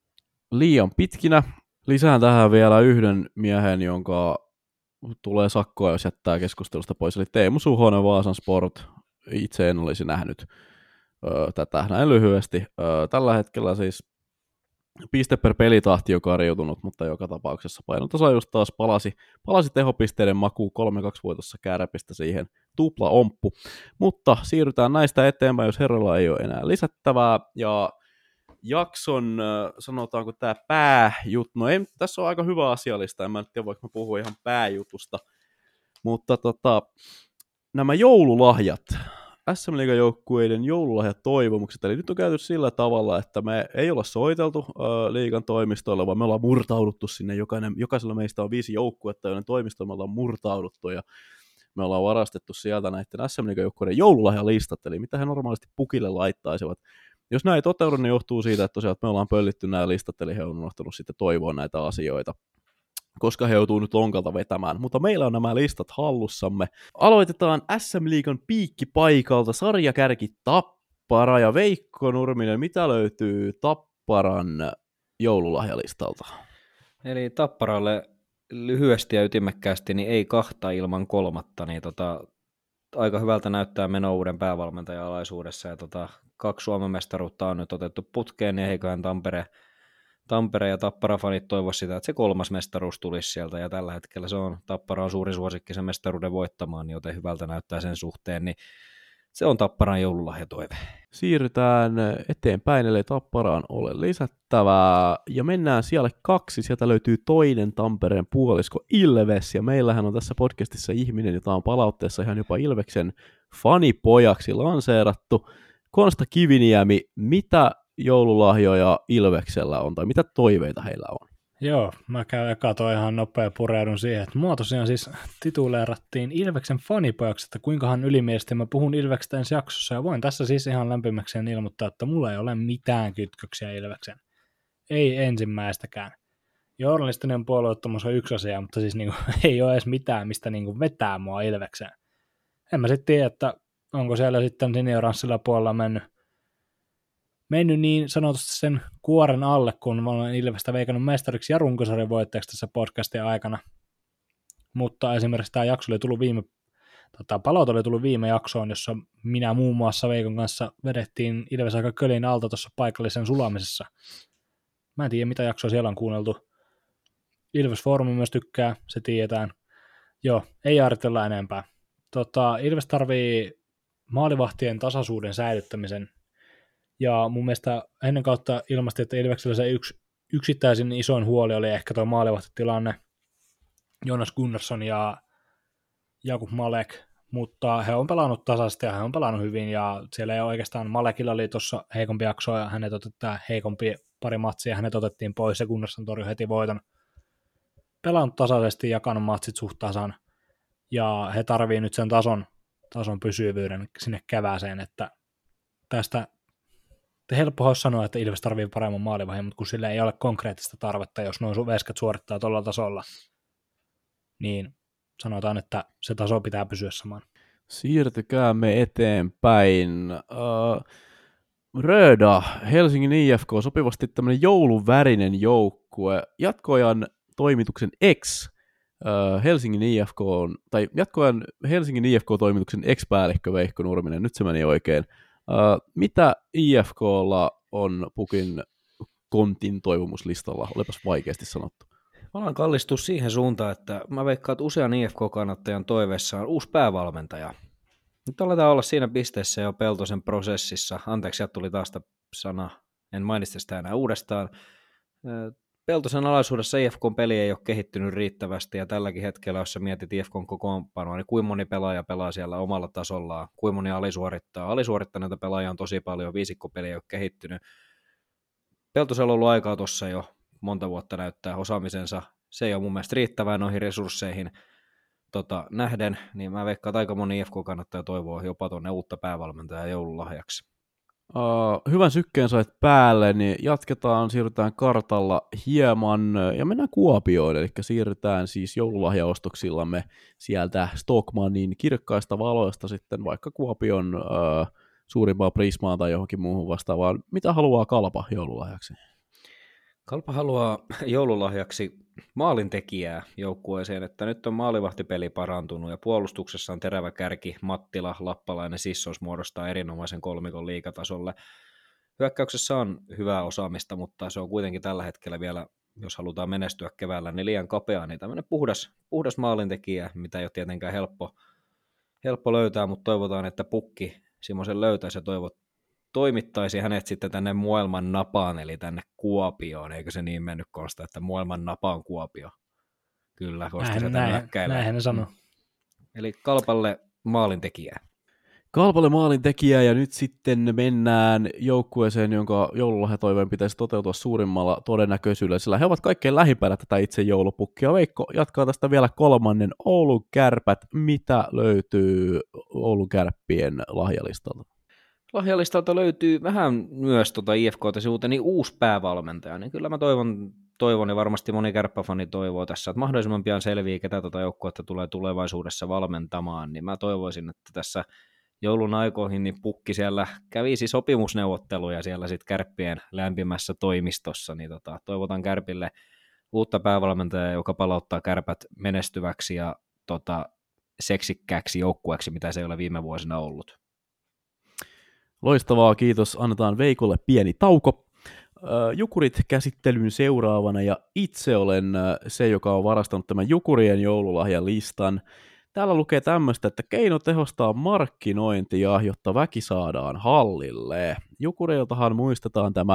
liian pitkinä. Lisään tähän vielä yhden miehen, jonka tulee sakkoa, jos jättää keskustelusta pois, eli Teemu Suhonen, Vaasan Sport. Itse en olisi nähnyt ö, tätä näin lyhyesti. Ö, tällä hetkellä siis piste per pelitahti on karjutunut, mutta joka tapauksessa painotasajuus taas palasi, palasi tehopisteiden makuun kolme kaksi voitossa Kärpistä siihen tupla omppu. Mutta siirrytään näistä eteenpäin, jos herralla ei ole enää lisättävää, ja jakson, sanotaanko tämä pääjuttu, no ei, tässä on aika hyvä asialista, en mä nyt tiedä, voiko mä puhua ihan pääjutusta, mutta tota, nämä joululahjat, S M-liigan joukkueiden joululahjatoivomukset, eli nyt on käyty sillä tavalla, että me ei olla soiteltu uh, liigan toimistoille, vaan me ollaan murtauduttu sinne, jokainen, jokaisella meistä on viisi joukkuetta, joiden toimistolla me ollaan murtauduttu, ja me ollaan varastettu sieltä näiden S M-liigan joukkueiden joululahjalistat, eli mitä he normaalisti pukille laittaisivat. Jos näin ei toteudu, niin johtuu siitä, että tosiaan että me ollaan pöllitty nämä listat, eli he on unohtanut sitten toivoa näitä asioita, koska he joutuu nyt lonkalta vetämään. Mutta meillä on nämä listat hallussamme. Aloitetaan S M-liigan piikkipaikalta, sarjakärki Tappara ja Veikko Nurminen. Mitä löytyy Tapparan joululahjalistalta? Eli Tapparalle lyhyesti ja ytimekkäästi niin ei kahta ilman kolmatta, niin tota, aika hyvältä näyttää meno uuden päävalmentajan alaisuudessa, ja tota, kaksi Suomen mestaruutta on nyt otettu putkeen, niin eiköhän Tampere, Tampere ja Tappara-fanit toivo sitä, että se kolmas mestaruus tulisi sieltä, ja tällä hetkellä se on, Tappara on suuri suosikki sen mestaruuden voittamaan, joten hyvältä näyttää sen suhteen, niin se on Tapparan joululahjatoive. Siirrytään eteenpäin, eli Tapparaan ole lisättävää, ja mennään siellä kaksi, sieltä löytyy toinen Tampereen puolisko Ilves, ja meillähän on tässä podcastissa ihminen, jota on palautteessa ihan jopa Ilveksen fanipojaksi lanseerattu. Konsta Kiviniemi, mitä joululahjoja Ilveksellä on, tai mitä toiveita heillä on? Joo, mä käyn eka toi ihan nopea pureudun siihen, että mua tosiaan siis tituleerattiin Ilveksen fanipojaksi, että kuinkahan ylimielisesti mä puhun Ilveksestä ensi jaksossa, ja voin tässä siis ihan lämpimäkseen ilmoittaa, että mulla ei ole mitään kytköksiä Ilveksen. Ei ensimmäistäkään. Journalistinen puolueettomuus on yksi asia, mutta siis niinku, ei ole edes mitään, mistä niinku vetää mua Ilvekseen. En mä sitten tiedä, että onko siellä sitten senioranssilla puolella mennyt mennyt niin sanotusti sen kuoren alle, kun mä olen Ilvestä veikannut mestariksi ja runkosarjan voittajaksi tässä podcastin aikana. Mutta esimerkiksi tämä jakso oli tullut viime, tota, palaute oli tullut viime jaksoon, jossa minä muun muassa Veikon kanssa vedettiin Ilves aika kölin alta tuossa paikallisen sulamisessa. Mä en tiedä, mitä jaksoa siellä on kuunneltu. Ilves Foorumi myös tykkää, se tiedetään. Joo, ei arvitella enempää. Tota, Ilves tarvii maalivahtien tasaisuuden säilyttämisen. Ja mun mielestä ennen kautta ilmasti, että Ilveksellä se yksi, yksittäisin isoin huoli oli ehkä tuo maalivahtitilanne, Jonas Gunnarsson ja Jakub Malek, mutta he on pelannut tasaisesti ja he on pelannut hyvin, ja siellä ei oikeastaan, Malekilla oli tuossa heikompi jakso, ja hänet otettiin heikompi pari matsia, ja hänet otettiin pois, ja Gunnarsson torjui heti voiton. Pelannut tasaisesti, jakanut matsit suht tasan, ja he tarvii nyt sen tason, tason pysyvyyden sinne kevääseen, että tästä helppo olisi sanoa, että Ilves tarvii paremman maalivahdin, mutta kun sillä ei ole konkreettista tarvetta, jos noin veskat suorittaa tuolla tasolla, niin sanotaan, että se taso pitää pysyä samaan. Siirtykäämme eteenpäin. Uh, Röda, Helsingin I F K, sopivasti tämmöinen jouluvärinen joukkue. Jatkoajan toimituksen ex uh, Helsingin I F K, tai jatkoajan Helsingin I F K-toimituksen ex-päällikkö Veikko Nurminen, nyt se meni oikein. Uh, mitä I F K:lla on pukin kontin toivomuslistalla? Olepas vaikeasti sanottu. Mä alan kallistua siihen suuntaan, että mä veikkaan, että usean I F K-kannattajan toiveessa on uusi päävalmentaja. Nyt aletaan olla siinä pisteessä jo Peltosen prosessissa. Anteeksi, sieltä tuli taas sana. En mainitse sitä enää uudestaan. Peltosen alaisuudessa I F K:n peli ei ole kehittynyt riittävästi, ja tälläkin hetkellä, jos sä mietit I F K:n kokoonpanoa, niin kuinka moni pelaaja pelaa siellä omalla tasollaan, kuinka moni alisuorittaa. Alisuorittaneita pelaajia on tosi paljon, viisikkopeli ei ole kehittynyt. Peltosella on ollut aikaa tuossa jo monta vuotta näyttää osaamisensa. Se ei ole mun mielestä riittävää noihin resursseihin tota, nähden, niin mä veikkaan, että aika moni I F K kannattaa toivoa jopa tuonne uutta päävalmentajaa joululahjaksi. Uh, hyvän sykkeen sait päälle, niin jatketaan, siirrytään kartalla hieman ja mennään Kuopioon, eli siirrytään siis joululahjaostoksillamme sieltä Stockmannin kirkkaista valoista sitten vaikka Kuopion uh, suurimpaan Prismaan tai johonkin muuhun vastaavaan. Mitä haluaa Kalpa joululahjaksi? Kalpa haluaa joululahjaksi maalintekijää joukkueeseen, että nyt on maalivahtipeli parantunut ja puolustuksessa on terävä kärki, Mattila, Lappalainen, Sissons muodostaa erinomaisen kolmikon liigatasolle. Hyökkäyksessä on hyvää osaamista, mutta se on kuitenkin tällä hetkellä vielä, jos halutaan menestyä keväällä, niin liian kapea, niin tämmöinen puhdas, puhdas maalintekijä, mitä ei ole tietenkään helppo, helppo löytää, mutta toivotaan, että Pukki semmoisen löytäisi ja toivot, toimittaisi hänet sitten tänne Moelman napaan, eli tänne Kuopioon, eikö se niin mennyt Konsta, että Moelman napa on Kuopio? Kyllä, Konsta se tänne äkkäilee. Näinhän ne sanoo. Eli Kalpalle maalintekijää. Kalpalle maalintekijää, ja nyt sitten mennään joukkueeseen, jonka joululahjatoiveen pitäisi toteutua suurimmalla todennäköisyydellä, sillä he ovat kaikkein lähimpänä tätä itse joulupukkia. Veikko jatkaa tästä vielä kolmannen Oulun Kärpät. Mitä löytyy Oulun Kärppien lahjalistalta? Lahjalistalta löytyy vähän myös tuota I F K:ta sivuuteen niin uusi päävalmentaja, niin kyllä mä toivon, toivon ja varmasti moni kärppäfani toivoo tässä, että mahdollisimman pian selviää, ketä tuota joukkuetta tulee tulevaisuudessa valmentamaan, niin mä toivoisin, että tässä joulun aikoihin niin Pukki siellä kävisi sopimusneuvotteluja siellä sitten Kärppien lämpimässä toimistossa, niin tota, toivotan Kärpille uutta päävalmentajaa, joka palauttaa Kärpät menestyväksi ja tota, seksikkääksi joukkueeksi, mitä se ei ole viime vuosina ollut. Loistavaa, kiitos. Annetaan Veikolle pieni tauko. Jukurit käsittelyn seuraavana, ja itse olen se, joka on varastanut tämän Jukurien joululahjan listan. Täällä lukee tämmöistä, että keino tehostaa markkinointia, jotta väki saadaan hallille. Jukureiltahan muistetaan tämä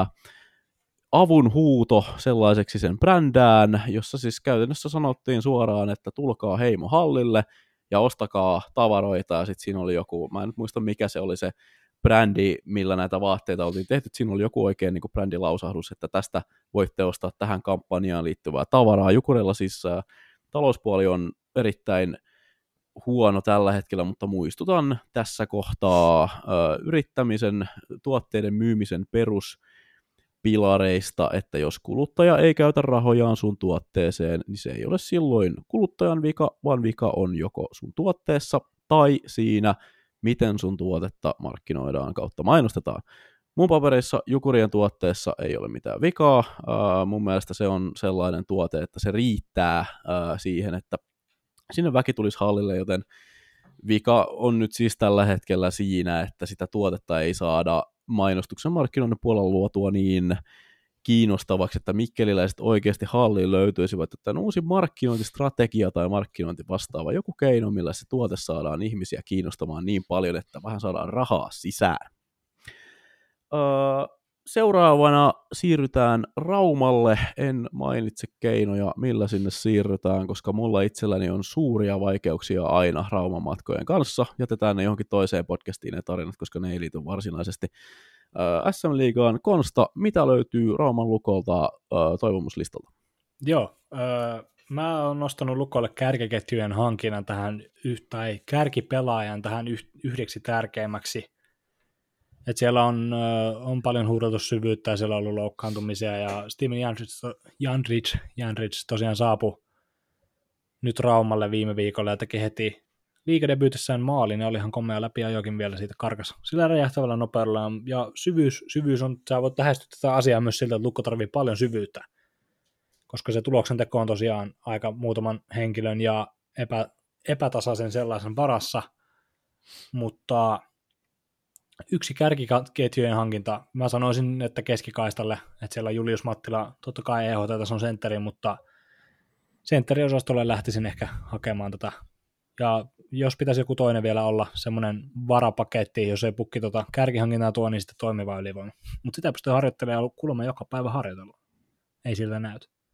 avun huuto sellaiseksi sen brändään, jossa siis käytännössä sanottiin suoraan, että tulkaa heimo hallille ja ostakaa tavaroita, ja sitten siinä oli joku, mä en nyt muista mikä se oli se brändi, millä näitä vaatteita oltiin tehty. Siinä oli joku oikein niin kuin brändilausahdus, että tästä voitte ostaa tähän kampanjaan liittyvää tavaraa. Jukurilla siis äh, talouspuoli on erittäin huono tällä hetkellä, mutta muistutan tässä kohtaa äh, yrittämisen, tuotteiden myymisen peruspilareista, että jos kuluttaja ei käytä rahojaan sun tuotteeseen, niin se ei ole silloin kuluttajan vika, vaan vika on joko sun tuotteessa tai siinä, miten sun tuotetta markkinoidaan kautta mainostetaan. Mun paperissa Jukurien tuotteessa ei ole mitään vikaa. Uh, mun mielestä se on sellainen tuote, että se riittää uh, siihen, että sinne väki tulisi hallille, joten vika on nyt siis tällä hetkellä siinä, että sitä tuotetta ei saada mainostuksen markkinoinnin puolella luotua niin kiinnostavaksi, että mikkeliläiset oikeasti halliin löytyisivät, että on uusi markkinointistrategia tai markkinointi vastaava, joku keino, millä se tuote saadaan ihmisiä kiinnostamaan niin paljon, että vähän saadaan rahaa sisään. Öö, seuraavana siirrytään Raumalle. En mainitse keinoja, millä sinne siirrytään, koska mulla itselläni on suuria vaikeuksia aina Rauman matkojen kanssa. Jätetään ne johonkin toiseen podcastiin ne tarinat, koska ne ei liity varsinaisesti S M-liigaan. Konsta, mitä löytyy Rauman Lukolta äh, toivomuslistalta? Joo, äh, mä oon nostanut Lukolle kärkiketjujen hankinnan tähän, tai kärkipelaajan tähän yhdeksi tärkeimmäksi. Et siellä on, äh, on paljon huudeltu syvyyttä ja siellä on ollut loukkaantumisia, ja Steven Jandrich, Jandrich tosiaan saapui nyt Raumalle viime viikolla ja teki heti liigadebyytissään maalin, ja oli ihan komea läpi ajokin vielä siitä karkas sillä räjähtävällä nopeudella, ja syvyys, syvyys on, sä voit lähestyä tätä asiaa myös siltä, että Lukko tarvii paljon syvyyttä, koska se tuloksenteko on tosiaan aika muutaman henkilön ja epä, epätasaisen sellaisen varassa, mutta yksi kärkiketjujen hankinta, mä sanoisin, että keskikaistalle, että siellä on Julius Mattila, totta kai E H T on sentteri, mutta sentteriosastolle lähtisin ehkä hakemaan tätä. Ja jos pitäisi joku toinen vielä olla semmoinen varapaketti, jos ei Pukki tota kärkihankintaa tuo, niin sitten toimiva ylivoima. Mutta sitä pystyy harjoittelemaan ja kuulemma joka päivä harjoitella. Ei siltä näytä.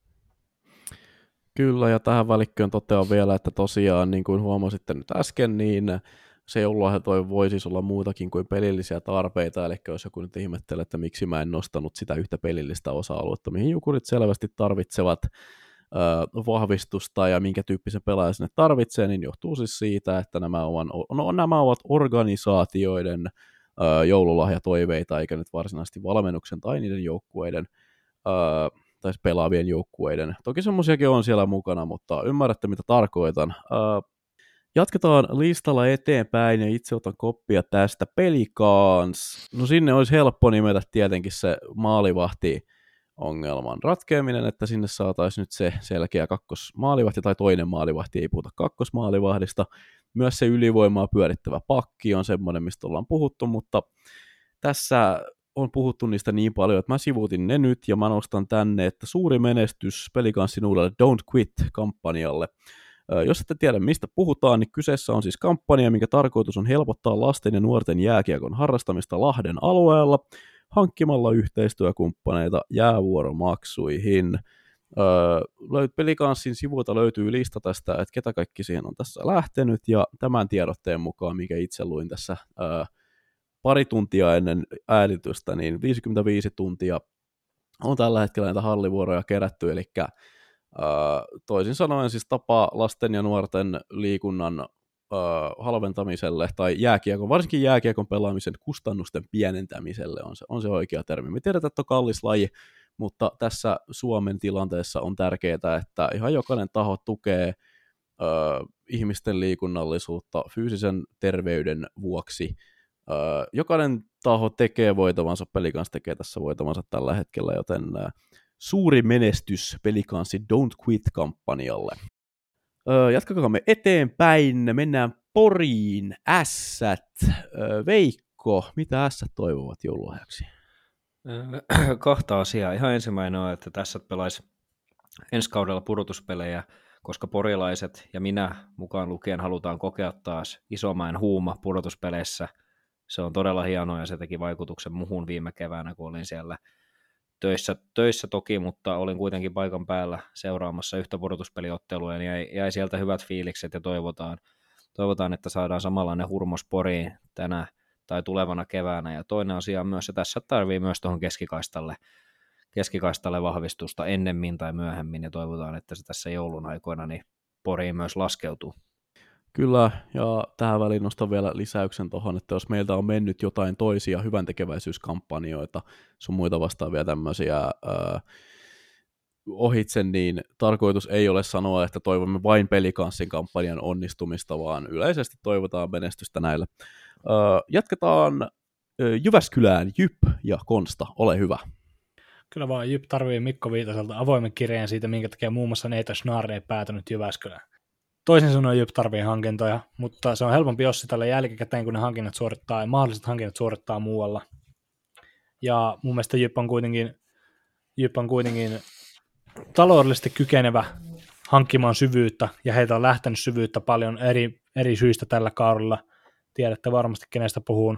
Kyllä, ja tähän välikköön totean vielä, että tosiaan, niin kuin huomasitte nyt äsken, niin se joululahja toi voi siis olla muutakin kuin pelillisiä tarpeita, eli jos joku nyt ihmettelee, että miksi mä en nostanut sitä yhtä pelillistä osa-aluetta, mihin jukurit selvästi tarvitsevat äh, vahvistusta ja minkä tyyppisen pelaajan sinne tarvitsee, niin johtuu siis siitä, että nämä, on, no, nämä ovat organisaatioiden äh, joululahjatoiveita, eikä nyt varsinaisesti valmennuksen tai niiden joukkueiden äh, tai pelaavien joukkueiden. Toki semmoisiakin on siellä mukana, mutta ymmärrätte mitä tarkoitan. Uh, jatketaan listalla eteenpäin ja itse otan koppia tästä Pelicans. No sinne olisi helppo nimetä tietenkin se maalivahti-ongelman ratkeaminen, että sinne saataisiin nyt se selkeä kakkosmaalivahti tai toinen maalivahti, ei puhuta kakkosmaalivahdista. Myös se ylivoimaa pyörittävä pakki on semmoinen, mistä ollaan puhuttu, mutta tässä on puhuttu niistä niin paljon, että mä sivuutin ne nyt ja mä nostan tänne, että suuri menestys Pelicansin uudelle Don't Quit-kampanjalle. Jos ette tiedä mistä puhutaan, niin kyseessä on siis kampanja, minkä tarkoitus on helpottaa lasten ja nuorten jääkiekon harrastamista Lahden alueella hankkimalla yhteistyökumppaneita jäävuoromaksuihin. Pelicansin sivuilta löytyy lista tästä, että ketä kaikki siihen on tässä lähtenyt, ja tämän tiedotteen mukaan, mikä itse luin tässä pari tuntia ennen äänitystä, niin viisikymmentäviisi tuntia on tällä hetkellä näitä hallivuoroja kerätty, eli äh, toisin sanoen siis tapa lasten ja nuorten liikunnan äh, halventamiselle tai jääkiekon, varsinkin jääkiekon pelaamisen kustannusten pienentämiselle on se, on se oikea termi. Me tiedetään, että on kallis laji, mutta tässä Suomen tilanteessa on tärkeää, että ihan jokainen taho tukee äh, ihmisten liikunnallisuutta fyysisen terveyden vuoksi. Uh, jokainen taho tekee voitavansa, Pelicans tekee tässä voitavansa tällä hetkellä, joten uh, suuri menestys Pelicansin Don't Quit-kampanjalle. Uh, jatkakaamme eteenpäin, mennään Poriin, Ässät. Uh, Veikko, mitä Ässät toivovat joululahjaksi? Kahta asiaa. Ihan ensimmäinen on, että tässä pelaisi ensi kaudella pudotuspelejä, koska porilaiset ja minä mukaan lukien halutaan kokea taas Isomäen huuma pudotuspeleissä. Se on todella hienoa ja se teki vaikutuksen muhun viime keväänä, kun olin siellä töissä, töissä toki, mutta olin kuitenkin paikan päällä seuraamassa yhtä pudotuspeliottelua ja jäi, jäi sieltä hyvät fiilikset ja toivotaan, toivotaan, että saadaan samanlainen hurmos Poriin tänä tai tulevana keväänä. Ja toinen asia on myös, että tässä tarvii myös tuohon keskikaistalle, keskikaistalle vahvistusta ennemmin tai myöhemmin ja toivotaan, että se tässä joulun aikoina niin Poriin myös laskeutuu. Kyllä, ja tähän väliin nostan vielä lisäyksen tuohon, että jos meiltä on mennyt jotain toisia hyväntekeväisyyskampanjoita, sun muita vastaavia tämmöisiä äh, ohitse, niin tarkoitus ei ole sanoa, että toivomme vain Pelicansin kampanjan onnistumista, vaan yleisesti toivotaan menestystä näille. Äh, jatketaan äh, Jyväskylään, Jyp ja Konsta, ole hyvä. Kyllä vaan Jyp tarvii Mikko Viitaselta avoimen kirjeen siitä, minkä takia muun muassa Neita Schnarri ei päätynyt Jyväskylään. Toisin sanoen Jyp tarvii hankintoja, mutta se on helpompi jos tällä jälkikäteen, kun ne hankinnat suorittaa ja mahdolliset hankinnat suorittaa muualla. Ja mun mielestä Jyp on kuitenkin, Jyp on kuitenkin taloudellisesti kykenevä hankkimaan syvyyttä, ja heitä on lähtenyt syvyyttä paljon eri, eri syistä tällä kaudella. Tiedätte varmasti, kenestä puhun,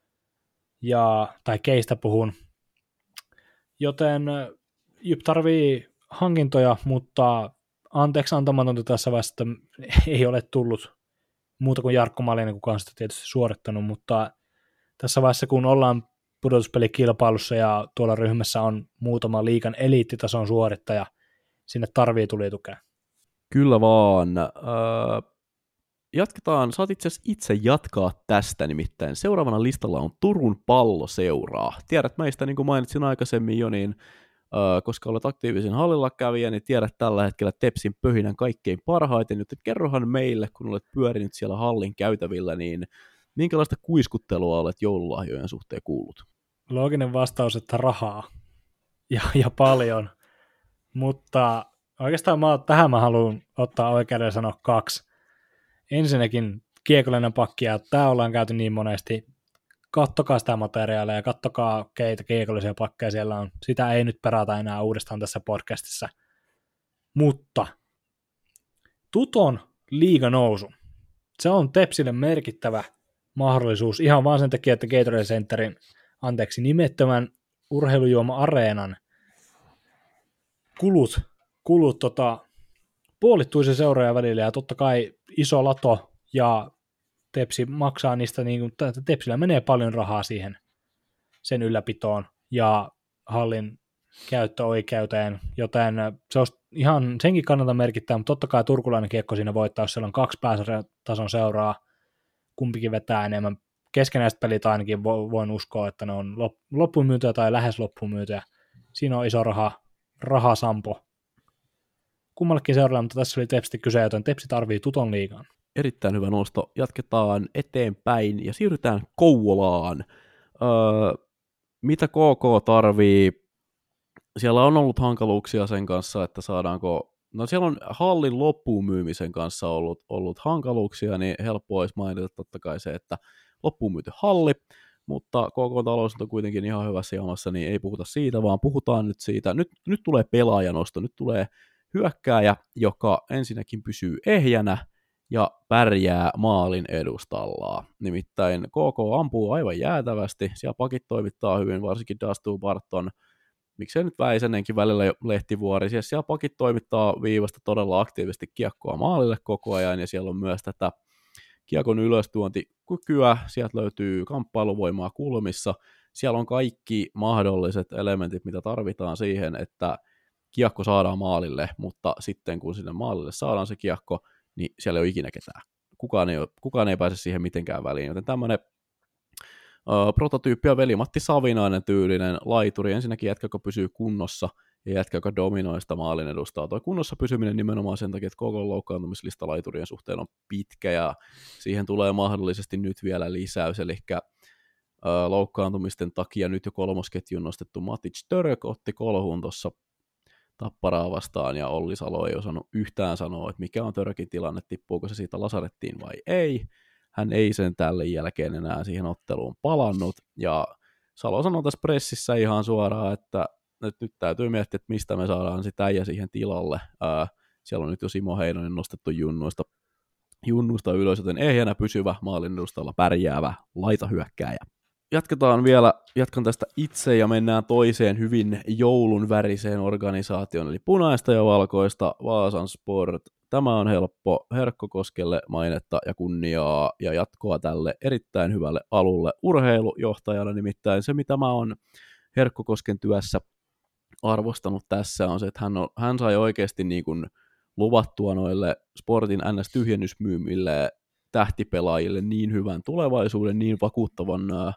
ja, tai keistä puhun. Joten Jyp tarvii hankintoja, mutta anteeksi antamatonta tässä vaiheessa, että ei ole tullut muuta kuin Jarkko Malinen, kuka on sitä tietysti suorittanut, mutta tässä vaiheessa, kun ollaan pudotuspelikilpailussa ja tuolla ryhmässä on muutama liigan eliittitason suorittaja, sinne tarvii tuli tukea. Kyllä vaan. Äh, jatketaan, saat itse asiassa itse jatkaa tästä, nimittäin seuraavana listalla on Turun Palloseuraa. Tiedät meistä, niin kuin mainitsin aikaisemmin jo, niin Uh, koska olet aktiivisen hallilla kävijä, niin tiedät tällä hetkellä Tepsin pöhinän kaikkein parhaiten, joten kerrohan meille, kun olet pyörinyt siellä hallin käytävillä, niin minkälaista kuiskuttelua olet joululahjojen suhteen kuullut? Looginen vastaus, että rahaa ja, ja paljon, mutta oikeastaan mä, tähän mä haluan ottaa oikeuden sanoa kaksi. Ensinnäkin kiekollinen pakki, ja tämä ollaan käyty niin monesti. Kattokaa sitä materiaalia ja kattokaa, keitä kiekollisia pakkeja siellä on. Sitä ei nyt perata enää uudestaan tässä podcastissa. Mutta Tuton liiganousu, se on Tepsille merkittävä mahdollisuus ihan vaan sen takia, että Gatorade Centerin, anteeksi, nimettömän urheilujuoma-areenan kulut, kulut tota, puolittui se seuraaja välillä, ja totta kai iso lato, ja Tepsi maksaa niistä, niin kuin, Tepsillä menee paljon rahaa siihen sen ylläpitoon, ja hallin käyttöoikeuteen, joten se olisi ihan senkin kannalta merkittävä, mutta totta kai turkulainen kiekko siinä voittaa, jos siellä on kaksi pääsarjatason seuraa, kumpikin vetää enemmän. Keskenäiset pelit ainakin voin uskoa, että ne on loppumyytyjä tai lähes loppumyytyjä. Siinä on iso raha, rahasampo kummallekin seuralle, mutta tässä oli Tepsistä kyse, joten Tepsi tarvii tuton liigaan. Erittäin hyvä nosto. Jatketaan eteenpäin ja siirrytään Kouvolaan. Öö, mitä K K tarvii? Siellä on ollut hankaluuksia sen kanssa, että saadaanko... No siellä on hallin loppuun myymisen kanssa ollut, ollut hankaluuksia, niin helppo olisi mainita totta kai se, että loppuun myyty halli, mutta K K-talous on kuitenkin ihan hyvässä jamassa, niin ei puhuta siitä, vaan puhutaan nyt siitä. Nyt, nyt tulee pelaajanosto, nyt tulee hyökkääjä, joka ensinnäkin pysyy ehjänä ja pärjää maalin edustallaan. Nimittäin K K ampuu aivan jäätävästi, siellä pakit toimittaa hyvin, varsinkin Dastu Barton, miksei nyt Väisänenkin välillä Lehtivuori, siis siellä pakit toimittaa viivasta todella aktiivisesti kiekkoa maalille koko ajan, ja siellä on myös tätä kiekon ylöstuontikykyä, sieltä löytyy kamppailuvoimaa kulmissa, siellä on kaikki mahdolliset elementit, mitä tarvitaan siihen, että kiekko saadaan maalille, mutta sitten kun sinne maalille saadaan se kiekko, niin siellä ei ole ikinä ketään. Kukaan ei, ole, kukaan ei pääse siihen mitenkään väliin, joten tämmöinen uh, prototyyppi on Veli-Matti Savinainen tyylinen laituri, ensinnäkin jätkä, joka pysyy kunnossa, ja jätkä, joka dominoi sitä maalin edustaa. Tuo kunnossa pysyminen nimenomaan sen takia, että koko loukkaantumislista laiturien suhteen on pitkä, ja siihen tulee mahdollisesti nyt vielä lisäys, eli uh, loukkaantumisten takia nyt jo kolmosketjun nostettu Matic Török otti kolhuun tuossa Tapparaa vastaan, ja Olli Salo ei osannut yhtään sanoa, että mikä on Törökin tilanne, tippuuko se siitä lasarettiin vai ei. Hän ei sen tälle jälkeen enää siihen otteluun palannut, ja Salo sanoi tässä pressissä ihan suoraan, että, että nyt täytyy miettiä, että mistä me saadaan sitä äijä siihen tilalle. Ää, siellä on nyt jo Simo Heinonen nostettu junnuista, junnuista ylös, joten ehjänä pysyvä maalin edustalla pärjäävä laitahyökkääjä. Jatketaan vielä, jatkan tästä itse ja mennään toiseen hyvin joulun väriseen organisaatioon, eli punaista ja valkoista Vaasan Sport. Tämä on helppo Herkkokoskelle mainetta ja kunniaa ja jatkoa tälle erittäin hyvälle alulle urheilujohtajana, nimittäin se mitä mä oon Herkkokosken työssä arvostanut tässä on se, että hän, on, hän sai oikeasti niin kuin luvattua noille Sportin N S-tyhjennysmyymille tähtipelaajille niin hyvän tulevaisuuden, niin vakuuttavan ää,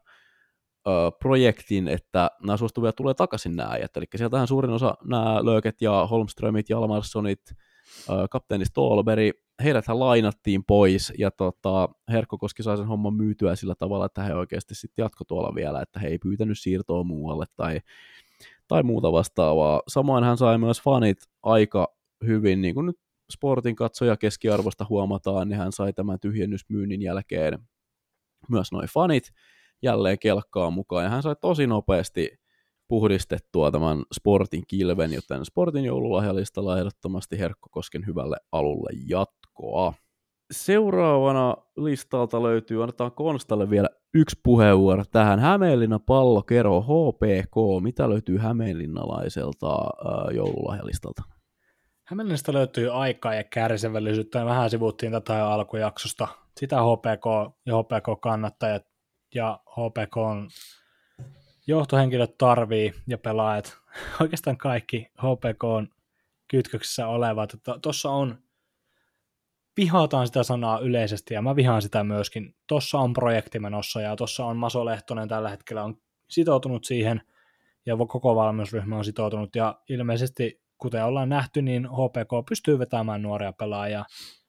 projektin, että nämä suostuvia tulee takaisin nämä äijät. Eli sieltähän suurin osa nämä Lööket ja Holmströmit, Jalmarssonit, ää, kapteeni Ståhlberg, heidäthän lainattiin pois, ja tota, Herkkokoski sai sen homman myytyä sillä tavalla, että he oikeasti sitten jatko tuolla vielä, että he ei pyytänyt siirtoa muualle tai, tai muuta vastaavaa. Samoin hän sai myös fanit aika hyvin, niin kuin nyt Sportin katsoja keskiarvosta huomataan, niin hän sai tämän tyhjennysmyynnin jälkeen myös noin fanit jälleen kelkkaan mukaan, ja hän sai tosi nopeasti puhdistettua tämän Sportin kilven, joten Sportin joululahjalistalla ehdottomasti Herkkokosken hyvälle alulle jatkoa. Seuraavana listalta löytyy, annetaan Konstalle vielä yksi puheenvuoro tähän. Hämeenlinna Pallokero, H P K, mitä löytyy hämeenlinnalaiselta äh, joululahjalistalta? Hämeenlinnasta löytyy aikaa ja kärsivällisyyttä. Vähän sivuttiin tätä jo alkujaksosta. Sitä H P K ja H P K-kannattajat ja H P K:n johtohenkilöt tarvii ja pelaajat. Oikeastaan kaikki H P K:n kytköksissä olevat. Tuossa on, vihataan sitä sanaa yleisesti ja mä vihaan sitä myöskin. Tuossa on projekti menossa ja tuossa on Maso Lehtonen tällä hetkellä on sitoutunut siihen ja koko valmennusryhmä on sitoutunut ja ilmeisesti kuten ollaan nähty, niin H P K pystyy vetämään nuoria pelaajia.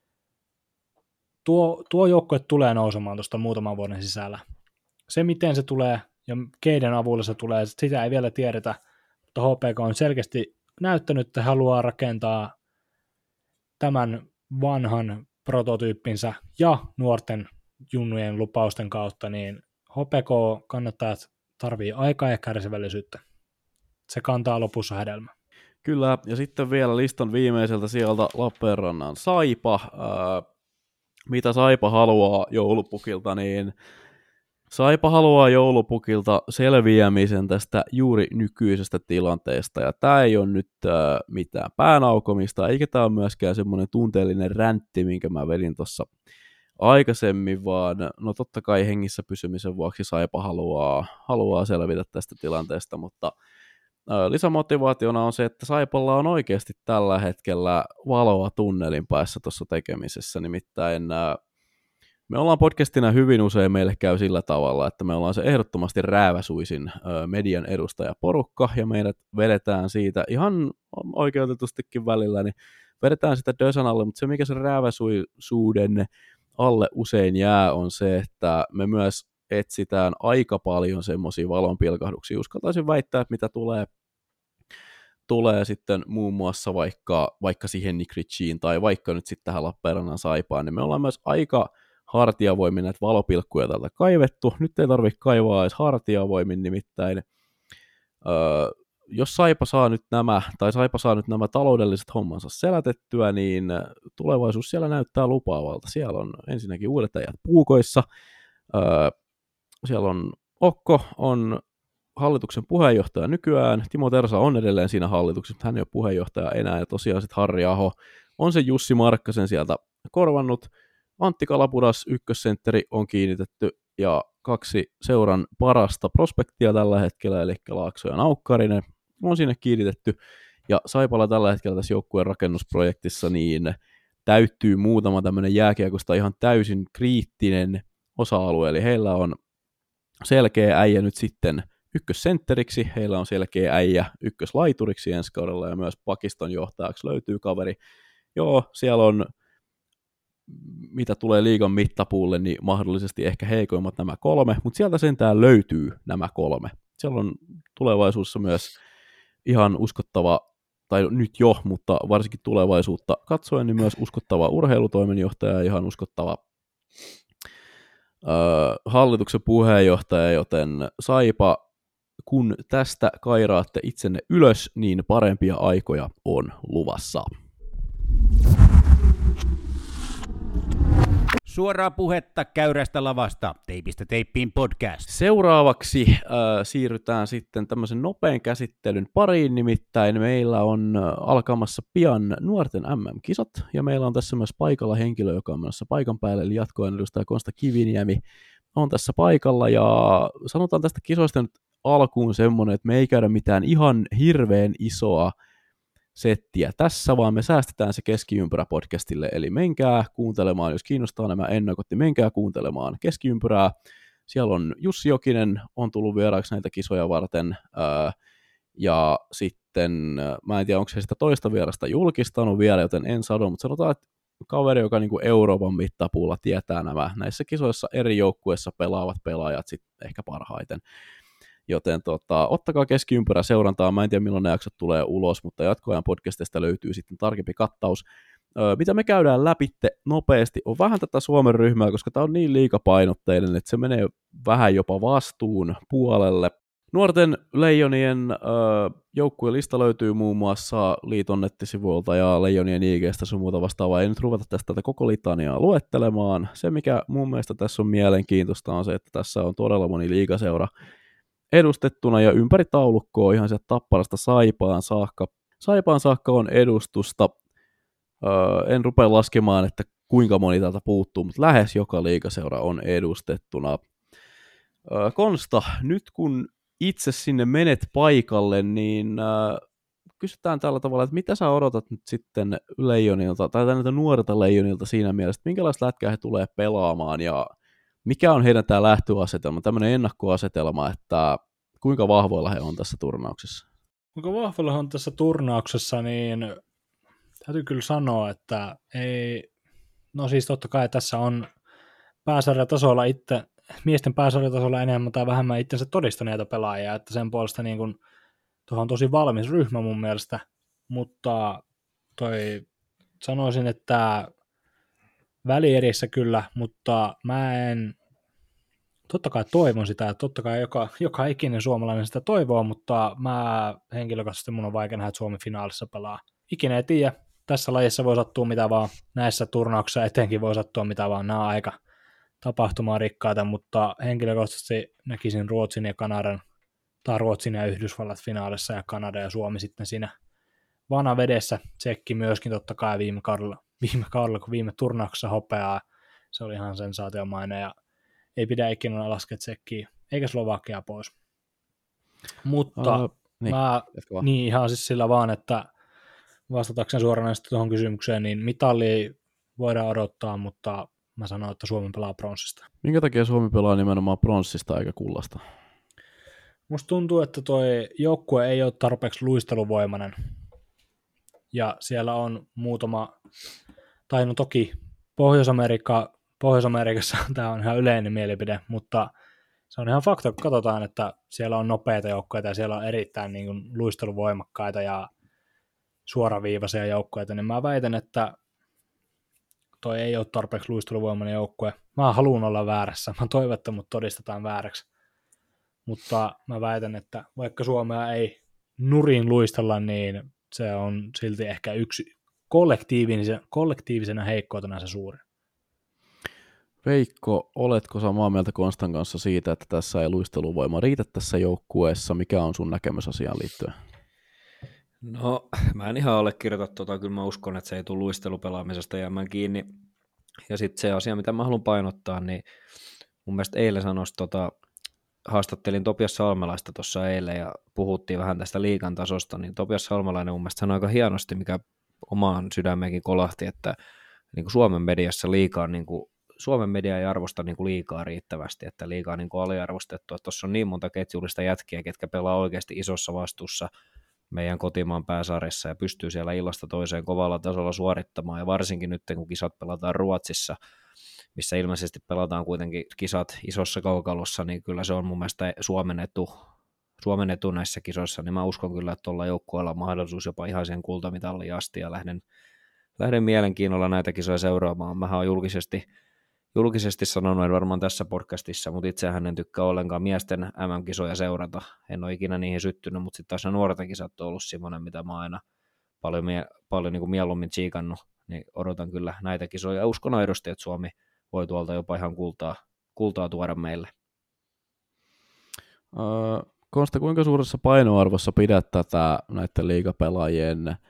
Tuo, tuo joukkue tulee nousemaan tuosta muutaman vuoden sisällä. Se, miten se tulee ja keiden avulla se tulee, sitä ei vielä tiedetä, mutta H P K on selkeästi näyttänyt, että haluaa rakentaa tämän vanhan prototyyppinsä ja nuorten junnujen lupausten kautta, niin H P K-kannattajat tarvii aikaa ja kärsivällisyyttä. Se kantaa lopussa hedelmä. Kyllä, ja sitten vielä listan viimeiseltä sieltä Lappeenrannan Saipa. Ää, mitä Saipa haluaa joulupukilta, niin Saipa haluaa joulupukilta selviämisen tästä juuri nykyisestä tilanteesta, ja tämä ei ole nyt äh, mitään päänaukomista, eikä tämä ole myöskään semmoinen tunteellinen räntti, minkä mä vedin tuossa aikaisemmin, vaan no totta kai hengissä pysymisen vuoksi Saipa haluaa, haluaa selvitä tästä tilanteesta, mutta äh, lisämotivaationa on se, että Saipalla on oikeasti tällä hetkellä valoa tunnelin päässä tuossa tekemisessä, nimittäin äh, me ollaan podcastina hyvin usein, meille käy sillä tavalla, että me ollaan se ehdottomasti rääväsuisin ö, median edustajaporukka, ja meidät vedetään siitä ihan oikeutetustikin välillä, niin vedetään sitä dösan alle, mutta se mikä se rääväsuisuuden alle usein jää on se, että me myös etsitään aika paljon semmoisia valonpilkahduksia. Uskaltaisin väittää, että mitä tulee tulee sitten muun muassa vaikka, vaikka siihen Nick Ritchiin tai vaikka nyt sitten tähän Lappeenrannan Saipaan, niin me ollaan myös aika hartiavoimin näitä valopilkkuja täältä kaivettu. Nyt ei tarvitse kaivaa edes hartiavoimin, nimittäin öö, jos Saipa saa nyt nämä, tai Saipa saa nyt nämä taloudelliset hommansa selätettyä, niin tulevaisuus siellä näyttää lupaavalta. Siellä on ensinnäkin uudet äijät puukoissa, öö, siellä on Okko, on hallituksen puheenjohtaja nykyään, Timo Tersa on edelleen siinä hallituksessa, mutta hän ei ole puheenjohtaja enää, ja tosiaan sitten Harri Aho on se Jussi Markkasen sieltä korvannut. Antti Kalapudas, ykkössentteri, on kiinnitetty, ja kaksi seuran parasta prospektia tällä hetkellä, eli Laakso ja Naukkarinen, on sinne kiinnitetty, ja Saipalla tällä hetkellä tässä joukkueen rakennusprojektissa niin täyttyy muutama tämmöinen jääkiekosta ihan täysin kriittinen osa-alue, eli heillä on selkeä äijä nyt sitten ykkössentteriksi, heillä on selkeä äijä ykköslaituriksi ensi kaudella, ja myös pakiston johtajaksi löytyy kaveri. Joo, siellä on mitä tulee liigan mittapuulle, niin mahdollisesti ehkä heikoimmat nämä kolme, mutta sieltä sentään löytyy nämä kolme. Siellä on tulevaisuudessa myös ihan uskottava, tai nyt jo, mutta varsinkin tulevaisuutta katsoen, niin myös uskottava urheilutoimenjohtaja ja ihan uskottava ö, hallituksen puheenjohtaja, joten Saipa, kun tästä kairaatte itsenne ylös, niin parempia aikoja on luvassa. Suoraa puhetta käyrästä lavasta, teipistä teippiin podcast. Seuraavaksi äh, siirrytään sitten tämmöisen nopean käsittelyn pariin, nimittäin meillä on äh, alkamassa pian nuorten M M-kisat, ja meillä on tässä myös paikalla henkilö, joka on menossa paikan päälle, eli jatkoajan edustaja Konsta Kiviniemi on tässä paikalla, ja sanotaan tästä kisoista nyt alkuun semmoinen, että me ei käydä mitään ihan hirveän isoa settiä tässä, vaan me säästetään se Keskiympyrä podcastille, eli menkää kuuntelemaan, jos kiinnostaa nämä ennakot, niin menkää kuuntelemaan Keskiympyrää. Siellä on Jussi Jokinen, on tullut vieraaksi näitä kisoja varten, ja sitten, mä en tiedä, onko se sitä toista vierasta julkistanut vielä, joten en sano, mutta sanotaan, että kaveri, joka niin kuin Euroopan mittapuulla tietää nämä näissä kisoissa eri joukkueissa pelaavat pelaajat sitten ehkä parhaiten. Joten tota, ottakaa Keskiympyrä seurantaa, mä en tiedä milloin ne jaksot tulee ulos, mutta jatkoajan podcastista löytyy sitten tarkempi kattaus. Öö, mitä me käydään läpitte nopeasti, on vähän tätä Suomen ryhmää, koska tämä on niin liigapainotteinen, että se menee vähän jopa vastuun puolelle. Nuorten Leijonien öö, joukkueen lista löytyy muun muassa liiton nettisivuilta ja Leijonien I G:stä sun muuta vastaavaa. Ei nyt ruveta tästä koko litaniaa luettelemaan. Se, mikä mun mielestä tässä on mielenkiintoista, on se, että tässä on todella moni liigaseura edustettuna, ja ympäri taulukkoa ihan sieltä Tapparasta Saipaan saakka. Saipaan saakka on edustusta. Öö, en rupea laskemaan, että kuinka moni täältä puuttuu, mutta lähes joka liigaseura on edustettuna. Öö, Konsta, nyt kun itse sinne menet paikalle, niin öö, kysytään tällä tavalla, että mitä sä odotat nyt sitten Leijonilta, tai näiltä nuorilta Leijonilta siinä mielessä, että minkälaista lätkää he tulee pelaamaan, ja mikä on heidän tämä lähtöasetelma, tämmöinen ennakkoasetelma, että kuinka vahvoilla he on tässä turnauksessa? Kuinka vahvoilla he on tässä turnauksessa, niin täytyy kyllä sanoa, että ei, no siis totta kai tässä on pääsarjatasolla itse, miesten pääsarjatasolla enemmän tai vähemmän itsensä todistaneita pelaajia, että sen puolesta niin kuin, tuohon on tosi valmis ryhmä mun mielestä, mutta toi sanoisin, että välierissä kyllä, mutta mä en, totta kai toivon sitä, että totta kai joka, joka ikinen suomalainen sitä toivoo, mutta mä henkilökohtaisesti mun on vaikea nähdä, että Suomi finaalissa pelaa. Ikinä ei tiedä, tässä lajissa voi sattua mitä vaan, näissä turnauksissa etenkin voi sattua mitä vaan, nämä on aika, tapahtumaa rikkaita, mutta henkilökohtaisesti näkisin Ruotsin ja Kanadan, tai Ruotsin ja Yhdysvallat finaalissa ja Kanada ja Suomi sitten siinä vanavedessä. Tsekki myöskin totta kai viime kaudella, viime kaudella kun viime turnauksessa hopeaa, se oli ihan sensaatiomainen ja ei pidä ikinä laskea Tsekkiä, eikä Slovakiaa pois. Mutta uh, niin, mä, niin ihan siis sillä vaan, että vastatakseni suoraan tuohon kysymykseen, niin mitallia voidaan odottaa, mutta mä sanon, että Suomi pelaa pronssista. Minkä takia Suomi pelaa nimenomaan pronssista eikä kullasta? Musta tuntuu, että toi joukkue ei ole tarpeeksi luisteluvoimainen. Ja siellä on muutama, tai no toki Pohjois-Amerikka, Pohjois-Amerikassa tämä on ihan yleinen mielipide, mutta se on ihan fakta, kun katsotaan, että siellä on nopeita joukkoja ja siellä on erittäin niin kuin luisteluvoimakkaita ja suoraviivaisia joukkoja, niin mä väitän, että toi ei ole tarpeeksi luisteluvoimainen joukkue. Mä haluan olla väärässä, mä toivon, että mut todistetaan vääräksi. Mutta mä väitän, että vaikka Suomea ei nurin luistella, niin se on silti ehkä yksi kollektiivisena, kollektiivisena heikkoutena se suurin. Veikko, oletko samaa mieltä Konstan kanssa siitä, että tässä ei luisteluvoima riitä tässä joukkueessa? Mikä on sun näkemys asiaan liittyen? No, mä en ihan allekirjoita tota, kyllä mä uskon, että se ei tule luistelupelaamisesta jäämään kiinni. Ja sitten se asia, mitä mä haluan painottaa, niin mun mielestä eilen sanoisi, tota, haastattelin Topias Salmelaista tuossa eilen ja puhuttiin vähän tästä liigan tasosta, niin Topias Salmelainen mun mielestä sanoi aika hienosti, mikä omaan sydämeenkin kolahti, että niin kuin Suomen mediassa liikaa, niin kuin, Suomen media ei arvosta niin kuin liikaa riittävästi, että liikaa niin kuin aliarvostettu, että tuossa on niin monta ketjullista jätkiä, ketkä pelaa oikeasti isossa vastuussa meidän kotimaan pääsarjassa ja pystyy siellä illasta toiseen kovalla tasolla suorittamaan, ja varsinkin nyt kun kisat pelataan Ruotsissa, missä ilmeisesti pelataan kuitenkin kisat isossa kaukalossa, niin kyllä se on mun mielestä Suomen etu, Suomen etu näissä kisoissa, niin mä uskon kyllä, että tuolla joukkueella on mahdollisuus jopa ihan siihen kultamitalliin asti, ja lähden, lähden mielenkiinnolla näitä kisoja seuraamaan. Mähän olen julkisesti, julkisesti sanonut, en varmaan tässä podcastissa, mutta itsehän en tykkää ollenkaan miesten M M-kisoja seurata, en ole ikinä niihin syttynyt, mutta sitten taas ne nuorten kisat on ollut semmoinen, mitä mä aina paljon, mie- paljon niin kuin mieluummin tsiikannut, niin odotan kyllä näitä kisoja, ja uskon aidosti, että Suomi voi tuolta jopa ihan kultaa, kultaa tuoda meille. Öö, Konsta, kuinka suuressa painoarvossa pidät tätä näiden liigapelaajien öö,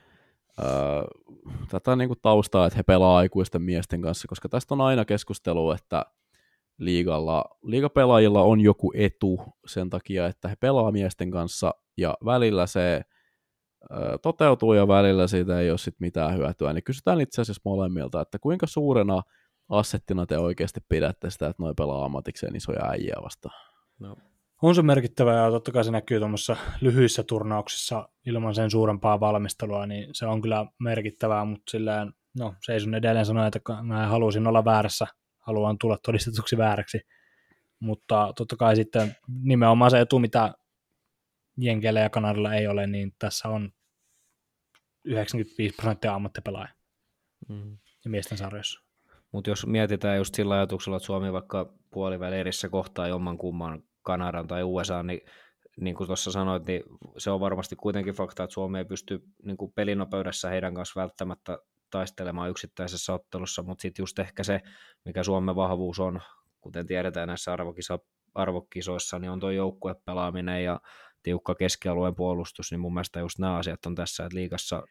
tätä niin kuin taustaa, että he pelaa aikuisten miesten kanssa, koska tästä on aina keskustelu, että liigalla, liigapelaajilla on joku etu sen takia, että he pelaa miesten kanssa, ja välillä se öö, toteutuu, ja välillä siitä ei ole sit mitään hyötyä, niin kysytään itse asiassa molemmilta, että kuinka suurena assettina te oikeasti pidätte sitä, että noi pelaa ammatikseen isoja äijää vastaan? No. On se merkittävää, ja totta kai se näkyy tuommoissa lyhyissä turnauksissa ilman sen suurempaa valmistelua, niin se on kyllä merkittävää, mutta silleen, no seison edelleen sanoa, että mä halusin olla väärässä, haluan tulla todistetuksi vääräksi, mutta totta kai sitten nimenomaan se etu, mitä Jenkeillä ja Kanadalla ei ole, niin tässä on yhdeksänkymmentäviisi prosenttia ammattipelaaja mm. ja miesten sarjoissa. Mutta jos mietitään just sillä ajatuksella, että Suomi vaikka puolivälierissä kohtaa jomman kumman Kanadan tai U S A, niin niin kuin tuossa sanoit, niin se on varmasti kuitenkin fakta, että Suomi ei pysty niin kuin pelinopeudessa heidän kanssa välttämättä taistelemaan yksittäisessä ottelussa, mutta sitten just ehkä se, mikä Suomen vahvuus on, kuten tiedetään näissä arvokisa, arvokisoissa, niin on tuo joukkuepelaaminen ja tiukka keskialueen puolustus, niin mun mielestä just nämä asiat on tässä, että liigassa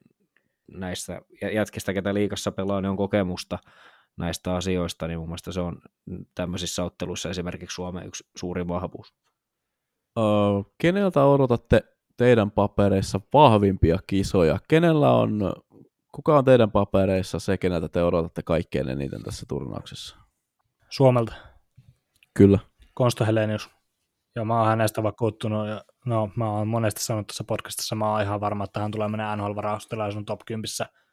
näistä jätkistä, ketä liigassa pelaa, niin on kokemusta näistä asioista, niin mun mielestä se on tämmöisissä otteluissa esimerkiksi Suomen yksi suurin vahvuus. Öö, keneltä odotatte teidän papereissa vahvimpia kisoja? Kenellä on, kuka on teidän papereissa se, keneltä te odotatte kaikkein eniten tässä turnauksessa? Suomelta. Kyllä. Konsta Helenius. Ja mä oon hänestä vakuuttunut, ja no mä oon monesti sanonut tässä podcastissa, mä oon ihan varma, että hän tulee mennä N H L-varaustella sun top kymmenen.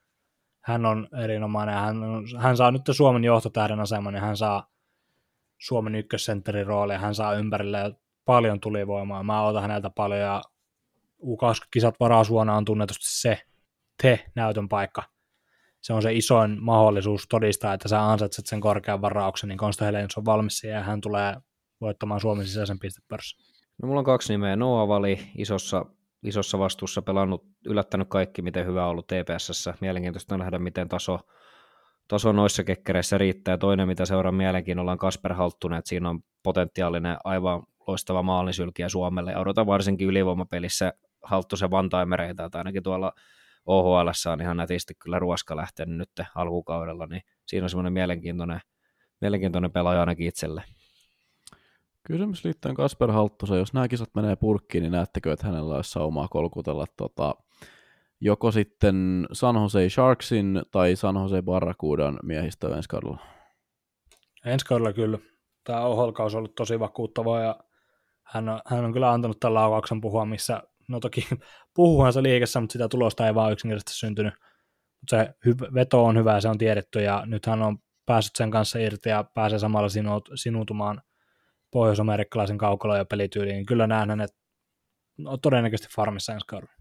Hän on erinomainen, hän, on, hän saa nyt Suomen johtotähden aseman, ja hän saa Suomen ykkössentterin rooli, ja hän saa ympärille paljon tulivoimaa. Mä otan häneltä paljon, ja U kaksikymmentä-kisat varausvuonna on tunnetusti se te-näytön paikka. Se on se isoin mahdollisuus todistaa, että sä ansaitset sen korkean varauksen, niin Konsta Helenius on valmis siihen, ja hän tulee voittamaan Suomen sisäisen pistepörssin. No mulla on kaksi nimeä. Noah Vali, isossa, isossa vastuussa pelannut, yllättänyt kaikki, miten hyvä on ollut T P S:ssä. Mielenkiintoista nähdä, miten taso, taso noissa kekkereissä riittää. Toinen, mitä seuraa mielenkiinnolla, on Kasper Halttunen, että siinä on potentiaalinen aivan loistava maalinsylkiä Suomelle. Ja odotan varsinkin ylivoimapelissä Halttusen one-timereita, että ainakin tuolla O H L:ssä on ihan nätisti kyllä ruoska lähtenyt nyt alkukaudella, niin siinä on semmoinen mielenkiintoinen, mielenkiintoinen pelaaja ainakin itselle. Kysymys liittyen Kasper Halttuseen, jos nämä kisat menee purkkiin, niin näettekö, että hänellä olisi saumaa kolkutella tota, joko sitten San Jose Sharksin tai San Jose Barracudan miehistöä ensi kaudella? Ensi kaudella kyllä. Tämä O H L-kausi on ollut tosi vakuuttava ja hän on, hän on kyllä antanut tämän laukauksen puhua, missä, no toki puhuhan se liikessä, mutta sitä tulosta ei vaan yksinkertaisesti syntynyt. Mutta se hy- veto on hyvä ja se on tiedetty ja nyt hän on päässyt sen kanssa irti ja pääsee samalla sinuut, sinuutumaan pohjois-amerikkalaisen kaukolon ja pelityyliin, niin kyllä näen hänet no, todennäköisesti farmissa ensi kaudella.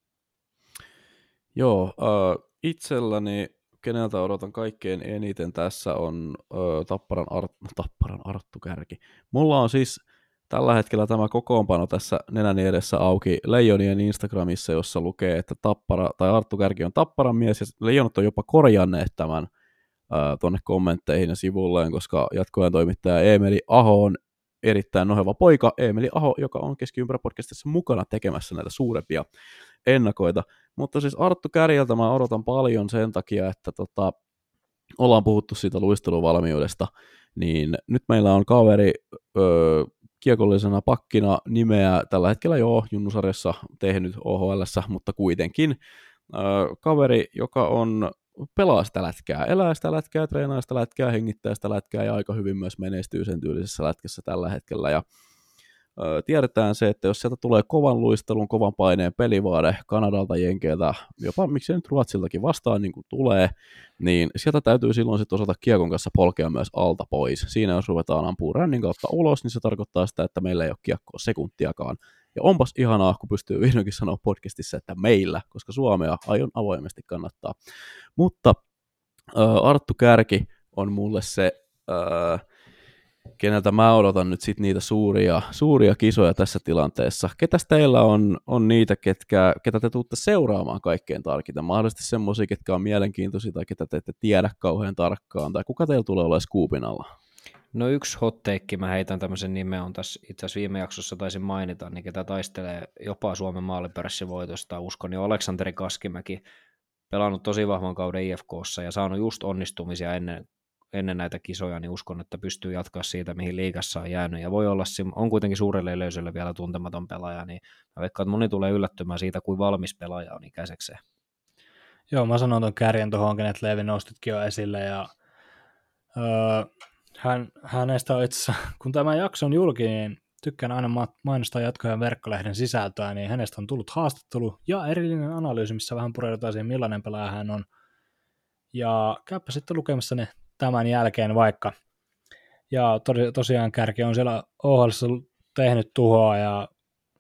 Joo, äh, itselläni keneltä odotan kaikkein eniten tässä on äh, Tapparan, Art, Tapparan Arttu Kärki. Mulla on siis tällä hetkellä tämä kokoonpano tässä nenäni edessä auki Leijonien Instagramissa, jossa lukee, että Tappara, tai Arttu Kärki on Tapparan mies, ja Leijonat on jopa korjanneet tämän äh, tuonne kommentteihin ja sivulleen, koska jatkoajan toimittaja Eemeli Aho on erittäin noheva poika, Eemeli Aho, joka on Keskiympärä-podcastissa mukana tekemässä näitä suurempia ennakoita. Mutta siis Arttu Kärjeltä mä odotan paljon sen takia, että tota, ollaan puhuttu siitä luisteluvalmiudesta, niin nyt meillä on kaveri öö, kiekollisena pakkina nimeä tällä hetkellä jo junnusarjassa tehnyt O H L:ssä, mutta kuitenkin öö, kaveri, joka on pelaa sitä lätkää, elää sitä lätkää, treenaa sitä lätkää, hengittää sitä lätkää ja aika hyvin myös menestyy sen tyylisessä lätkässä tällä hetkellä. Ja ö, tiedetään se, että jos sieltä tulee kovan luistelun, kovan paineen pelivaade Kanadalta, Jenkeiltä, jopa miksei nyt Ruotsiltakin vastaan niin kuin tulee, niin sieltä täytyy silloin sitten osata kiekon kanssa polkea myös alta pois. Siinä jos ruvetaan ampua rännin kautta ulos, niin se tarkoittaa sitä, että meillä ei ole kiekkoa sekuntiakaan. Ja onpas ihanaa, kun pystyy vihdoinkin sanoa podcastissa, että meillä, koska Suomea aion avoimesti kannattaa. Mutta äh, Arttu Kärki on mulle se, äh, keneltä mä odotan nyt sit niitä suuria, suuria kisoja tässä tilanteessa. Ketäs teillä on, on niitä, ketkä, ketä te tuutte seuraamaan kaikkein tarkiten? Mahdollisesti semmoisia, ketkä on mielenkiintoisia tai ketä te ette tiedä kauhean tarkkaan, tai kuka teillä tulee olemaan scoopin alla? No yksi hot take, mä heitän tämmöisen nimen, on tässä itse asiassa viime jaksossa taisin mainita, niin ketä taistelee jopa Suomen maalipörssivoitosta, uskon, niin Aleksanteri Kaskimäki, pelannut tosi vahvan kauden I F K:ssa ja saanut just onnistumisia ennen, ennen näitä kisoja, niin uskon, että pystyy jatkaa siitä, mihin liigassa on jäänyt, ja voi olla, on kuitenkin suurelle yleisölle vielä tuntematon pelaaja, niin mä veikkaan, että moni tulee yllättymään siitä, kuin valmis pelaaja on ikäisekseen. Joo, mä sanon ton Kärjen tuohon, kenet Leevi nostitkin jo esille, ja öö, hän, hänestä on itse asiassa, kun tämä jakso on julki, niin tykkään aina mainostaa Jatkoajan verkkolehden sisältöä, niin hänestä on tullut haastattelu ja erillinen analyysi, missä vähän pureudutaan siihen, millainen pelaaja hän on. Ja käypä sitten lukemassa ne tämän jälkeen vaikka. Ja to- tosiaan Kärki on siellä O H L:ssä tehnyt tuhoa ja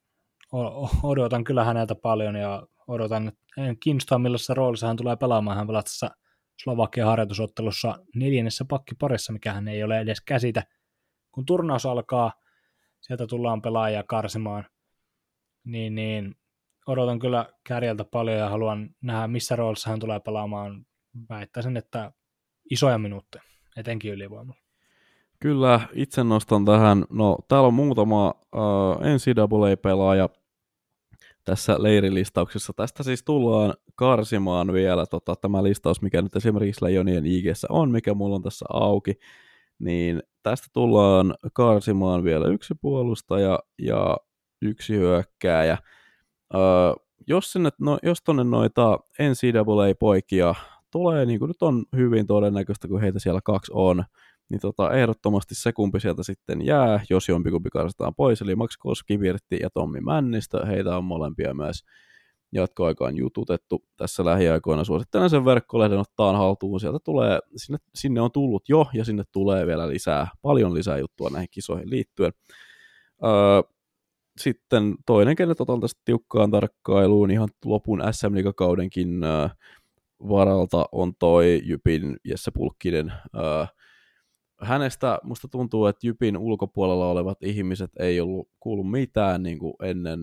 odotan kyllä häneltä paljon ja odotan, en kiinnostaa millaisessa roolissa hän tulee pelaamaan. Hän pelaa tässä Slovakian harjoitusottelussa neljännessä pakkiparissa, mikä hän ei ole edes käsitä. Kun turnaus alkaa, sieltä tullaan pelaajia karsimaan, niin, niin odotan kyllä Kärjeltä paljon ja haluan nähdä, missä roolissa hän tulee pelaamaan. Väittäisin, että isoja minuutteja, etenkin ylivoimalla. Kyllä, itse nostan tähän, no täällä on muutama uh, N C double A-pelaaja tässä leirilistauksessa. Tästä siis tullaan karsimaan vielä tota, tämä listaus, mikä nyt esimerkiksi Leijonien I G:ssä on, mikä mulla on tässä auki, niin tästä tullaan karsimaan vielä yksi puolustaja ja yksi hyökkääjä. Uh, jos, sinne, no, jos tonne noita N C double A-poikia tulee, niin kuin nyt on hyvin todennäköistä, kun heitä siellä kaksi on, niin tota, ehdottomasti se kumpi sieltä sitten jää, jos jompikumpi karsitaan pois, eli Max Koskivirtti ja Tommi Männistö, heitä on molempia myös jatkoaikaan jututettu tässä lähiaikoina. Suosittelen sen verkkolehden ottaan haltuun, sieltä tulee, sinne, sinne on tullut jo, ja sinne tulee vielä lisää, paljon lisää juttua näihin kisoihin liittyen. Öö, sitten toinen, kenet otan tästä tiukkaan tarkkailuun, ihan lopun S M-liigakaudenkin öö, varalta on toi Jypin Jesse Pulkkinen. Öö, Hänestä musta tuntuu, että Jypin ulkopuolella olevat ihmiset ei ollut kuullut mitään niin kuin ennen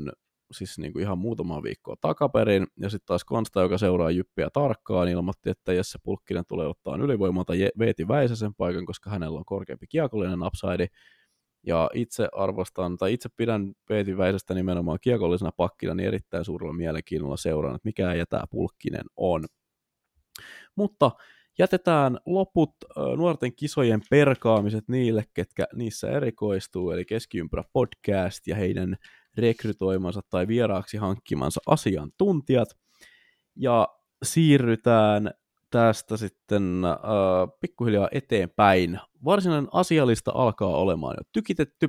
siis niin kuin ihan muutama viikkoa takaperin, ja sitten taas Konsta, joka seuraa Jyppiä tarkkaan, ilmoitti, että Jesse Pulkkinen tulee ottaa ylivoimalta Veeti Väisäsen paikan, koska hänellä on korkeampi kiekollinen upside, ja itse arvostan, tai itse pidän Veeti Väisästä nimenomaan kiekollisena pakkina, niin erittäin suurella mielenkiinnolla seuraan, että mikä jätää Pulkkinen on. Mutta jätetään loput nuorten kisojen perkaamiset niille, ketkä niissä erikoistuu, eli Keskiympyrä podcast ja heidän rekrytoimansa tai vieraaksi hankkimansa asiantuntijat. Ja siirrytään tästä sitten äh, pikkuhiljaa eteenpäin. Varsinainen asialista alkaa olemaan jo tykitetty.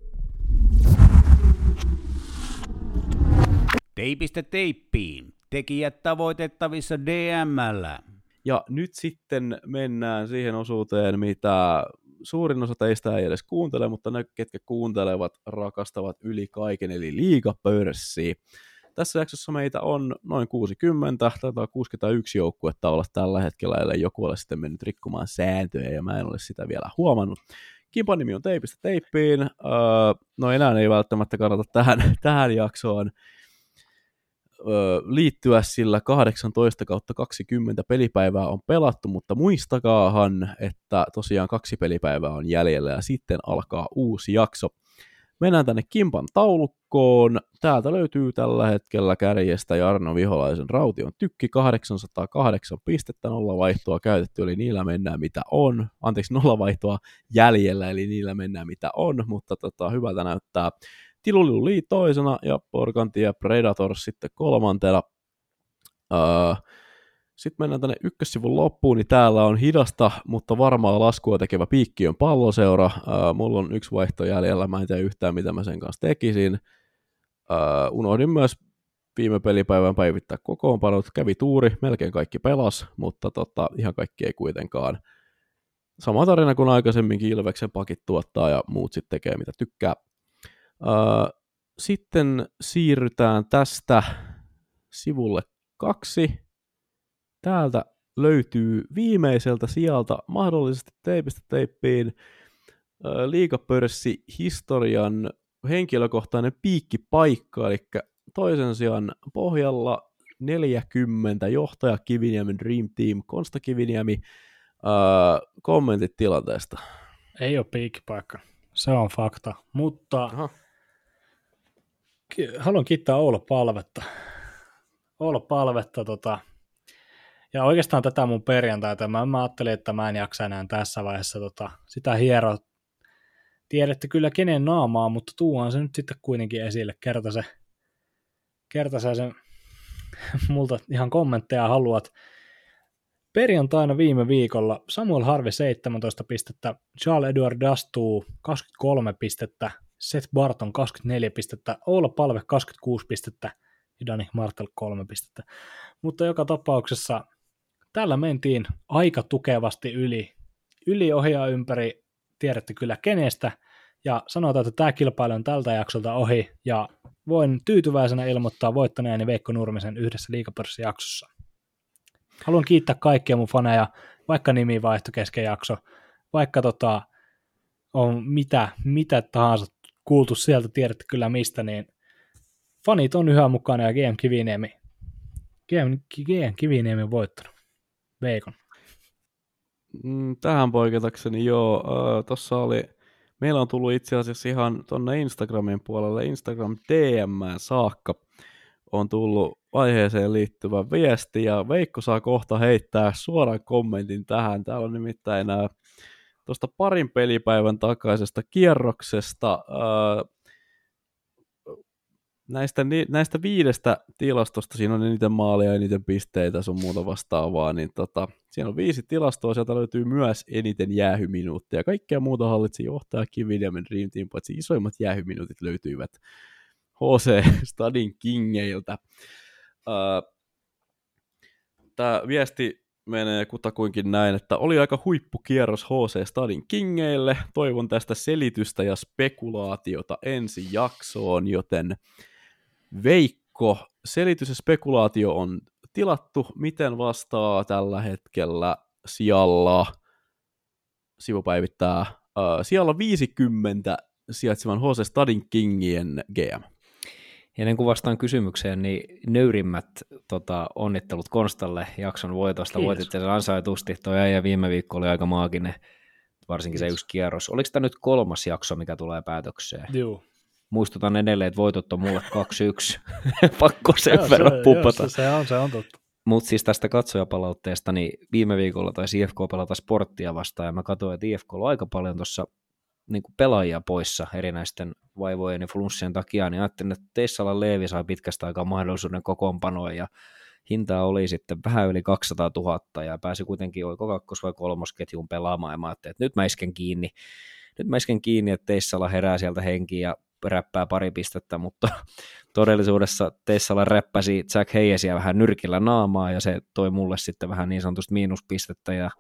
Teipistä teippiin. Tekijät tavoitettavissa D M:llä. Ja nyt sitten mennään siihen osuuteen, mitä suurin osa teistä ei edes kuuntele, mutta ne, ketkä kuuntelevat, rakastavat yli kaiken, eli liigapörssi. Tässä jaksossa meitä on noin kuusikymmentä, taitaa kuusikymmentäyksi joukkuetta olla tällä hetkellä, ellei joku ole sitten mennyt rikkomaan sääntöjä, ja mä en ole sitä vielä huomannut. Kimpan nimi on Teipistä teippiin. Öö, no enää ei välttämättä kannata tähän, tähän jaksoon liittyä, sillä kahdeksantoista kautta kaksikymmentä pelipäivää on pelattu, mutta muistakaahan, että tosiaan kaksi pelipäivää on jäljellä ja sitten alkaa uusi jakso. Mennään tänne Kimpan taulukkoon. Täältä löytyy tällä hetkellä kärjestä Jarno Viholaisen Raution tykki kahdeksansataakahdeksan pistettä, nolla vaihtoa käytetty, eli niillä mennään mitä on. Anteeksi, nolla vaihtoa jäljellä, eli niillä mennään mitä on, mutta tota, hyvältä näyttää. Tilulili toisena ja Porkantia Predators sitten kolmantena. Öö, sitten mennään tänne ykkössivun loppuun, niin täällä on hidasta, mutta varmaa laskua tekevä Piikkiön Palloseura. Öö, mulla on yksi vaihto jäljellä, mä en tiedä yhtään mitä mä sen kanssa tekisin. Öö, unohdin myös viime pelipäivän päivittää kokoonpanot, kävi tuuri, melkein kaikki pelas, mutta tota, ihan kaikki ei kuitenkaan. Sama tarina kuin aikaisemminkin, Ilveksen pakit tuottaa ja muut sitten tekee mitä tykkää. Uh, sitten siirrytään tästä sivulle kaksi. Täältä löytyy viimeiseltä sijalta mahdollisesti teipistä teippiin uh, liigapörssi historian henkilökohtainen piikkipaikka, eli toisen sijan pohjalla neljäkymmentä johtaja Kiviniemen Dream Team, Konsta Kiviniemi. Uh, kommentit tilanteesta. Ei ole piikkipaikka, se on fakta, mutta Aha. haluan kiittää Oula Palvetta. Oula Palvetta, tota, ja oikeastaan tätä mun perjantaita, mä, mä ajattelin, että mä en jaksa enää tässä vaiheessa tota, sitä hieroa. Tiedätte kyllä kenen naamaa, mutta tuuhan se nyt sitten kuitenkin esille. Kerta se, kerta se sen multa ihan kommentteja haluat. Perjantaina viime viikolla Samuel Harvey seitsemäntoista pistettä, Charles-Edouard Dastou kaksikymmentäkolme pistettä, Seth Barton kaksikymmentäneljä pistettä, Oula Palve kaksikymmentäkuusi pistettä ja Dani Martel kolme pistettä. Mutta joka tapauksessa tällä mentiin aika tukevasti yli, yli ohjaa ympäri, tiedätte kyllä kenestä, ja sanotaan, että tämä kilpailu on tältä jaksolta ohi, ja voin tyytyväisenä ilmoittaa voittaneeni Veikko Nurmisen yhdessä liigapörssijaksossa. Haluan kiittää kaikkia mun faneja, vaikka nimi vaihto kesken jakso, vaikka tota, on mitä, mitä tahansa kuultu sieltä, tiedätte kyllä mistä, niin fanit on yhä mukana ja G M Kiviniemi, G M, G M Kiviniemi on voittanut Veikon. Tähän poiketakseni joo, äh, tuossa oli, meillä on tullut itse asiassa ihan tuonne Instagramin puolelle, Instagram D M saakka on tullut aiheeseen liittyvä viesti, ja Veikko saa kohta heittää suoran kommentin tähän. Täällä on nimittäin tuosta parin pelipäivän takaisesta kierroksesta ää, näistä, näistä viidestä tilastosta, siinä on eniten maaleja, eniten pisteitä, sun muuta vastaavaa, niin tota, siinä on viisi tilastoa, sieltä löytyy myös eniten jäähyminuuttia. Kaikkea muuta hallitsi johtaja Kiviniemen Dream Team, paitsi isoimmat jäähyminuutit löytyivät H C Stadin Kingeiltä. Uh, Tämä viesti menee kutakuinkin näin, että oli aika huippukierros H C Stadin Kingeille. Toivon tästä selitystä ja spekulaatiota ensi jaksoon, joten Veikko, selitys ja spekulaatio on tilattu. Miten vastaa tällä hetkellä sijalla, sivupäivittää, uh, sijalla viisikymmentä sijaitsevan H C Stadin Kingien G M? ennen kuin vastaan kysymykseen, niin nöyrimmät tota, onnittelut Konstalle jakson voitosta. Kiitos. Voititte sen ansaitusti. Toi äijä viime viikko oli aika maaginen, varsinkin Kiitos. Se yksi kierros. Oliko tämä nyt kolmas jakso, mikä tulee päätökseen? Joo. Muistutan edelleen, että voitot on mulle kaksi yksi. Pakko sen joo, verran se, pupata. Joo, se, se, on, se on totta. Mutta siis tästä katsojapalautteesta, niin viime viikolla taisi I F K pelata Sporttia vastaan, ja mä katsoin, että I F K on aika paljon tuossa niin pelaajia poissa erinäisten vaivojen ja flunssien takia, niin ajattelin, että Teissalan Leevi sai pitkästä aikaa mahdollisuuden kokoonpanoon, ja hintaa oli sitten vähän yli kaksisataatuhatta, ja pääsi kuitenkin oiko kakkos- vai kolmosketjuun pelaamaan, ja mä ajattelin, että nyt mä isken kiinni, nyt mä isken kiinni, että Teissala herää sieltä henkiin, ja räppää pari pistettä, mutta todellisuudessa Teissala räppäsi Jack Hayesiä vähän nyrkillä naamaa, ja se toi mulle sitten vähän niin sanotusti miinuspistettä, ja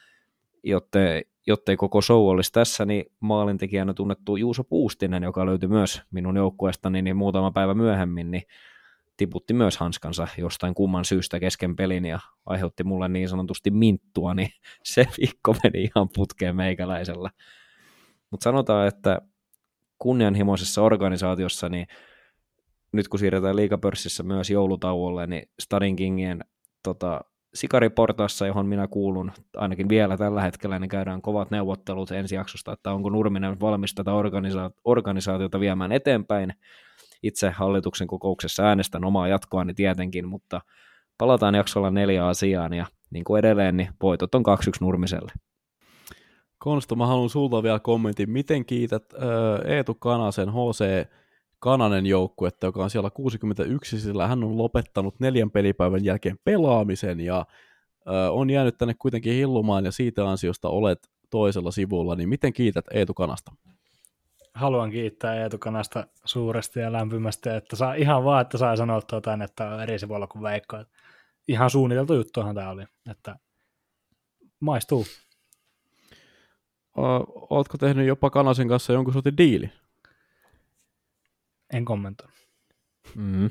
jottei, jottei koko show olisi tässä, niin maalintekijänä tunnettu Juuso Puustinen, joka löytyi myös minun joukkueestani niin muutama päivä myöhemmin, niin tiputti myös hanskansa jostain kumman syystä kesken pelin, ja aiheutti mulle niin sanotusti minttua, niin se viikko meni ihan putkeen meikäläisellä. Mutta sanotaan, että kunnianhimoisessa organisaatiossa, niin nyt kun siirretään liigapörssissä myös joulutauolle, niin Stadin Kingien tota, sikariportaassa, johon minä kuulun ainakin vielä tällä hetkellä, niin käydään kovat neuvottelut ensi jaksosta, että onko Nurminen valmis tätä organisa- organisaatiota viemään eteenpäin. Itse hallituksen kokouksessa äänestän omaa jatkoani tietenkin, mutta palataan jaksolla neljä asiaan, ja niin kuin edelleen, niin voitot on kaksi yksi Nurmiselle. Konsta, mä haluan sulta vielä kommentin. Miten kiität äh, Eetu Kanasen H C Kananen joukkuetta, joka on siellä kuusikymmentäyksi, sillä hän on lopettanut neljän pelipäivän jälkeen pelaamisen ja äh, on jäänyt tänne kuitenkin hillumaan ja siitä ansiosta olet toisella sivulla, niin miten kiität Eetu Kanasta? Haluan kiittää Eetu Kanasta suuresti ja lämpimästi, että saa ihan vaan, että sai sanoa tuota, että on eri sivulla kuin Veikko. Ihan suunniteltu juttuhan tämä oli, että maistuu. Uh, ootko tehnyt jopa Kanasen kanssa jonkun sortin diili? En kommentoi. Mm.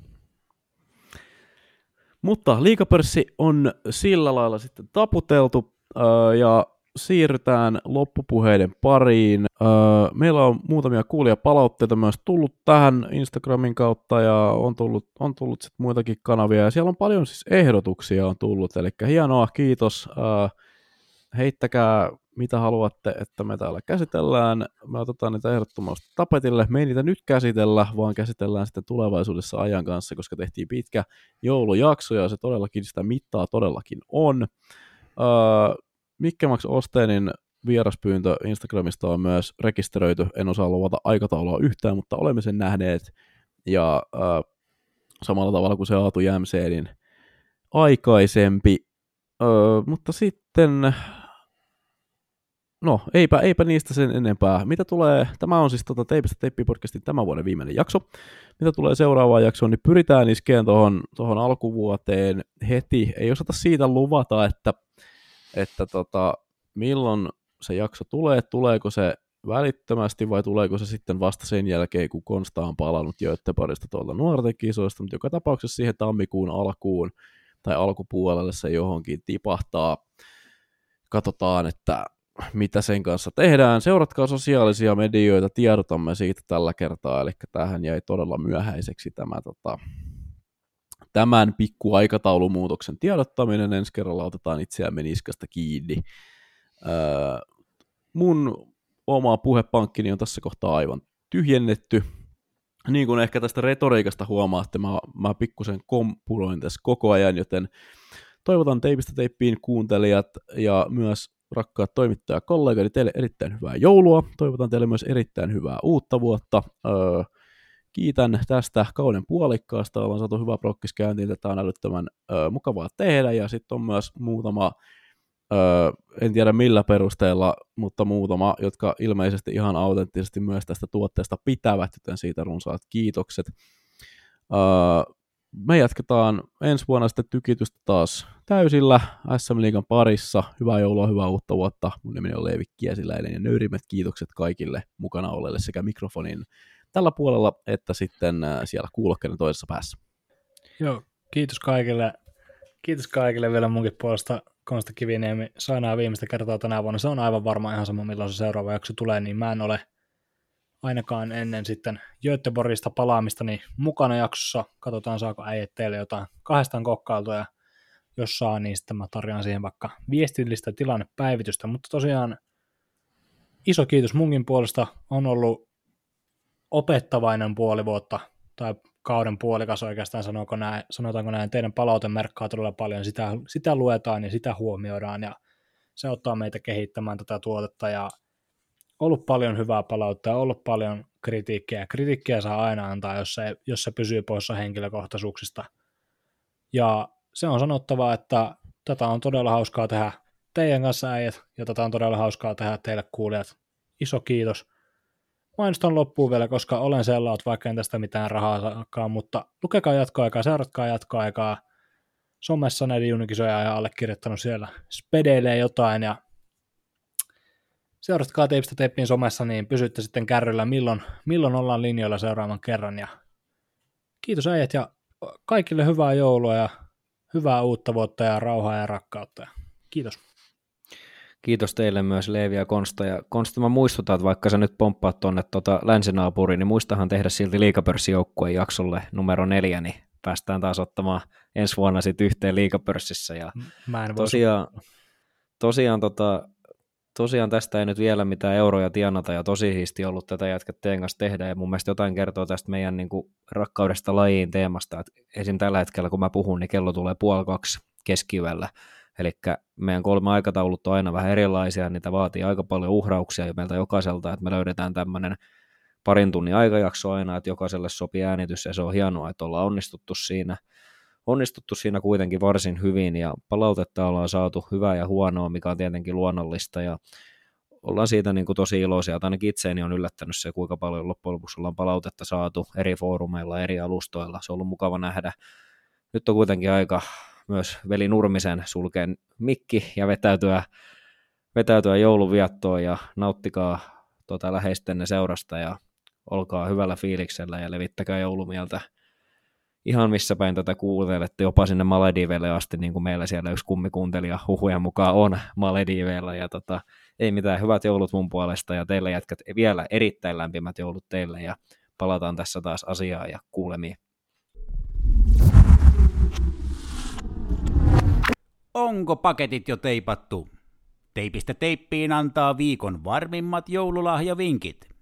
Mutta liigapörssi on sillä lailla sitten taputeltu uh, ja siirrytään loppupuheiden pariin. Uh, meillä on muutamia kuulijapalautteita myös tullut tähän Instagramin kautta ja on tullut, on tullut sit muitakin kanavia ja siellä on paljon siis ehdotuksia on tullut, eli hienoa, kiitos. Uh, heittäkää mitä haluatte, että me täällä käsitellään. Me otetaan niitä ehdottomasti tapetille. Me ei niitä nyt käsitellä, vaan käsitellään sitten tulevaisuudessa ajan kanssa, koska tehtiin pitkä joulujakso ja se todellakin sitä mittaa todellakin on. Uh, Mikke Max Osteenin vieraspyyntö Instagramista on myös rekisteröity. En osaa luvata aikataulua yhtään, mutta olemme sen nähneet. Ja uh, samalla tavalla kuin se Aatu Jämseenin aikaisempi. Uh, mutta sitten... No, eipä, eipä niistä sen enempää. Mitä tulee, tämä on siis tota Teipistä Teippiin podcastin tämän vuoden viimeinen jakso. Mitä tulee seuraavaan jaksoon, niin pyritään iskeen tuohon tohon alkuvuoteen heti. Ei osata siitä luvata, että, että tota, milloin se jakso tulee, tuleeko se välittömästi vai tuleeko se sitten vasta sen jälkeen, kun Konsta on palannut Göteborgista tuolta nuorten kisoista, mutta joka tapauksessa siihen tammikuun alkuun tai alkupuolelle se johonkin tipahtaa. Katsotaan, että mitä sen kanssa tehdään. Seuratkaa sosiaalisia medioita, tiedotamme siitä tällä kertaa, eli tämähän jäi todella myöhäiseksi tämä, tota, tämän pikku aikataulumuutoksen tiedottaminen. Ensi kerralla otetaan itseämme niskasta kiinni. Öö, mun oma puhepankkini on tässä kohtaa aivan tyhjennetty. Niin kuin ehkä tästä retoriikasta huomaatte, mä, mä pikkusen kompuroin tässä koko ajan, joten toivotan Teipistä Teippiin kuuntelijat ja myös rakkaat toimittajakollegani, teille erittäin hyvää joulua. Toivotan teille myös erittäin hyvää uutta vuotta. Öö, kiitän tästä kauden puolikkaasta. Ollaan saatu hyvä prokkis käyntiin. Tätä on älyttömän öö, mukavaa tehdä. Ja sitten on myös muutama, öö, en tiedä millä perusteella, mutta muutama, jotka ilmeisesti ihan autenttisesti myös tästä tuotteesta pitävät, joten siitä runsaat kiitokset. Öö, Me jatketaan ensi vuonna sitten tykitystä taas täysillä S M-liigan parissa. Hyvää joulua, hyvää uutta vuotta. Mun nimeni on Leevi Kiesiläinen ja nöyrimmät kiitokset kaikille mukana olleille sekä mikrofonin tällä puolella että sitten siellä kuulokkeiden toisessa päässä. Joo, kiitos kaikille. Kiitos kaikille vielä munkin puolesta. Konsta Kiviniemi sai nämä viimeistä kertaa tänä vuonna. Se on aivan varma ihan sama milloin se seuraava jakso tulee, niin mä en ole ainakaan ennen sitten Göteborgista palaamista niin mukana jaksossa. Katsotaan, saako äijät teille jotain kahdestaan kokkailtua, ja jos saa, niin sitten mä tarjoan siihen vaikka viestillistä tilannepäivitystä. Mutta tosiaan iso kiitos munkin puolesta. On ollut opettavainen puoli vuotta, tai kauden puolikas oikeastaan, sanotaanko näin, sanotaanko näin. Teidän palaute merkkaa todella paljon, sitä, sitä luetaan ja sitä huomioidaan, ja se auttaa meitä kehittämään tätä tuotetta, ja ollut paljon hyvää palautetta ja ollut paljon kritiikkiä. Kritiikkiä saa aina antaa, jos se, jos se pysyy poissa henkilökohtaisuuksista. Ja se on sanottava, että tätä on todella hauskaa tehdä teidän kanssa, äijät, ja tätä on todella hauskaa tehdä teille kuulijat. Iso kiitos. Mainostan loppuun vielä, koska olen sellaut, vaikka en tästä mitään rahaa saakaan, mutta lukekaa jatkoaikaa, seuratkaa jatkoaikaa. Somessa näiden junikisoja ja allekirjoittanut siellä spedeilee jotain, ja seuratkaa Teipistä Teippiin somessa, niin pysytte sitten kärryllä, milloin, milloin ollaan linjoilla seuraavan kerran. Ja kiitos äijät, ja kaikille hyvää joulua ja hyvää uutta vuotta ja rauhaa ja rakkautta. Ja kiitos. Kiitos teille myös Leevi ja Konsta. Ja Konsta, mä muistutan, että vaikka sä nyt pomppaat tuonne tuota länsinaapuriin, niin muistahan tehdä silti liigapörssijoukkueen jaksolle numero neljä, niin päästään taas ottamaan ensi vuonna sitten yhteen liigapörssissä. Ja mä en tosiaan, tosiaan, tota, tosiaan tästä ei nyt vielä mitään euroja tienata, ja tosi siisti ollut tätä jätkät teidän kanssa tehdä, ja mun mielestä jotain kertoo tästä meidän niin kuin rakkaudesta lajiin teemasta, että esim. Tällä hetkellä, kun mä puhun, niin kello tulee puoli kaksi keskiyöllä, eli meidän kolme aikataulut on aina vähän erilaisia, niitä vaatii aika paljon uhrauksia meiltä jokaiselta, että me löydetään tämmöinen parin tunnin aikajakso aina, että jokaiselle sopii äänitys, ja se on hienoa, että ollaan onnistuttu siinä, onnistuttu siinä kuitenkin varsin hyvin, ja palautetta ollaan saatu hyvää ja huonoa, mikä on tietenkin luonnollista, ja ollaan siitä niin kuin tosi iloisia, että ainakin itseäni on yllättänyt se, kuinka paljon loppujen lopuksi ollaan palautetta saatu eri foorumeilla, eri alustoilla, se on ollut mukava nähdä. Nyt on kuitenkin aika myös veli Nurmisen sulkeen mikki ja vetäytyä, vetäytyä jouluviettoon, ja nauttikaa tuota läheistenne seurasta, ja olkaa hyvällä fiiliksellä, ja levittäkää joulumieltä ihan missä päin tätä kuuntelette, jopa sinne Maledivelle asti, niin kuin meillä siellä yksi kummikuuntelija huhujen mukaan on Maledivella, ja tota, ei mitään, hyvät joulut mun puolesta, ja teille jätkät vielä erittäin lämpimät joulut teille, ja palataan tässä taas asiaan ja kuulemiin. Onko paketit jo teipattu? Teipistä Teippiin antaa viikon varmimmat joululahjavinkit.